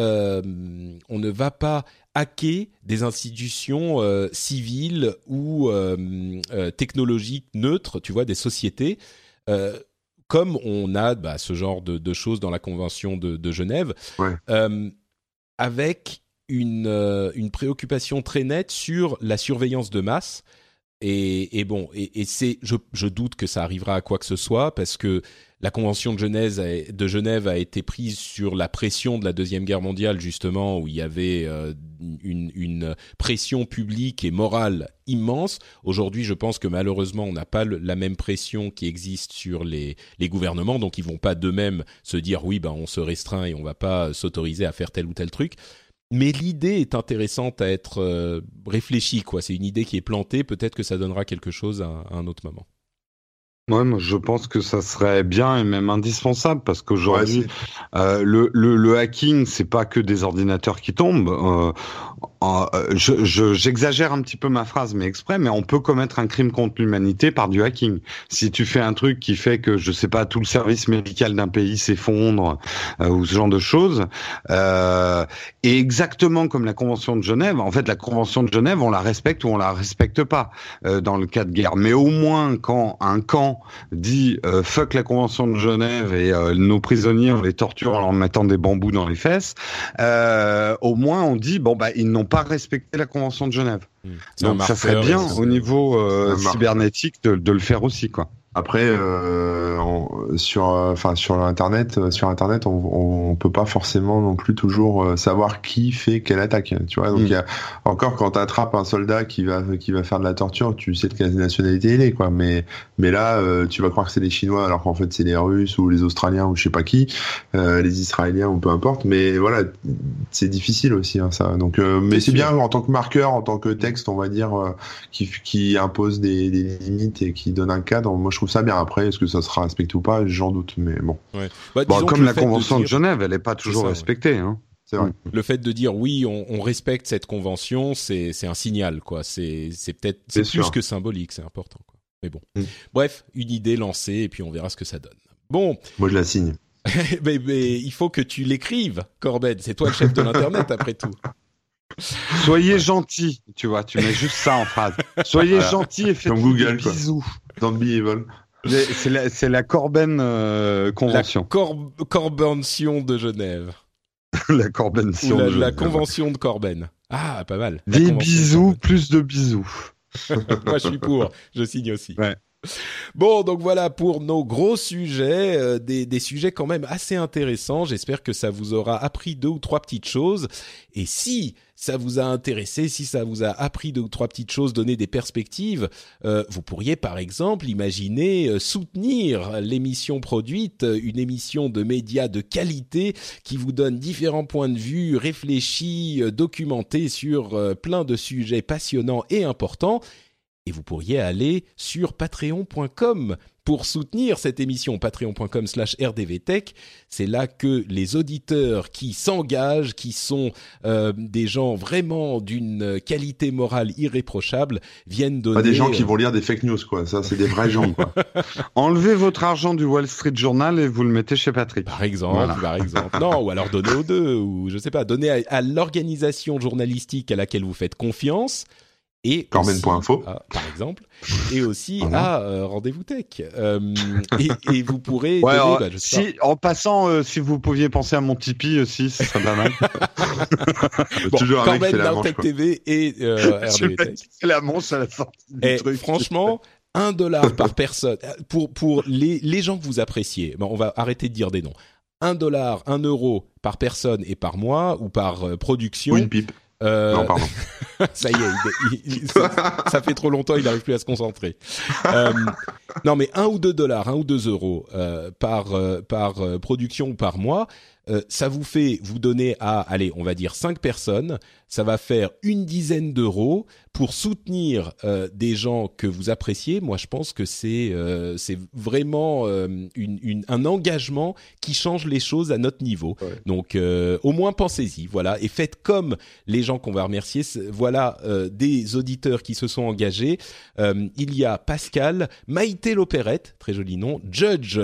hacker des institutions civiles ou technologiques neutres, tu vois, des sociétés, comme on a ce genre de choses dans la Convention de Genève, avec une préoccupation très nette sur la surveillance de masse. Et je doute que ça arrivera à quoi que ce soit, parce que la Convention de Genève a été prise sur la pression de la Deuxième Guerre mondiale, justement, où il y avait une pression publique et morale immense. Aujourd'hui, je pense que malheureusement, on n'a pas la même pression qui existe sur les gouvernements, donc ils vont pas d'eux-mêmes se dire oui, on se restreint et on va pas s'autoriser à faire tel ou tel truc. Mais l'idée est intéressante à être réfléchie, quoi. C'est une idée qui est plantée. Peut-être que ça donnera quelque chose à un autre moment. Ouais, moi je pense que ça serait bien et même indispensable, parce qu'aujourd'hui le hacking, c'est pas que des ordinateurs qui tombent. J'exagère un petit peu ma phrase, mais exprès, mais on peut commettre un crime contre l'humanité par du hacking. Si tu fais un truc qui fait que, je sais pas, tout le service médical d'un pays s'effondre, ou ce genre de choses, et exactement comme la Convention de Genève, en fait la Convention de Genève, on la respecte ou on la respecte pas dans le cas de guerre. Mais au moins quand un camp dit fuck la Convention de Genève et nos prisonniers on les torture en leur mettant des bambous dans les fesses, au moins on dit ils n'ont pas respecté la Convention de Genève. Donc ça serait bien au niveau cybernétique de le faire aussi, quoi. Après, sur Internet, on peut pas forcément non plus toujours savoir qui fait quelle attaque. Tu vois, donc il y a encore, quand t'attrapes un soldat qui va faire de la torture, tu sais de quelle nationalité il est, quoi. Mais là, tu vas croire que c'est les Chinois alors qu'en fait c'est les Russes ou les Australiens ou je sais pas qui, les Israéliens ou peu importe. Mais voilà, c'est difficile aussi, hein, ça. Donc, mais c'est bien en tant que marqueur, en tant que texte, on va dire, qui impose des limites et qui donne un cadre. Moi, je trouve trouve ça bien. Après, est-ce que ça sera respecté ou pas, j'en doute, mais bon. Ouais. Comme la Convention de Genève, elle n'est pas toujours respectée. Hein. C'est vrai. Le fait de dire oui, on respecte cette convention, c'est un signal, quoi. C'est peut-être plus que symbolique, c'est important, quoi. Mais bon. Bref, une idée lancée et puis on verra ce que ça donne. Bon. Moi, je la signe. mais il faut que tu l'écrives, Corben. C'est toi le chef de l'internet, après tout. Soyez gentil, tu vois. Tu mets juste ça en phrase. Soyez gentil et faites des bisous. Dans le Beevil. C'est la Corben convention. La Corbention de Genève. La Corbention de Genève. La convention de Corben. Ah, pas mal. Des bisous, plus de bisous. Moi, je suis pour. Je signe aussi. Ouais. Bon, donc voilà pour nos gros sujets, des sujets quand même assez intéressants. J'espère que ça vous aura appris 2 ou 3 petites choses. Et si ça vous a intéressé, si ça vous a appris 2 ou 3 petites choses, donné des perspectives, vous pourriez par exemple imaginer soutenir l'émission produite, une émission de médias de qualité qui vous donne différents points de vue réfléchis, documentés sur plein de sujets passionnants et importants. Et vous pourriez aller sur patreon.com pour soutenir cette émission, patreon.com/rdvtech. C'est là que les auditeurs qui s'engagent, qui sont des gens vraiment d'une qualité morale irréprochable, viennent donner... Pas des gens qui vont lire des fake news, quoi. Ça, c'est des vrais gens, quoi. Enlevez votre argent du Wall Street Journal et vous le mettez chez Patrick. Par exemple. Non, ou alors donnez aux deux, ou je sais pas, donnez à l'organisation journalistique à laquelle vous faites confiance. Et Corben.info par exemple, et aussi à Rendez-vous Tech. Et vous pourrez donner, je sais pas. En passant, si vous pouviez penser à mon Tipeee aussi, ce serait pas mal. Bon, Corben dans Tech TV et RDV Tech. C'est la manche à la sortie du truc. Franchement, $1 par personne. Pour les gens que vous appréciez, on va arrêter de dire des noms. $1, €1 par personne et par mois, ou par production. Ou une pipe. Non, pardon. Ça y est, ça fait trop longtemps, il n'arrive plus à se concentrer. Non, mais $1 ou $2, €1 ou €2 par production ou par mois, ça vous donner à, allez, on va dire 5 personnes, ça va faire une dizaine d'euros pour soutenir des gens que vous appréciez. Moi, je pense que c'est vraiment un engagement qui change les choses à notre niveau. Ouais. Donc, au moins pensez-y, voilà, et faites comme les gens qu'on va remercier. Voilà des auditeurs qui se sont engagés. Il y a Pascal, Maïté Lopérette, très joli nom, Judge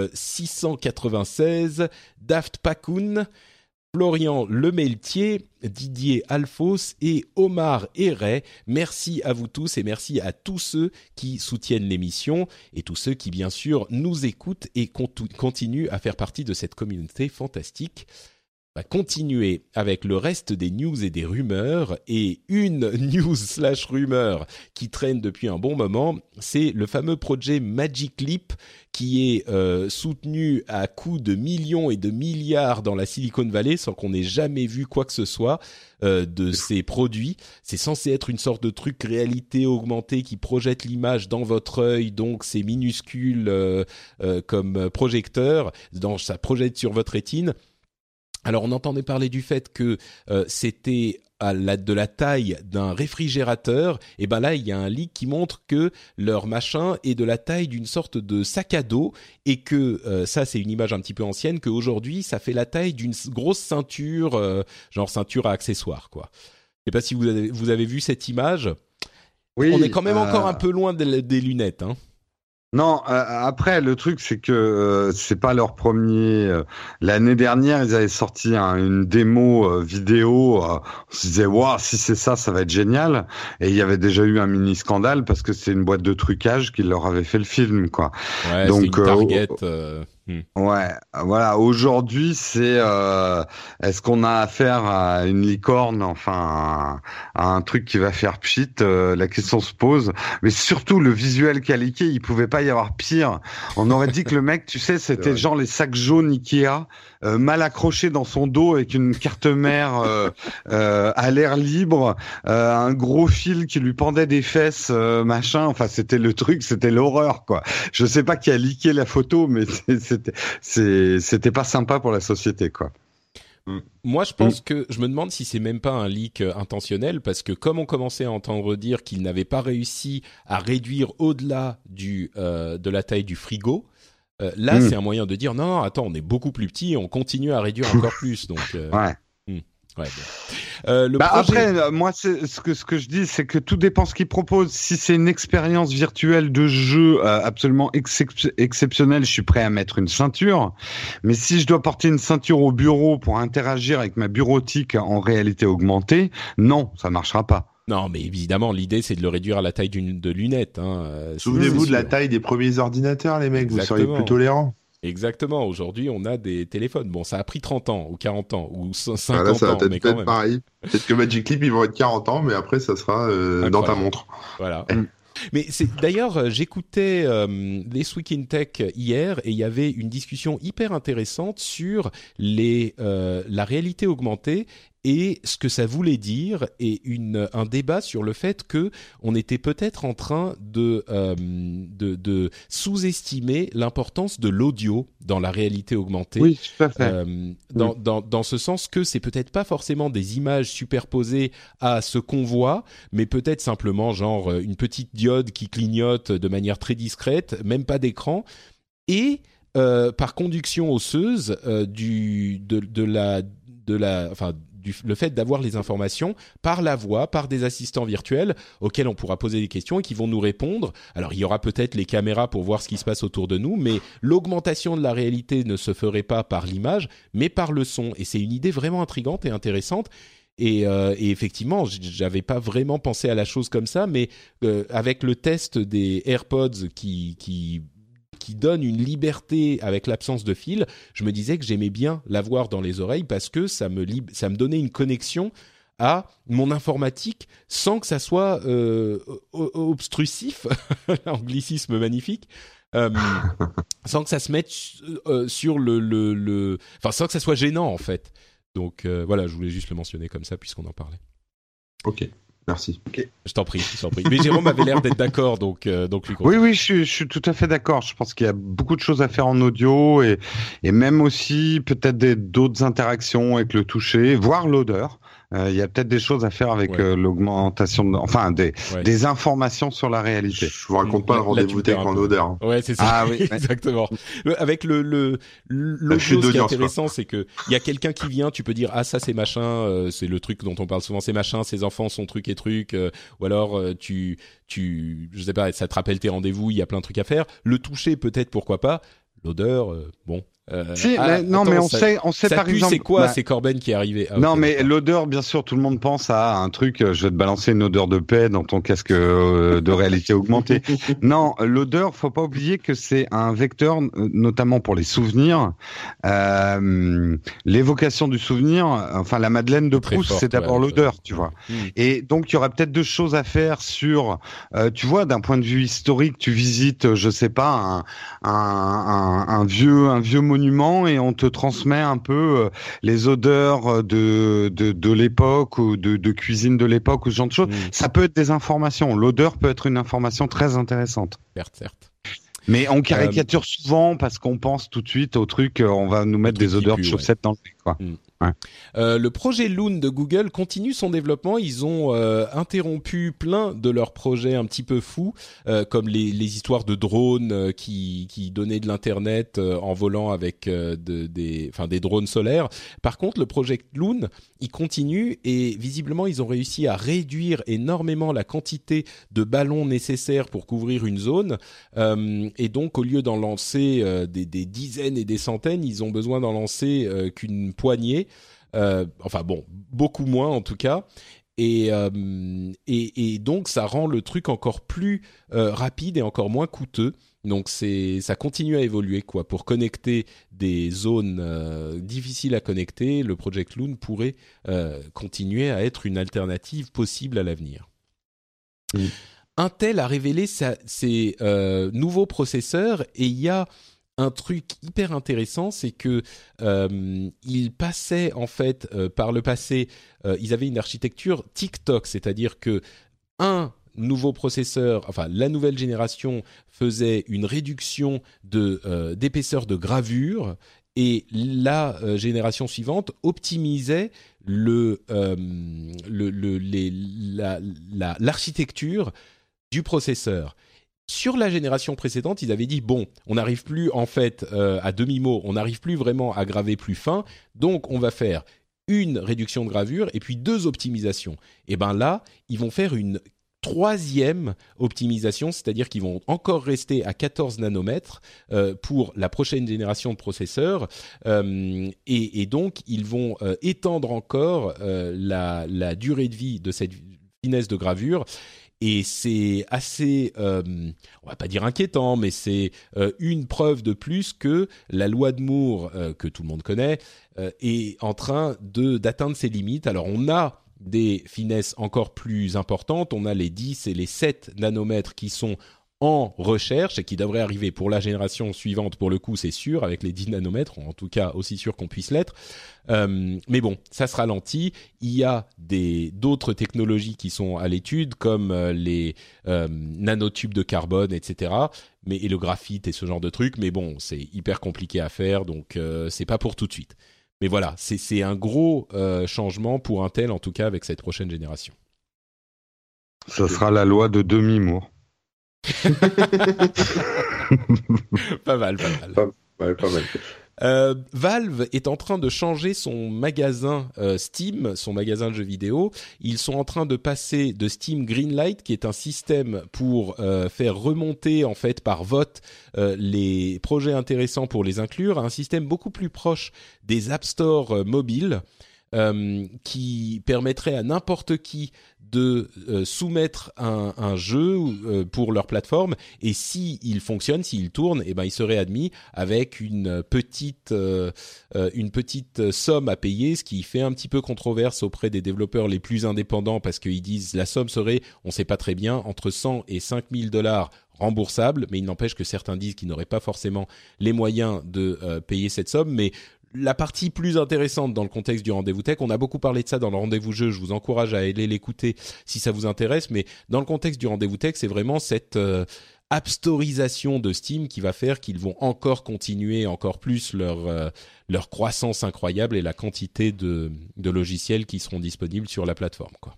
696, Daft Pakoun, Florian Lemeltier, Didier Alphos et Omar Héret. Merci à vous tous et merci à tous ceux qui soutiennent l'émission et tous ceux qui, bien sûr, nous écoutent et continuent à faire partie de cette communauté fantastique. On va continuer avec le reste des news et des rumeurs, et une news/rumeur qui traîne depuis un bon moment, c'est le fameux projet Magic Leap qui est soutenu à coups de millions et de milliards dans la Silicon Valley sans qu'on ait jamais vu quoi que ce soit de ces produits. C'est censé être une sorte de truc réalité augmentée qui projette l'image dans votre œil, donc c'est minuscule comme projecteur, ça projette sur votre rétine. Alors, on entendait parler du fait que c'était de la taille d'un réfrigérateur. Et ben là, il y a un leak qui montre que leur machin est de la taille d'une sorte de sac à dos et que ça, c'est une image un petit peu ancienne, qu'aujourd'hui, ça fait la taille d'une grosse ceinture, genre ceinture à accessoires, quoi. Je sais pas si vous avez vu cette image. Oui. On est quand même encore un peu loin des lunettes, hein. Non, après le truc c'est que c'est pas leur premier. L'année dernière, ils avaient sorti une démo vidéo. On se disait waouh, si c'est ça, ça va être génial. Et il y avait déjà eu un mini scandale parce que c'est une boîte de trucage qui leur avait fait le film, quoi. Ouais, donc une Target. Ouais, voilà. Aujourd'hui, c'est est-ce qu'on a affaire à une licorne, enfin à un truc qui va faire pchit. La question se pose. Mais surtout le visuel qui a leaké, il pouvait pas y avoir pire. On aurait dit que le mec, tu sais, c'était genre les sacs jaunes Ikea, mal accrochés dans son dos avec une carte mère à l'air libre, un gros fil qui lui pendait des fesses, machin. Enfin, c'était le truc, c'était l'horreur, quoi. Je sais pas qui a leaké la photo, mais c'était pas sympa pour la société, quoi. Moi, je pense que je me demande si c'est même pas un leak intentionnel, parce que comme on commençait à entendre dire qu'ils n'avaient pas réussi à réduire au-delà de la taille du frigo, là, c'est un moyen de dire non, attends, on est beaucoup plus petit, on continue à réduire encore plus. Donc, ouais. Ouais, bon. Après, moi, ce que je dis, c'est que tout dépend ce qu'ils proposent. Si c'est une expérience virtuelle de jeu absolument exceptionnelle, je suis prêt à mettre une ceinture. Mais si je dois porter une ceinture au bureau pour interagir avec ma bureautique en réalité augmentée, non, ça marchera pas. Non, mais évidemment, l'idée, c'est de le réduire à la taille de lunettes. Souvenez-vous de la taille des premiers ordinateurs, les mecs. Exactement. Vous seriez plus tolérants. Exactement. Aujourd'hui, on a des téléphones. Bon, ça a pris 30 ans, ou 40 ans, ou 50 là, ça va ans, mais quand même. Pareil. Peut-être que Magic Leap, ils vont être 40 ans, mais après, ça sera dans ta montre. Voilà. Mais d'ailleurs, j'écoutais This Week in Tech hier, et il y avait une discussion hyper intéressante sur la réalité augmentée et ce que ça voulait dire, et un débat sur le fait que on était peut-être en train de sous-estimer l'importance de l'audio dans la réalité augmentée. Oui, tout à fait. Dans ce sens que c'est peut-être pas forcément des images superposées à ce qu'on voit, mais peut-être simplement genre une petite diode qui clignote de manière très discrète, même pas d'écran, et par conduction osseuse le fait d'avoir les informations par la voix, par des assistants virtuels auxquels on pourra poser des questions et qui vont nous répondre. Alors, il y aura peut-être les caméras pour voir ce qui se passe autour de nous, mais l'augmentation de la réalité ne se ferait pas par l'image, mais par le son. Et c'est une idée vraiment intrigante et intéressante. Et effectivement, j'avais pas vraiment pensé à la chose comme ça, mais avec le test des AirPods qui donne une liberté avec l'absence de fil, je me disais que j'aimais bien l'avoir dans les oreilles parce que ça me donnait une connexion à mon informatique sans que ça soit obstructif, anglicisme magnifique, sans que ça se mette sur sans que ça soit gênant en fait. Donc voilà, je voulais juste le mentionner comme ça puisqu'on en parlait. Ok. Merci. Okay. Je t'en prie. Mais Jérôme avait l'air d'être d'accord, donc lui. Oui, je suis tout à fait d'accord. Je pense qu'il y a beaucoup de choses à faire en audio et même aussi peut-être d'autres interactions avec le toucher, voire l'odeur. Il y a peut-être des choses à faire avec l'augmentation, des informations sur la réalité. Je vous raconte pas le rendez-vous tech en odeur. Ouais, c'est ça. Ah oui, exactement. Avec l'audio, ce qui est intéressant, c'est que il y a quelqu'un qui vient, tu peux dire ça c'est machin, c'est le truc dont on parle souvent, c'est machin, ses enfants sont truc et truc, ou alors je sais pas, ça te rappelle tes rendez-vous, il y a plein de trucs à faire. Le toucher peut-être, pourquoi pas. L'odeur, bon. Mais on sait par exemple. C'est quoi c'est Corben qui est arrivé. Mais l'odeur, bien sûr, tout le monde pense à un truc. Je vais te balancer une odeur de paix dans ton casque de réalité augmentée. Non, l'odeur, faut pas oublier que c'est un vecteur, notamment pour les souvenirs. L'évocation du souvenir, enfin la Madeleine de Proust, c'est d'abord l'odeur, tu vois. Et donc il y aura peut-être deux choses à faire sur, tu vois, d'un point de vue historique, tu visites, je sais pas, un vieux monument et on te transmet un peu les odeurs de l'époque ou de cuisine de l'époque ou ce genre de choses. Ça peut être des informations. L'odeur peut être une information très intéressante. Certes. Mais on caricature souvent parce qu'on pense tout de suite au truc, on va nous mettre des odeurs de chaussettes dans le nez, quoi. Le projet Loon de Google continue son développement. Ils ont interrompu plein de leurs projets un petit peu fous, comme les histoires de drones qui donnaient de l'internet en volant avec des drones solaires. Par contre, le projet Loon, il continue et visiblement ils ont réussi à réduire énormément la quantité de ballons nécessaires pour couvrir une zone. Et donc, au lieu d'en lancer des dizaines et des centaines, ils ont besoin d'en lancer qu'une poignée. Beaucoup moins en tout cas. Et donc, ça rend le truc encore plus rapide et encore moins coûteux. Donc, ça continue à évoluer, quoi. Pour connecter des zones difficiles à connecter, le Project Loon pourrait continuer à être une alternative possible à l'avenir. Intel a révélé ses nouveaux processeurs et il y a un truc hyper intéressant, c'est que ils passaient en fait par le passé, ils avaient une architecture TikTok, c'est-à-dire que un nouveau processeur, enfin la nouvelle génération faisait une réduction d'épaisseur de gravure et la génération suivante optimisait l'architecture du processeur. Sur la génération précédente, ils avaient dit bon, on n'arrive plus en fait à demi-mot, on n'arrive plus vraiment à graver plus fin, donc on va faire une réduction de gravure et puis 2 optimisations. Et ben là, ils vont faire une 3e optimisation, c'est-à-dire qu'ils vont encore rester à 14 nanomètres pour la prochaine génération de processeurs et donc ils vont étendre encore la durée de vie de cette finesse de gravure. Et c'est assez, on va pas dire inquiétant, mais c'est une preuve de plus que la loi de Moore, que tout le monde connaît, est en train d'atteindre ses limites. Alors on a des finesses encore plus importantes, on a les 10 et les 7 nanomètres qui sont en recherche et qui devraient arriver pour la génération suivante, pour le coup c'est sûr, avec les 10 nanomètres, en tout cas aussi sûr qu'on puisse l'être. Mais bon, ça se ralentit. Il y a d'autres technologies qui sont à l'étude, comme les nanotubes de carbone, etc. Et le graphite et ce genre de trucs. Mais bon, c'est hyper compliqué à faire, donc c'est pas pour tout de suite. Mais voilà, c'est un gros changement pour Intel, en tout cas avec cette prochaine génération. Ça sera la loi de demi-Moore. Pas mal. Pas mal. Valve est en train de changer son magasin Steam, son magasin de jeux vidéo. Ils sont en train de passer de Steam Greenlight, qui est un système pour faire remonter en fait par vote les projets intéressants pour les inclure, à un système beaucoup plus proche des App Store mobiles. Qui permettrait à n'importe qui de soumettre un jeu pour leur plateforme, et s'il fonctionne, s'il tourne, eh ben il serait admis avec une petite somme à payer, ce qui fait un petit peu controverse auprès des développeurs les plus indépendants, parce qu'ils disent la somme serait, on sait pas très bien, entre 100 et 5 000 $ remboursables, mais il n'empêche que certains disent qu'ils n'auraient pas forcément les moyens de payer cette somme. Mais la partie plus intéressante dans le contexte du rendez-vous tech, on a beaucoup parlé de ça dans le rendez-vous jeu, je vous encourage à aller l'écouter si ça vous intéresse, mais dans le contexte du rendez-vous tech, c'est vraiment cette app storisation de Steam qui va faire qu'ils vont encore continuer encore plus leur croissance incroyable et la quantité de logiciels qui seront disponibles sur la plateforme, quoi.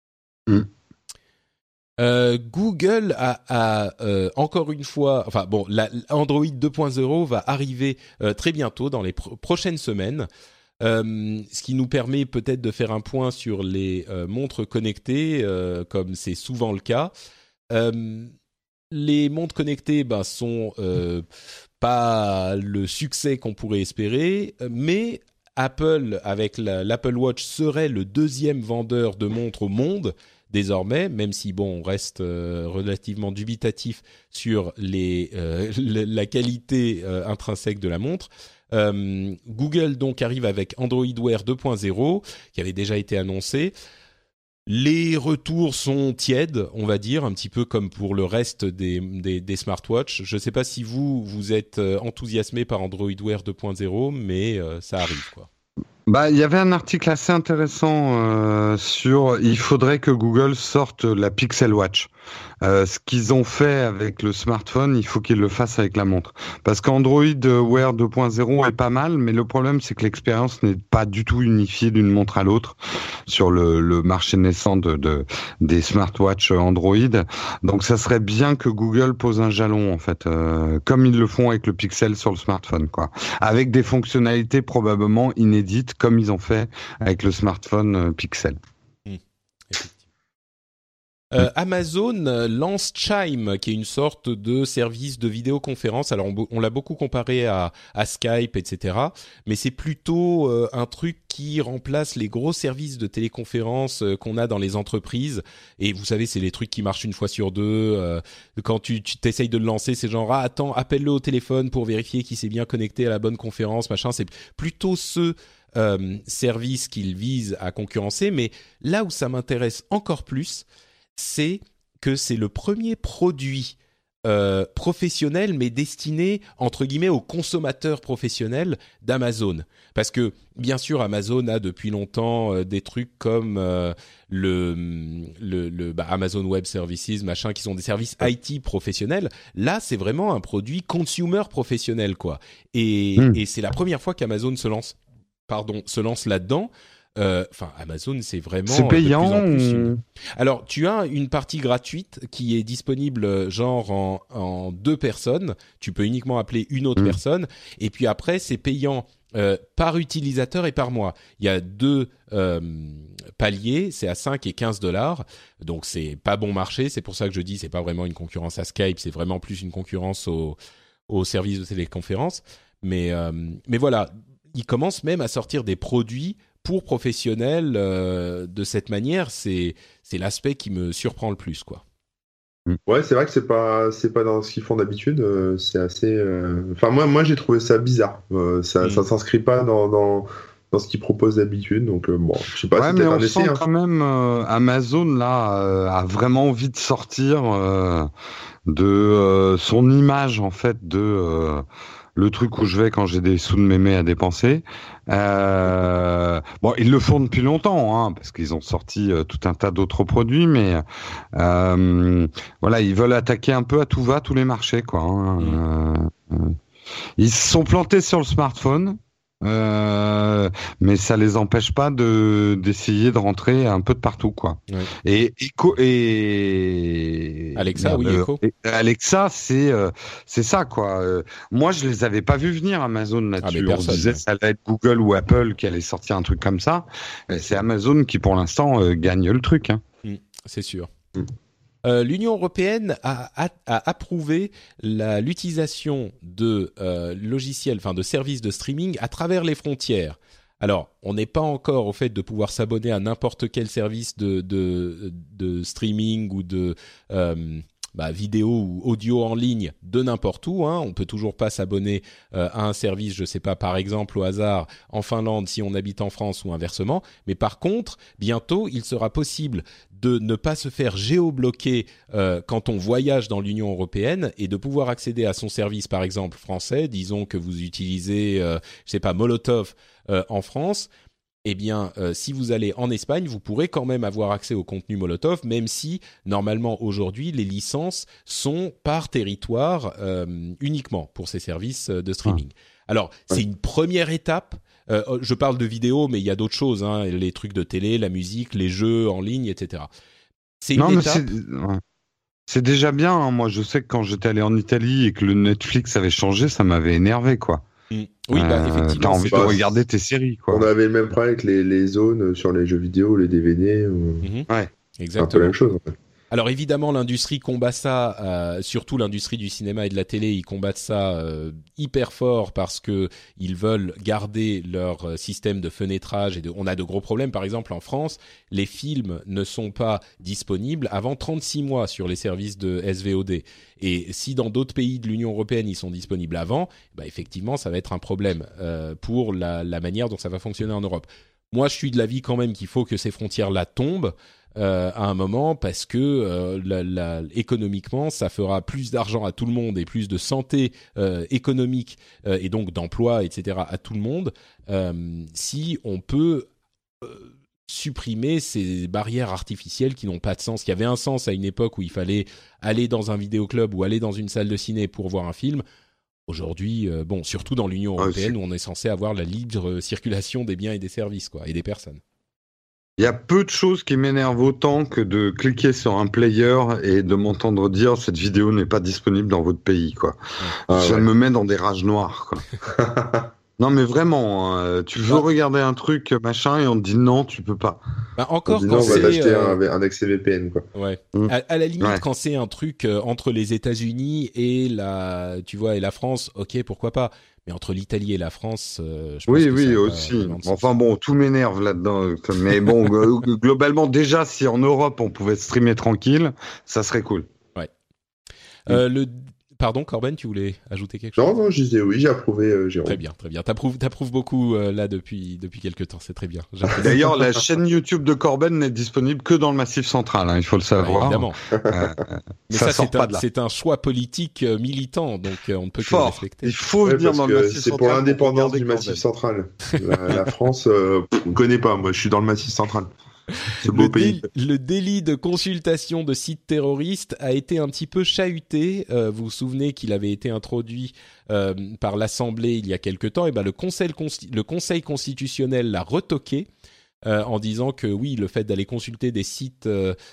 Google a encore une fois, enfin bon, Android 2.0 va arriver très bientôt dans les prochaines semaines, ce qui nous permet peut-être de faire un point sur les montres connectées, comme c'est souvent le cas. Les montres connectées sont pas le succès qu'on pourrait espérer, mais Apple, avec l'Apple Watch, serait le 2e vendeur de montres au monde désormais, même si on reste relativement dubitatif sur la qualité intrinsèque de la montre. Google donc arrive avec Android Wear 2.0 qui avait déjà été annoncé. Les retours sont tièdes, on va dire, un petit peu comme pour le reste des smartwatches. Je ne sais pas si vous êtes enthousiasmé par Android Wear 2.0, mais ça arrive, quoi. Il y avait un article assez intéressant sur il faudrait que Google sorte la Pixel Watch. Ce qu'ils ont fait avec le smartphone, il faut qu'ils le fassent avec la montre. Parce qu'Android Wear 2.0 est pas mal, mais le problème c'est que l'expérience n'est pas du tout unifiée d'une montre à l'autre sur le marché naissant des smartwatches Android. Donc ça serait bien que Google pose un jalon en fait, comme ils le font avec le Pixel sur le smartphone, quoi. Avec des fonctionnalités probablement inédites, comme ils ont fait avec le smartphone Pixel. Amazon lance Chime, qui est une sorte de service de vidéoconférence. Alors on l'a beaucoup comparé à Skype, etc. Mais c'est plutôt un truc qui remplace les gros services de téléconférence qu'on a dans les entreprises. Et vous savez, c'est les trucs qui marchent une fois sur deux. Quand tu t'essayes de le lancer, c'est genre attends, appelle-le au téléphone pour vérifier qu'il s'est bien connecté à la bonne conférence, machin. C'est plutôt ce service qu'il vise à concurrencer. Mais là où ça m'intéresse encore plus, c'est que c'est le premier produit professionnel, mais destiné entre guillemets aux consommateurs professionnels d'Amazon. Parce que bien sûr, Amazon a depuis longtemps des trucs comme Amazon Web Services, machin, qui sont des services IT professionnels. Là, c'est vraiment un produit consumer professionnel, quoi. Et c'est la première fois qu'Amazon se lance là-dedans. Amazon, c'est vraiment c'est payant, de plus en plus. Alors, tu as une partie gratuite qui est disponible genre en 2 personnes. Tu peux uniquement appeler une autre personne. Et puis après, c'est payant par utilisateur et par mois. Il y a 2 paliers, c'est à 5 et $15. Donc, c'est pas bon marché. C'est pour ça que je dis c'est pas vraiment une concurrence à Skype. C'est vraiment plus une concurrence au service de téléconférence. Mais voilà, ils commencent même à sortir des produits pour professionnels de cette manière. C'est l'aspect qui me surprend le plus, quoi. Ouais, c'est vrai que c'est pas dans ce qu'ils font d'habitude. C'est assez. Enfin, moi, j'ai trouvé ça bizarre. Ça s'inscrit pas dans ce qu'ils proposent d'habitude. Donc bon, je sais pas. Ouais, c'est mais peut-être on un essai. sent quand même Amazon là a vraiment envie de sortir de son image en fait de le truc où je vais quand j'ai des sous de mémé à dépenser. Bon, ils le font depuis longtemps, parce qu'ils ont sorti tout un tas d'autres produits, mais voilà, ils veulent attaquer un peu à tout va tous les marchés, quoi. Ils se sont plantés sur le smartphone. Mais ça les empêche pas d'essayer de rentrer un peu de partout, quoi. Ouais. Et Alexa, Echo. Alexa, c'est ça, quoi. Moi, je les avais pas vus venir Amazon là-dessus. On disait ça allait être Google ou Apple qui allait sortir un truc comme ça. C'est Amazon qui, pour l'instant, gagne le truc. C'est sûr. L'Union européenne a approuvé l'utilisation de logiciels, de services de streaming à travers les frontières. Alors, on n'est pas encore au fait de pouvoir s'abonner à n'importe quel service de streaming ou de vidéo ou audio en ligne de n'importe où. On peut toujours pas s'abonner à un service, je sais pas, par exemple au hasard en Finlande si on habite en France ou inversement. Mais par contre, bientôt, il sera possible de ne pas se faire géobloquer quand on voyage dans l'Union européenne et de pouvoir accéder à son service, par exemple français. Disons que vous utilisez, je sais pas, Molotov en France. Eh bien, si vous allez en Espagne, vous pourrez quand même avoir accès au contenu Molotov, même si, normalement, aujourd'hui, les licences sont par territoire uniquement pour ces services de streaming. Alors, c'est une première étape. Je parle de vidéo, mais il y a d'autres choses, les trucs de télé, la musique, les jeux en ligne, etc. C'est une étape. C'est déjà bien. Moi, je sais que quand j'étais allé en Italie et que le Netflix avait changé, ça m'avait énervé, quoi. Oui, effectivement. T'as envie de regarder tes séries, quoi. On avait le même problème avec les zones sur les jeux vidéo, les DVD. Ouais, exactement. C'est un peu la même chose, en fait. Alors évidemment, l'industrie combat ça, surtout l'industrie du cinéma et de la télé, ils combattent ça hyper fort parce que ils veulent garder leur système de fenêtrage on a de gros problèmes. Par exemple, en France, les films ne sont pas disponibles avant 36 mois sur les services de SVOD. Et si dans d'autres pays de l'Union européenne, ils sont disponibles avant, effectivement, ça va être un problème pour la manière dont ça va fonctionner en Europe. Moi, je suis de l'avis quand même qu'il faut que ces frontières-là tombent. À un moment parce que économiquement ça fera plus d'argent à tout le monde et plus de santé économique et donc d'emploi, etc. à tout le monde si on peut supprimer ces barrières artificielles qui n'ont pas de sens. Il y avait un sens à une époque où il fallait aller dans un vidéoclub ou aller dans une salle de ciné pour voir un film. Aujourd'hui, surtout dans l'Union européenne où on est censé avoir la libre circulation des biens et des services, quoi, et des personnes. Il y a peu de choses qui m'énervent autant que de cliquer sur un player et de m'entendre dire cette vidéo n'est pas disponible dans votre pays, quoi. Ça me met dans des rages noires, quoi. Non, mais vraiment, tu veux regarder un truc, machin, et on te dit non, tu peux pas. Encore quand on va t'acheter un accès VPN, quoi. Ouais. À la limite, quand c'est un truc entre les États-Unis et la France, ok, pourquoi pas. Mais entre l'Italie et la France, je pense que ça aussi. Enfin bon, tout m'énerve là-dedans. Mais bon, globalement, déjà, si en Europe on pouvait streamer tranquille, ça serait cool. Ouais. Pardon, Corben, tu voulais ajouter quelque chose ? Non, je disais oui, j'ai approuvé Jérôme. Très bien. T'approuves beaucoup là depuis quelques temps, c'est très bien. D'ailleurs, la chaîne YouTube de Corben n'est disponible que dans le Massif Central, hein, il faut le savoir. Évidemment. Mais ça sort pas de là. c'est un choix politique militant, donc on ne peut que le respecter. Il faut venir dans le Massif Central. C'est pour l'indépendance du Massif Central. La France, on ne connaît pas. Moi, je suis dans le Massif Central. Ce beau pays. Le délit de consultation de sites terroristes a été un petit peu chahuté. Vous vous souvenez qu'il avait été introduit par l'Assemblée il y a quelque temps. Et ben le Conseil constitutionnel l'a retoqué en disant que oui, le fait d'aller consulter des sites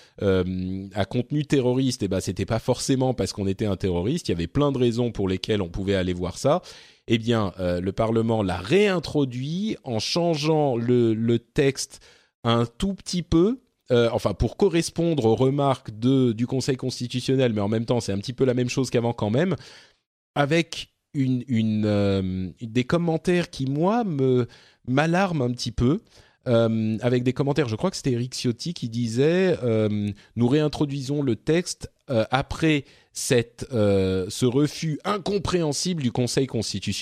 à contenu terroriste, et ben c'était pas forcément parce qu'on était un terroriste. Il y avait plein de raisons pour lesquelles on pouvait aller voir ça. Eh bien, le Parlement l'a réintroduit en changeant le texte un tout petit peu, pour correspondre aux remarques du Conseil constitutionnel, mais en même temps, c'est un petit peu la même chose qu'avant quand même, avec des commentaires qui, moi, m'alarment un petit peu, avec des commentaires, je crois que c'était Eric Ciotti qui disait « Nous réintroduisons le texte après ce refus incompréhensible du Conseil constitutionnel. »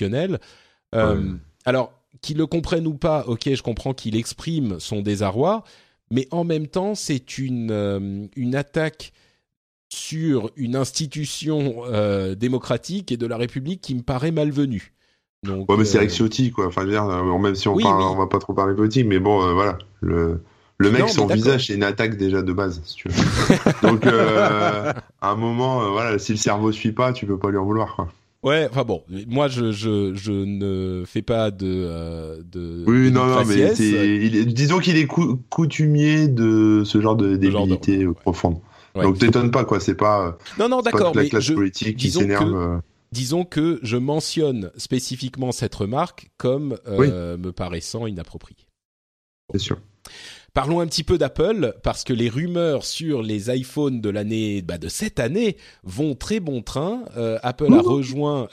Alors, qu'ils le comprennent ou pas, ok, je comprends qu'il exprime son désarroi, mais en même temps, c'est une attaque sur une institution démocratique et de la République qui me paraît malvenue. Donc, ouais, mais c'est Eric Ciotti, quoi. Enfin, je veux dire, même si on va pas trop parler politique, mais bon, voilà. Le mec, son visage, c'est une attaque déjà de base, si tu veux. Donc, à un moment, voilà, si le cerveau suit pas, tu peux pas lui en vouloir, quoi. Ouais, enfin bon, moi je ne fais pas de oui, non, mais disons qu'il est coutumier de ce genre de débilité profonde. Ouais. Donc t'étonnes pas, quoi, c'est pas non, d'accord, pas la classe politique qui s'énerve. Disons que je mentionne spécifiquement cette remarque comme me paraissant inappropriée. C'est sûr. Parlons un petit peu d'Apple, parce que les rumeurs sur les iPhones de l'année, de cette année, vont très bon train. Apple a rejoint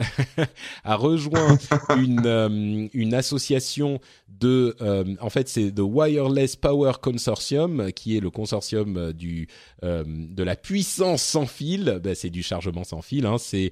une association en fait, c'est The Wireless Power Consortium, qui est le consortium de la puissance sans fil. C'est du chargement sans fil. Hein. C'est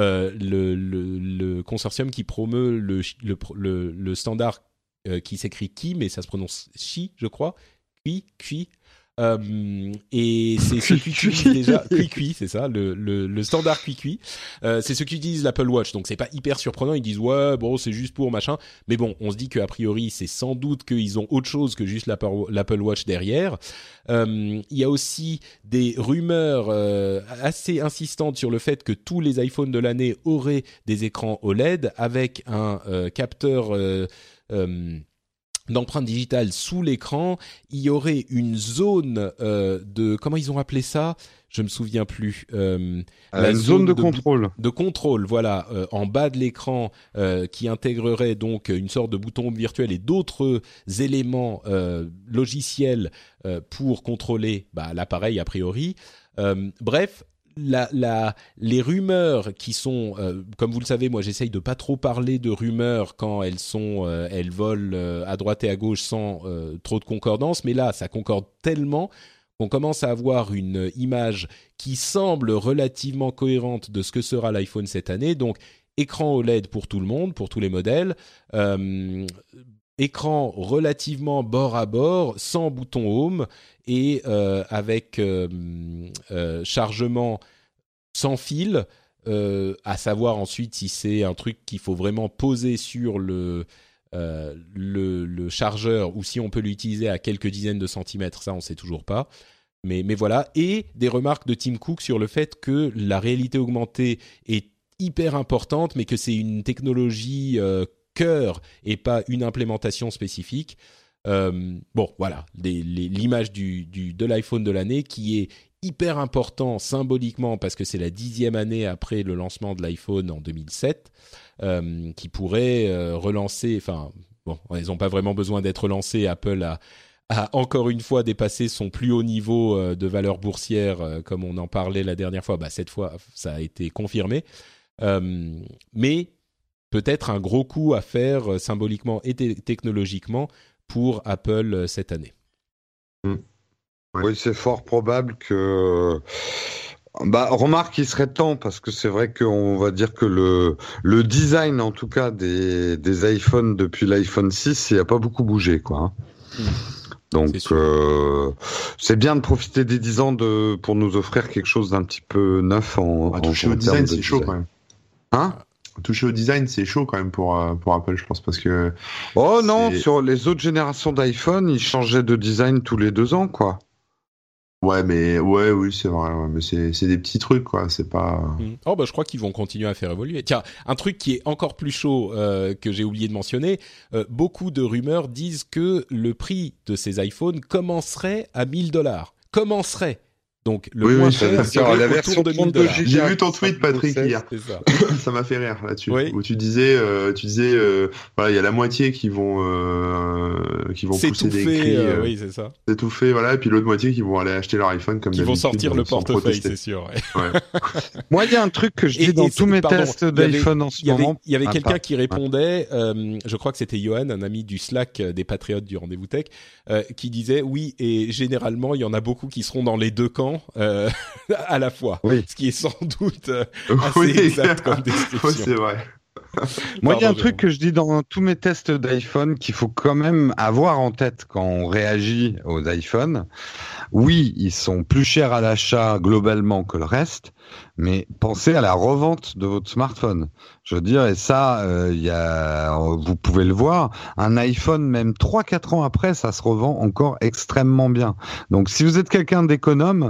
le consortium qui promeut le standard qui s'écrit Qi, mais ça se prononce Qi, je crois. QI. Et c'est ce qu'utilise déjà QI, c'est ça, le standard QI. C'est ce qu'utilise l'Apple Watch, donc c'est pas hyper surprenant. Ils disent ouais, bon, c'est juste pour machin, mais bon, on se dit qu'a priori c'est sans doute qu'ils ont autre chose que juste l'Apple Watch derrière. Il y a aussi des rumeurs assez insistantes sur le fait que tous les iPhones de l'année auraient des écrans OLED avec un capteur d'empreinte digitale sous l'écran. Il y aurait une zone comment ils ont appelé ça ? Je me souviens plus. Une zone de contrôle. De contrôle, voilà, en bas de l'écran, qui intégrerait donc une sorte de bouton virtuel et d'autres éléments logiciels pour contrôler l'appareil a priori. Bref. Les rumeurs qui sont, comme vous le savez, moi j'essaye de pas trop parler de rumeurs quand elles volent à droite et à gauche sans trop de concordance, mais là ça concorde tellement qu'on commence à avoir une image qui semble relativement cohérente de ce que sera l'iPhone cette année. Donc écran OLED pour tout le monde, pour tous les modèles. Écran relativement bord à bord, sans bouton home et avec chargement sans fil, à savoir ensuite si c'est un truc qu'il faut vraiment poser sur le chargeur ou si on peut l'utiliser à quelques dizaines de centimètres, ça on sait toujours pas. Mais voilà, et des remarques de Tim Cook sur le fait que la réalité augmentée est hyper importante, mais que c'est une technologie cœur et pas une implémentation spécifique. Bon, voilà, l'image de l'iPhone de l'année qui est hyper important symboliquement parce que c'est la 10e année après le lancement de l'iPhone en 2007, qui pourrait relancer. Enfin, bon, ils n'ont pas vraiment besoin d'être lancés. Apple a encore une fois dépassé son plus haut niveau de valeur boursière, comme on en parlait la dernière fois. Cette fois, ça a été confirmé. Mais peut-être un gros coup à faire symboliquement et technologiquement pour Apple cette année. Oui, c'est fort probable que Remarque, il serait temps, parce que c'est vrai qu'on va dire que le design, en tout cas, des iPhones depuis l'iPhone 6, il n'y a pas beaucoup bougé, quoi. Donc, c'est bien de profiter des 10 ans pour nous offrir quelque chose d'un petit peu neuf toucher au design, c'est chaud, quand même. Toucher au design, c'est chaud quand même pour Apple, je pense, parce que... Oh non, sur les autres générations d'iPhone, ils changeaient de design tous les 2 ans, quoi. Oui, c'est vrai, mais c'est des petits trucs, quoi, c'est pas... je crois qu'ils vont continuer à faire évoluer. Tiens, un truc qui est encore plus chaud, que j'ai oublié de mentionner, beaucoup de rumeurs disent que le prix de ces iPhones commencerait à $1,000. Commencerait. Donc, le moins cher serait la version de $1,000. J'ai vu ton tweet, Patrick, hier. Ça m'a fait rire, là-dessus. Oui. Où tu disais, voilà, il y a la moitié qui vont pousser des cris. Oui, c'est ça. S'étouffer, voilà, et puis l'autre moitié qui vont aller acheter leur iPhone comme d'habitude. Qui vont sortir le portefeuille, c'est sûr. Ouais. Moi, il y a un truc que je dis dans tous mes tests d'iPhone en ce moment. Il y avait quelqu'un qui répondait, je crois que c'était Johan, un ami du Slack des Patriotes du Rendez-vous Tech, qui disait, oui, et généralement, il y en a beaucoup qui seront dans les deux camps, à la fois, ce qui est sans doute assez exact comme description. Oui, c'est vrai. Moi, il y a un truc que je dis dans tous mes tests d'iPhone qu'il faut quand même avoir en tête quand on réagit aux iPhones. Oui, ils sont plus chers à l'achat globalement que le reste, mais pensez à la revente de votre smartphone. Je veux dire, et ça, vous pouvez le voir, un iPhone, même 3-4 ans après, ça se revend encore extrêmement bien. Donc, si vous êtes quelqu'un d'économe,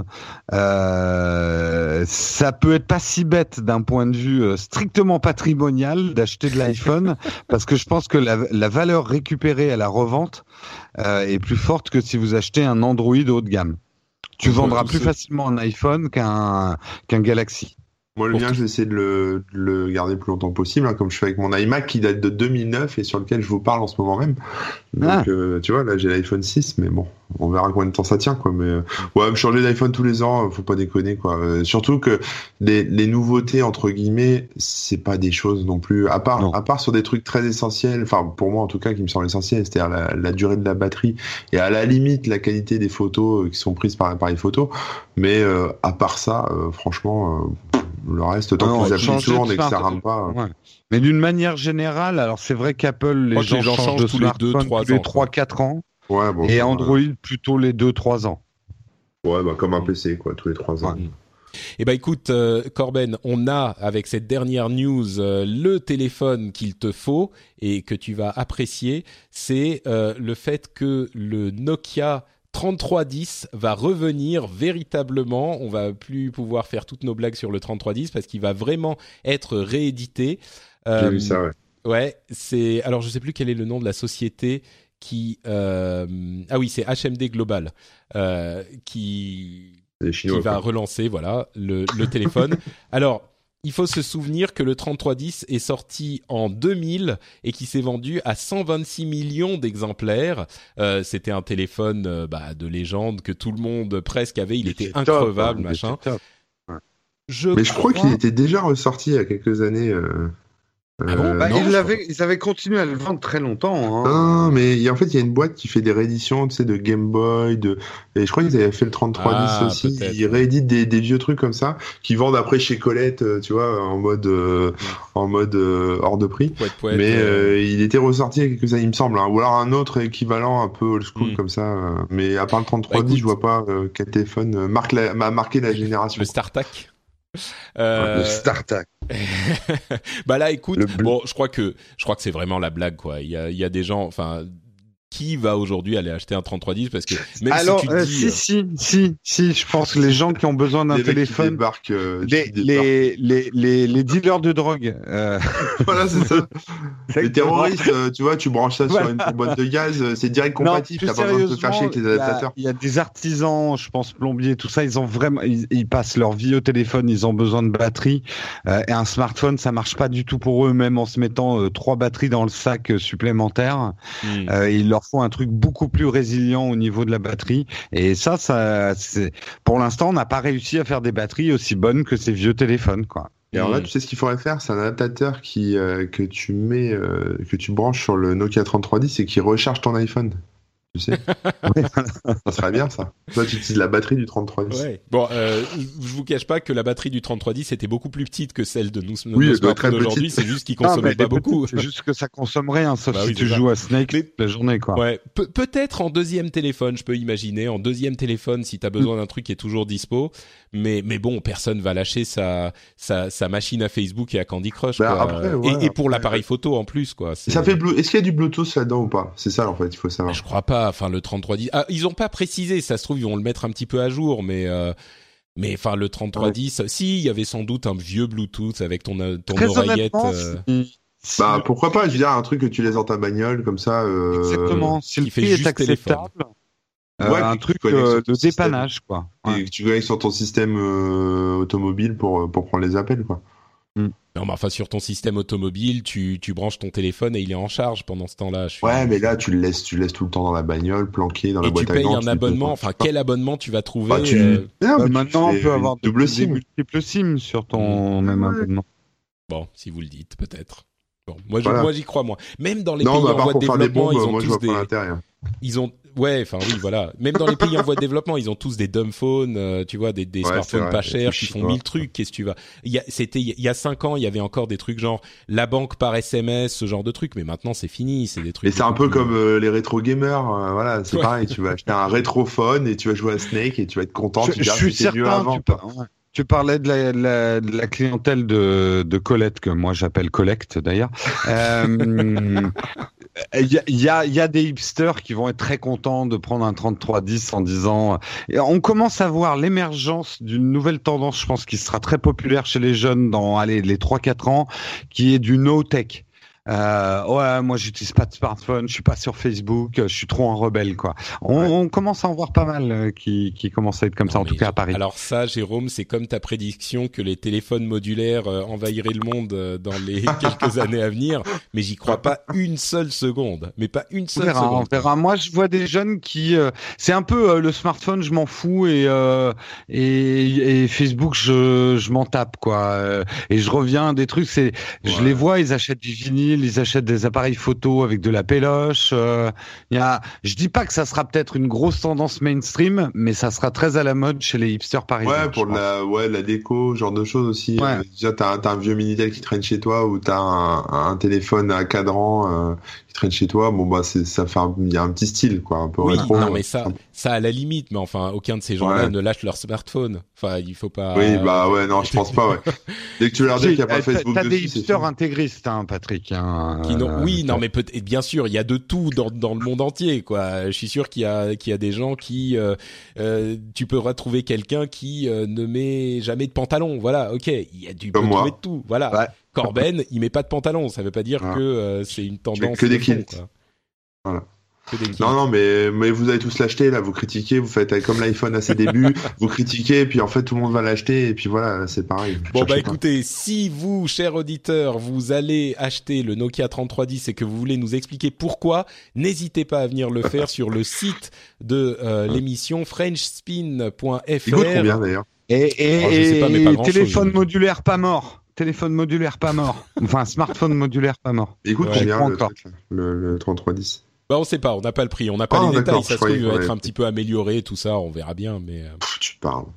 ça peut être pas si bête d'un point de vue strictement patrimonial d'acheter de l'iPhone, parce que je pense que la valeur récupérée à la revente est plus forte que si vous achetez un Android haut de gamme. Tu vendras plus facilement un iPhone qu'un Galaxy. Moi, le mien, je vais essayer de le garder le plus longtemps possible, comme je fais avec mon iMac qui date de 2009 et sur lequel je vous parle en ce moment même. Donc, tu vois, là, j'ai l'iPhone 6, mais bon, on verra combien de temps ça tient, quoi. Mais me changer d'iPhone tous les ans, faut pas déconner, quoi. Surtout que les nouveautés, entre guillemets, c'est pas des choses non plus, à part sur des trucs très essentiels, enfin, pour moi, en tout cas, qui me semblent essentiels, c'est-à-dire la durée de la batterie et à la limite, la qualité des photos qui sont prises par l'appareil photo. Mais à part ça, franchement... le reste, tant que les applis tournent et que ça rame pas. Ouais. Mais d'une manière générale, alors c'est vrai qu'Apple, les gens changent de smartphone tous les 3-4 ans. Ouais, bon, et Android plutôt les 2-3 ans. Ouais, comme un PC, quoi, tous les 3 ans. Eh ben écoute, Corben, on a avec cette dernière news le téléphone qu'il te faut et que tu vas apprécier. C'est le fait que le Nokia 3310 va revenir véritablement. On va plus pouvoir faire toutes nos blagues sur le 3310 parce qu'il va vraiment être réédité. J'ai vu ça, ouais. Ouais, c'est... Alors, je sais plus quel est le nom de la société qui... Ah oui, c'est HMD Global qui va relancer, voilà, le téléphone. Alors... Il faut se souvenir que le 3310 est sorti en 2000 et qui s'est vendu à 126 millions d'exemplaires. C'était un téléphone de légende que tout le monde presque avait. Il était increvable, machin. Ouais. Mais je crois qu'il était déjà ressorti il y a quelques années. Ils avaient continué à le vendre très longtemps. Non, mais en fait, il y a une boîte qui fait des rééditions, tu sais, de Game Boy, et je crois qu'ils avaient fait le 3310 aussi. Peut-être. Ils rééditent des vieux trucs comme ça, qui vendent après chez Colette, tu vois, en mode hors de prix. Mais il était ressorti il y a quelques années, il me semble, ou alors un autre équivalent un peu old school comme ça. Mais à part le 3310, je vois pas quel téléphone m'a marqué la génération. Le StarTAC. Le StarTAC. Là, écoute, je crois que c'est vraiment la blague, quoi. Il y a des gens, enfin, qui va aujourd'hui aller acheter un 3310 parce que même alors, si tu dis, si, je pense que les gens qui ont besoin d'un téléphone, les dealers de drogue, voilà, c'est ça. Les terroristes, tu vois, tu branches ça sur une boîte de gaz, c'est direct compatible, t'as pas besoin de te faire chier avec les adaptateurs. Il y a des artisans, je pense plombiers, tout ça, ils ont vraiment, ils passent leur vie au téléphone, ils ont besoin de batterie, et un smartphone, ça marche pas du tout pour eux, même en se mettant 3 batteries dans le sac supplémentaire. Il leur faut un truc beaucoup plus résilient au niveau de la batterie, et ça c'est, pour l'instant on n'a pas réussi à faire des batteries aussi bonnes que ces vieux téléphones, quoi. Et alors là, tu sais ce qu'il faudrait faire, c'est un adaptateur que tu branches sur le Nokia 3310 et qui recharge ton iPhone. Tu sais. Ça serait bien, ça. Toi, tu utilises la batterie du 3310. Ouais. Bon, je vous cache pas que la batterie du 3310 était beaucoup plus petite que celle de nos smartphones d'aujourd'hui. C'est juste qu'il consommait pas beaucoup. C'est juste que ça consomme rien, sauf si tu joues à Snake toute la journée, quoi. Ouais. Peut-être en deuxième téléphone, je peux imaginer. En deuxième téléphone, si t'as besoin d'un truc qui est toujours dispo. Mais bon, personne va lâcher sa machine à Facebook et à Candy Crush, quoi. Après, et pour l'appareil photo en plus, quoi. Ça fait Est-ce qu'il y a du Bluetooth là-dedans ou pas? C'est ça, en fait, il faut savoir. Je crois pas. Enfin, le 3310. Ah, ils ont pas précisé. Ça se trouve, ils vont le mettre un petit peu à jour, mais enfin, le 3310. Si, il y avait sans doute un vieux Bluetooth avec ton oreillette. Pourquoi pas? Je veux dire, un truc que tu laisses dans ta bagnole, comme ça. Exactement. Si le prix est acceptable. Un truc de dépannage, quoi. Et que tu connectes sur ton système automobile pour prendre les appels, quoi. Non, mais enfin, sur ton système automobile, tu branches ton téléphone et il est en charge pendant ce temps-là. Mais là, tu le laisses tout le temps dans la bagnole, planqué dans la boîte à gants. Et tu payes un abonnement. Enfin, quel abonnement tu vas trouver? Maintenant, on peut avoir des multiples SIM sur ton même abonnement. Bon, si vous le dites, peut-être. Bon, moi, j'y crois, moi. Même dans les pays en voie de développement, ils ont tous ils ont, voilà. Même dans les pays en voie de développement, ils ont tous des dumb phones, tu vois, des smartphones pas chers qui font 1000 trucs. Qu'est-ce que tu vas? Il y a 5 ans, il y avait encore des trucs genre la banque par SMS, ce genre de trucs. Mais maintenant, c'est fini. C'est des trucs. Et c'est un peu comme les rétro gamers. Voilà, c'est pareil. Tu vas acheter un rétrophone et tu vas jouer à Snake et tu vas être content. Je suis certain. Tu parlais de la clientèle de Colette, que moi j'appelle Collecte d'ailleurs. Il y a des hipsters qui vont être très contents de prendre un 3310 en disant. On commence à voir l'émergence d'une nouvelle tendance, je pense, qui sera très populaire chez les jeunes dans les 3-4 ans, qui est du no-tech. Moi j'utilise pas de smartphone, je suis pas sur Facebook, je suis trop un rebelle, quoi. On commence à en voir pas mal qui commencent à être comme ça, en tout cas à Paris. Alors ça, Jérôme, c'est comme ta prédiction que les téléphones modulaires envahiraient le monde dans les quelques années à venir, mais j'y crois pas une seule seconde. Mais pas une seule seconde. On verra. Moi, je vois des jeunes qui, c'est un peu le smartphone, je m'en fous, et Facebook, je m'en tape, quoi. Et je reviens à des trucs, je les vois, ils achètent du vinyle. Ils achètent des appareils photo avec de la péloche. Je dis pas que ça sera peut-être une grosse tendance mainstream, mais ça sera très à la mode chez les hipsters parisiens. Ouais, pour la déco, genre de choses aussi. Ouais. Déjà, t'as un vieux Minitel qui traîne chez toi ou t'as un téléphone à cadran qui traîne chez toi. Bon, il y a un petit style, quoi, un peu rétro. Non, mais ça à la limite, mais enfin, aucun de ces gens-là ne lâche leur smartphone. Enfin, il faut pas. Oui, non, je pense pas, ouais. Dès que tu leur dis qu'il y a pas Facebook dessus, t'as des hipsters intégristes, Patrick, non, mais bien sûr, il y a de tout dans le monde entier, quoi. Je suis sûr qu'il y a des gens qui, tu peux retrouver quelqu'un qui ne met jamais de pantalon. Voilà, ok, tu peux trouver de tout. Voilà. Ouais. Corben, il met pas de pantalon. Ça veut pas dire que c'est une tendance. Que des kilts. Voilà. Non, mais vous allez tous l'acheter, là, vous critiquez, vous faites comme l'iPhone à ses débuts, vous critiquez, et puis en fait, tout le monde va l'acheter, et puis voilà, là, c'est pareil. Bon, écoutez, si vous, chers auditeurs, vous allez acheter le Nokia 3310 et que vous voulez nous expliquer pourquoi, n'hésitez pas à venir le faire sur le site de l'émission frenchspin.fr. Il coûte combien, d'ailleurs? Je sais pas, mais pas grand-chose. Téléphone modulaire pas mort. Téléphone modulaire pas mort. Enfin, smartphone modulaire pas mort. Il coûte combien, le 3310? On sait pas, on n'a pas le prix, on n'a pas les détails, ça se trouve, il va être un petit peu amélioré, tout ça, on verra bien, mais... Tu parles.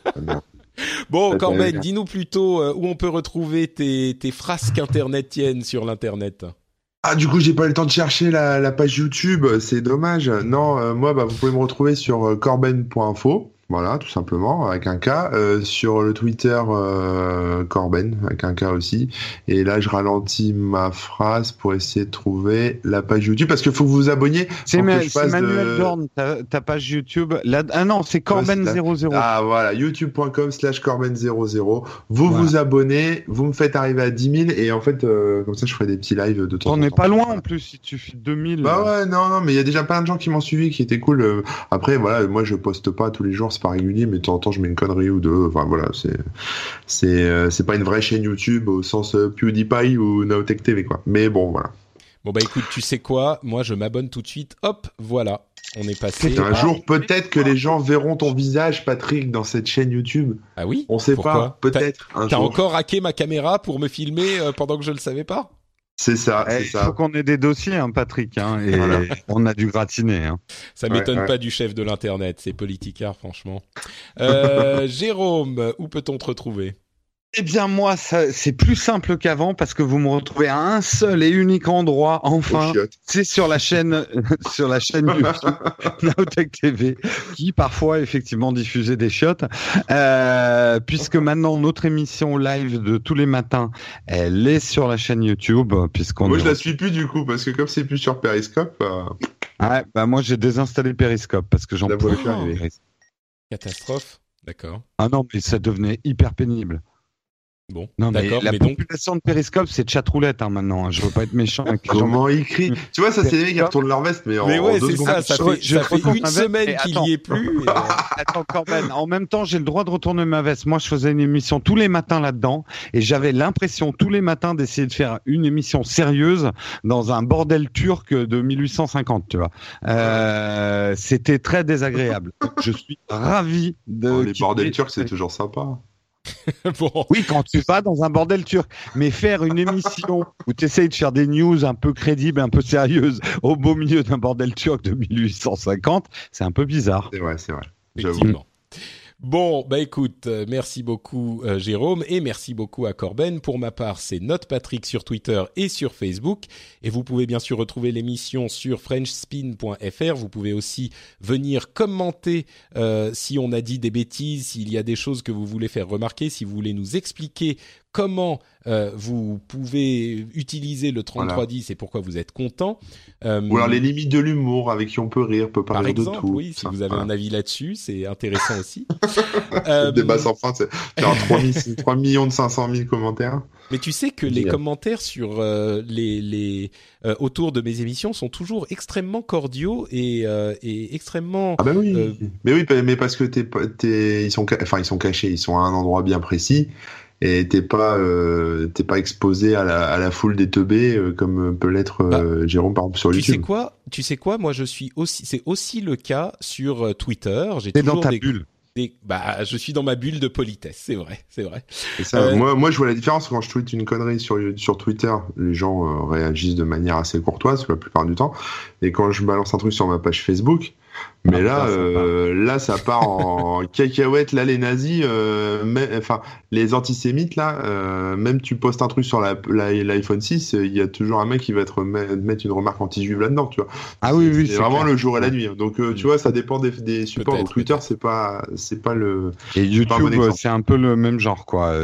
Bon, Corben, dis-nous plutôt où on peut retrouver tes frasques internetiennes sur l'internet. Ah, du coup, j'ai pas eu le temps de chercher la page YouTube, c'est dommage. Non, moi, vous pouvez me retrouver sur corben.info. Voilà, tout simplement, avec un K. Sur le Twitter, Corben, avec un K aussi. Et là, je ralentis ma phrase pour essayer de trouver la page YouTube, parce qu'il faut que vous vous abonniez. C'est Manuel Dorn, ta page YouTube. Non, c'est Corben00. Ah, voilà, youtube.com/Corben00. Vous abonnez, vous me faites arriver à 10 000, et en fait, comme ça, je ferai des petits lives de temps en temps. On n'est pas loin, en plus, si tu fais 2000. Bah ouais, non, mais il y a déjà plein de gens qui m'ont suivi, qui étaient cool. Après, voilà, moi, je poste pas tous les jours, c'est pas régulier, mais de temps en temps je mets une connerie ou deux. Enfin voilà, c'est pas une vraie chaîne YouTube au sens PewDiePie ou Nowtech TV, quoi. Mais bon, voilà. Bon écoute, tu sais quoi, moi je m'abonne tout de suite. Hop, voilà, on est passé. Un jour peut-être que les gens verront ton visage, Patrick, dans cette chaîne YouTube. Ah oui. On sait pas, peut-être. T'as encore hacké ma caméra pour me filmer pendant que je le savais pas? C'est ça, c'est Il ça. faut qu'on ait des dossiers, hein, Patrick, hein, et on a dû gratiner. Hein. Ça m'étonne pas du chef de l'internet, c'est politicard, franchement. Jérôme, où peut-on te retrouver ? Eh bien moi, c'est plus simple qu'avant parce que vous me retrouvez à un seul et unique endroit. Enfin, c'est sur la chaîne YouTube Nowtech TV, qui parfois effectivement diffusait des chiottes, puisque maintenant notre émission live de tous les matins, elle est sur la chaîne YouTube. Moi, je la suis plus du coup parce que comme c'est plus sur Periscope. Ouais, bah moi j'ai désinstallé Periscope parce que j'en pouvais plus arriver. Catastrophe, d'accord. Ah non, mais ça devenait hyper pénible. Bon, non, mais d'accord, la mais population de Periscope, c'est chatroulette hein, maintenant. Je veux pas être méchant avec les gens. Comment ils crient ? Tu vois, ça c'est les mecs qui retournent leur veste, mais en 2 secondes. Ça fait une semaine qu'il y est plus. Attends, Corben, en même temps, j'ai le droit de retourner ma veste. Moi, je faisais une émission tous les matins là-dedans, et j'avais l'impression tous les matins d'essayer de faire une émission sérieuse dans un bordel turc de 1850, tu vois. C'était très désagréable. Je suis ravi de... les bordels turcs, c'est toujours sympa. Bon. Oui, quand tu vas dans un bordel turc, mais faire une émission où tu essayes de faire des news un peu crédibles, un peu sérieuses au beau milieu d'un bordel turc de 1850, c'est un peu bizarre. C'est vrai. Effectivement. Bon, bah écoute, merci beaucoup Jérôme et merci beaucoup à Corben. Pour ma part, c'est NotePatrick sur Twitter et sur Facebook. Et vous pouvez bien sûr retrouver l'émission sur frenchspin.fr. Vous pouvez aussi venir commenter si on a dit des bêtises, s'il y a des choses que vous voulez faire remarquer, si vous voulez nous expliquer comment vous pouvez utiliser le 3310 et pourquoi vous êtes content. Ou alors les limites de l'humour, avec qui on peut rire, peut parler de tout. Par exemple, oui, si vous avez un avis là-dessus, c'est intéressant aussi. Débat sans fin, c'est 3 500 000 commentaires. Mais tu sais que les commentaires sur autour de mes émissions sont toujours extrêmement cordiaux et extrêmement... Ah ben oui, mais parce que ils sont cachés, ils sont à un endroit bien précis. Et t'es pas exposé à la foule des teubés comme peut l'être Jérôme par exemple sur YouTube. Tu sais quoi, moi c'est aussi le cas sur Twitter. T'es dans ta bulle. Je suis dans ma bulle de politesse, c'est vrai. Et ça, moi, je vois la différence quand je tweete une connerie sur Twitter. Les gens réagissent de manière assez courtoise la plupart du temps. Et quand je balance un truc sur ma page Facebook, mais là, ça part en cacahuète. Là, les nazis, les antisémites, là, même tu postes un truc sur l'iPhone 6, il y a toujours un mec qui va mettre une remarque anti-juive là-dedans, tu vois. Ah oui, c'est vraiment clair. Le jour et la nuit. Donc, tu vois, ça dépend des supports. Donc, Twitter, c'est pas le. Et YouTube, c'est un peu le même genre, quoi.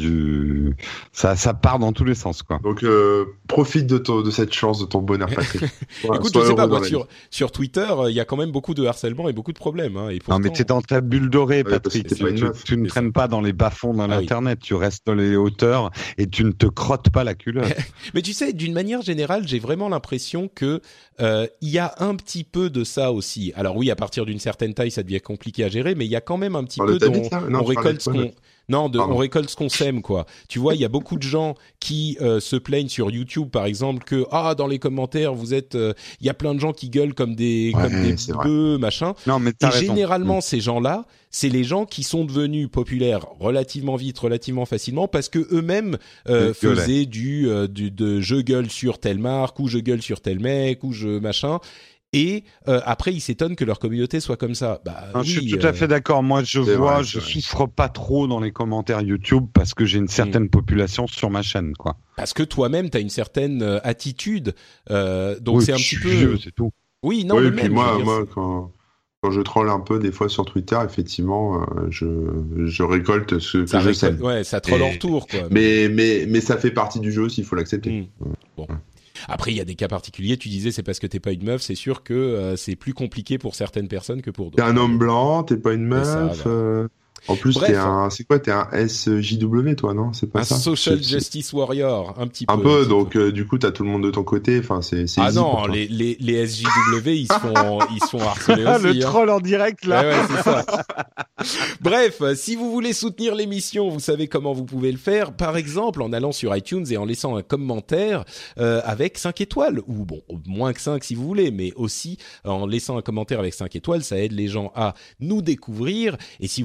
Ça part dans tous les sens, quoi. Donc, profite de cette chance, de ton bonheur, Patrick. Écoute, je sais pas, moi, sur Twitter, il y a quand même beaucoup de harcèlement et beaucoup de problèmes. Hein, et pourtant... Non, mais t'es dans ta bulle dorée, Patrick. Tu ne traînes pas dans les bas-fonds d'Internet. Tu restes dans les hauteurs et tu ne te crottes pas la culotte. Mais tu sais, d'une manière générale, j'ai vraiment l'impression que il y a un petit peu de ça aussi. Alors oui, à partir d'une certaine taille, ça devient compliqué à gérer, mais il y a quand même un petit peu on récolte ce qu'on... on récolte ce qu'on sème, quoi. Tu vois, il y a beaucoup de gens qui se plaignent sur YouTube, par exemple, que dans les commentaires, il y a plein de gens qui gueulent comme des bœufs, machin. Non, mais et généralement, ces gens-là, c'est les gens qui sont devenus populaires relativement vite, relativement facilement, parce que eux-mêmes faisaient de je gueule sur telle marque ou je gueule sur tel mec ou je machin. Et après, ils s'étonnent que leur communauté soit comme ça. Je suis tout à fait d'accord. Moi, je souffre pas trop dans les commentaires YouTube parce que j'ai une certaine population sur ma chaîne, quoi. Parce que toi-même, t'as une certaine attitude. Donc c'est un petit peu vieux, c'est tout. Oui, non. Oui, mais et puis moi, quand je troll un peu des fois sur Twitter, effectivement, je récolte ce que je sème. Ouais, ça troll en retour, quoi. Mais ça fait partie du jeu aussi, il faut l'accepter. Bon. Après, il y a des cas particuliers. Tu disais, c'est parce que t'es pas une meuf. C'est sûr que c'est plus compliqué pour certaines personnes que pour d'autres. T'es un homme blanc, t'es pas une meuf. En plus, t'es un SJW, toi, non? C'est pas ça? Un social justice warrior, un petit peu. Un peu, donc, du coup, t'as tout le monde de ton côté, enfin, c'est non, les SJW, ils se font harceler aussi. Le troll en direct, là. Ouais, c'est ça. Bref, si vous voulez soutenir l'émission, vous savez comment vous pouvez le faire. Par exemple, en allant sur iTunes et en laissant un commentaire, avec 5 étoiles. Ou bon, moins que 5 si vous voulez, mais aussi, en laissant un commentaire avec 5 étoiles, ça aide les gens à nous découvrir. Et si vous voulez vraiment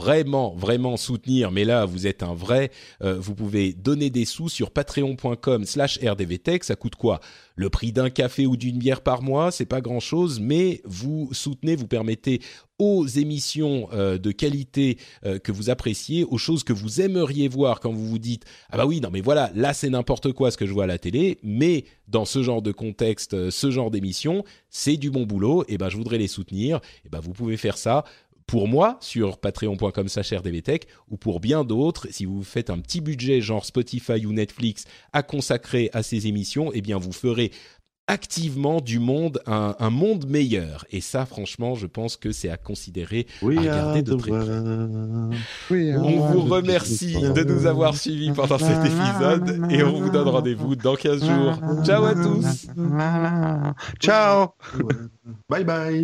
vraiment soutenir, mais là vous êtes un vrai, vous pouvez donner des sous sur patreon.com/rdvtech. Ça coûte quoi ? Le prix d'un café ou d'une bière par mois, c'est pas grand-chose, mais vous soutenez, vous permettez aux émissions de qualité que vous appréciez, aux choses que vous aimeriez voir quand vous vous dites « Ah bah oui, non mais voilà, là c'est n'importe quoi ce que je vois à la télé, mais dans ce genre de contexte, ce genre d'émission, c'est du bon boulot, et ben je voudrais les soutenir. » Et ben vous pouvez faire ça pour moi sur patreon.com/rdvtech ou pour bien d'autres. Si vous faites un petit budget genre Spotify ou Netflix à consacrer à ces émissions, eh bien vous ferez activement du monde un monde meilleur. Et ça, franchement, je pense que c'est à considérer, à regarder de très près. On vous remercie de nous avoir suivis pendant cet épisode et on vous donne rendez-vous dans 15 jours. Ciao à tous. Ciao. Bye bye.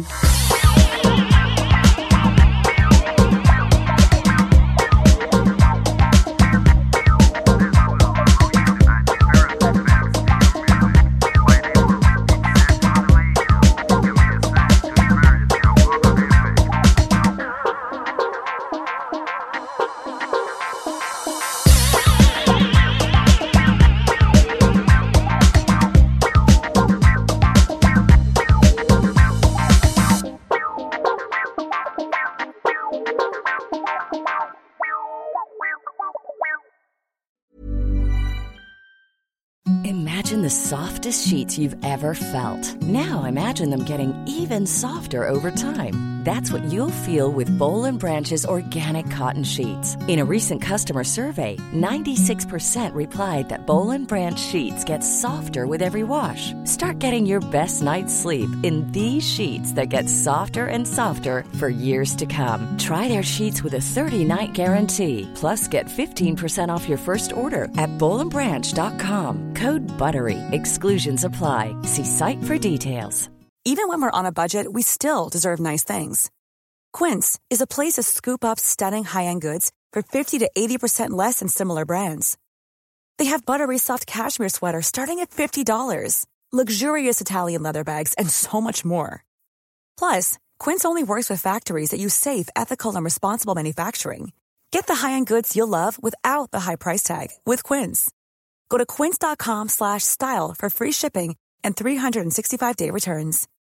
Imagine the softest sheets you've ever felt. Now imagine them getting even softer over time. That's what you'll feel with Boll & Branch's organic cotton sheets. In a recent customer survey, 96% replied that Boll & Branch sheets get softer with every wash. Start getting your best night's sleep in these sheets that get softer and softer for years to come. Try their sheets with a 30-night guarantee. Plus, get 15% off your first order at bollandbranch.com. Code BUTTERY. Exclusions apply. See site for details. Even when we're on a budget, we still deserve nice things. Quince is a place to scoop up stunning high-end goods for 50 to 80% less than similar brands. They have buttery soft cashmere sweaters starting at $50, luxurious Italian leather bags, and so much more. Plus, Quince only works with factories that use safe, ethical, and responsible manufacturing. Get the high-end goods you'll love without the high price tag with Quince. Go to quince.com/style for free shipping and 365-day returns.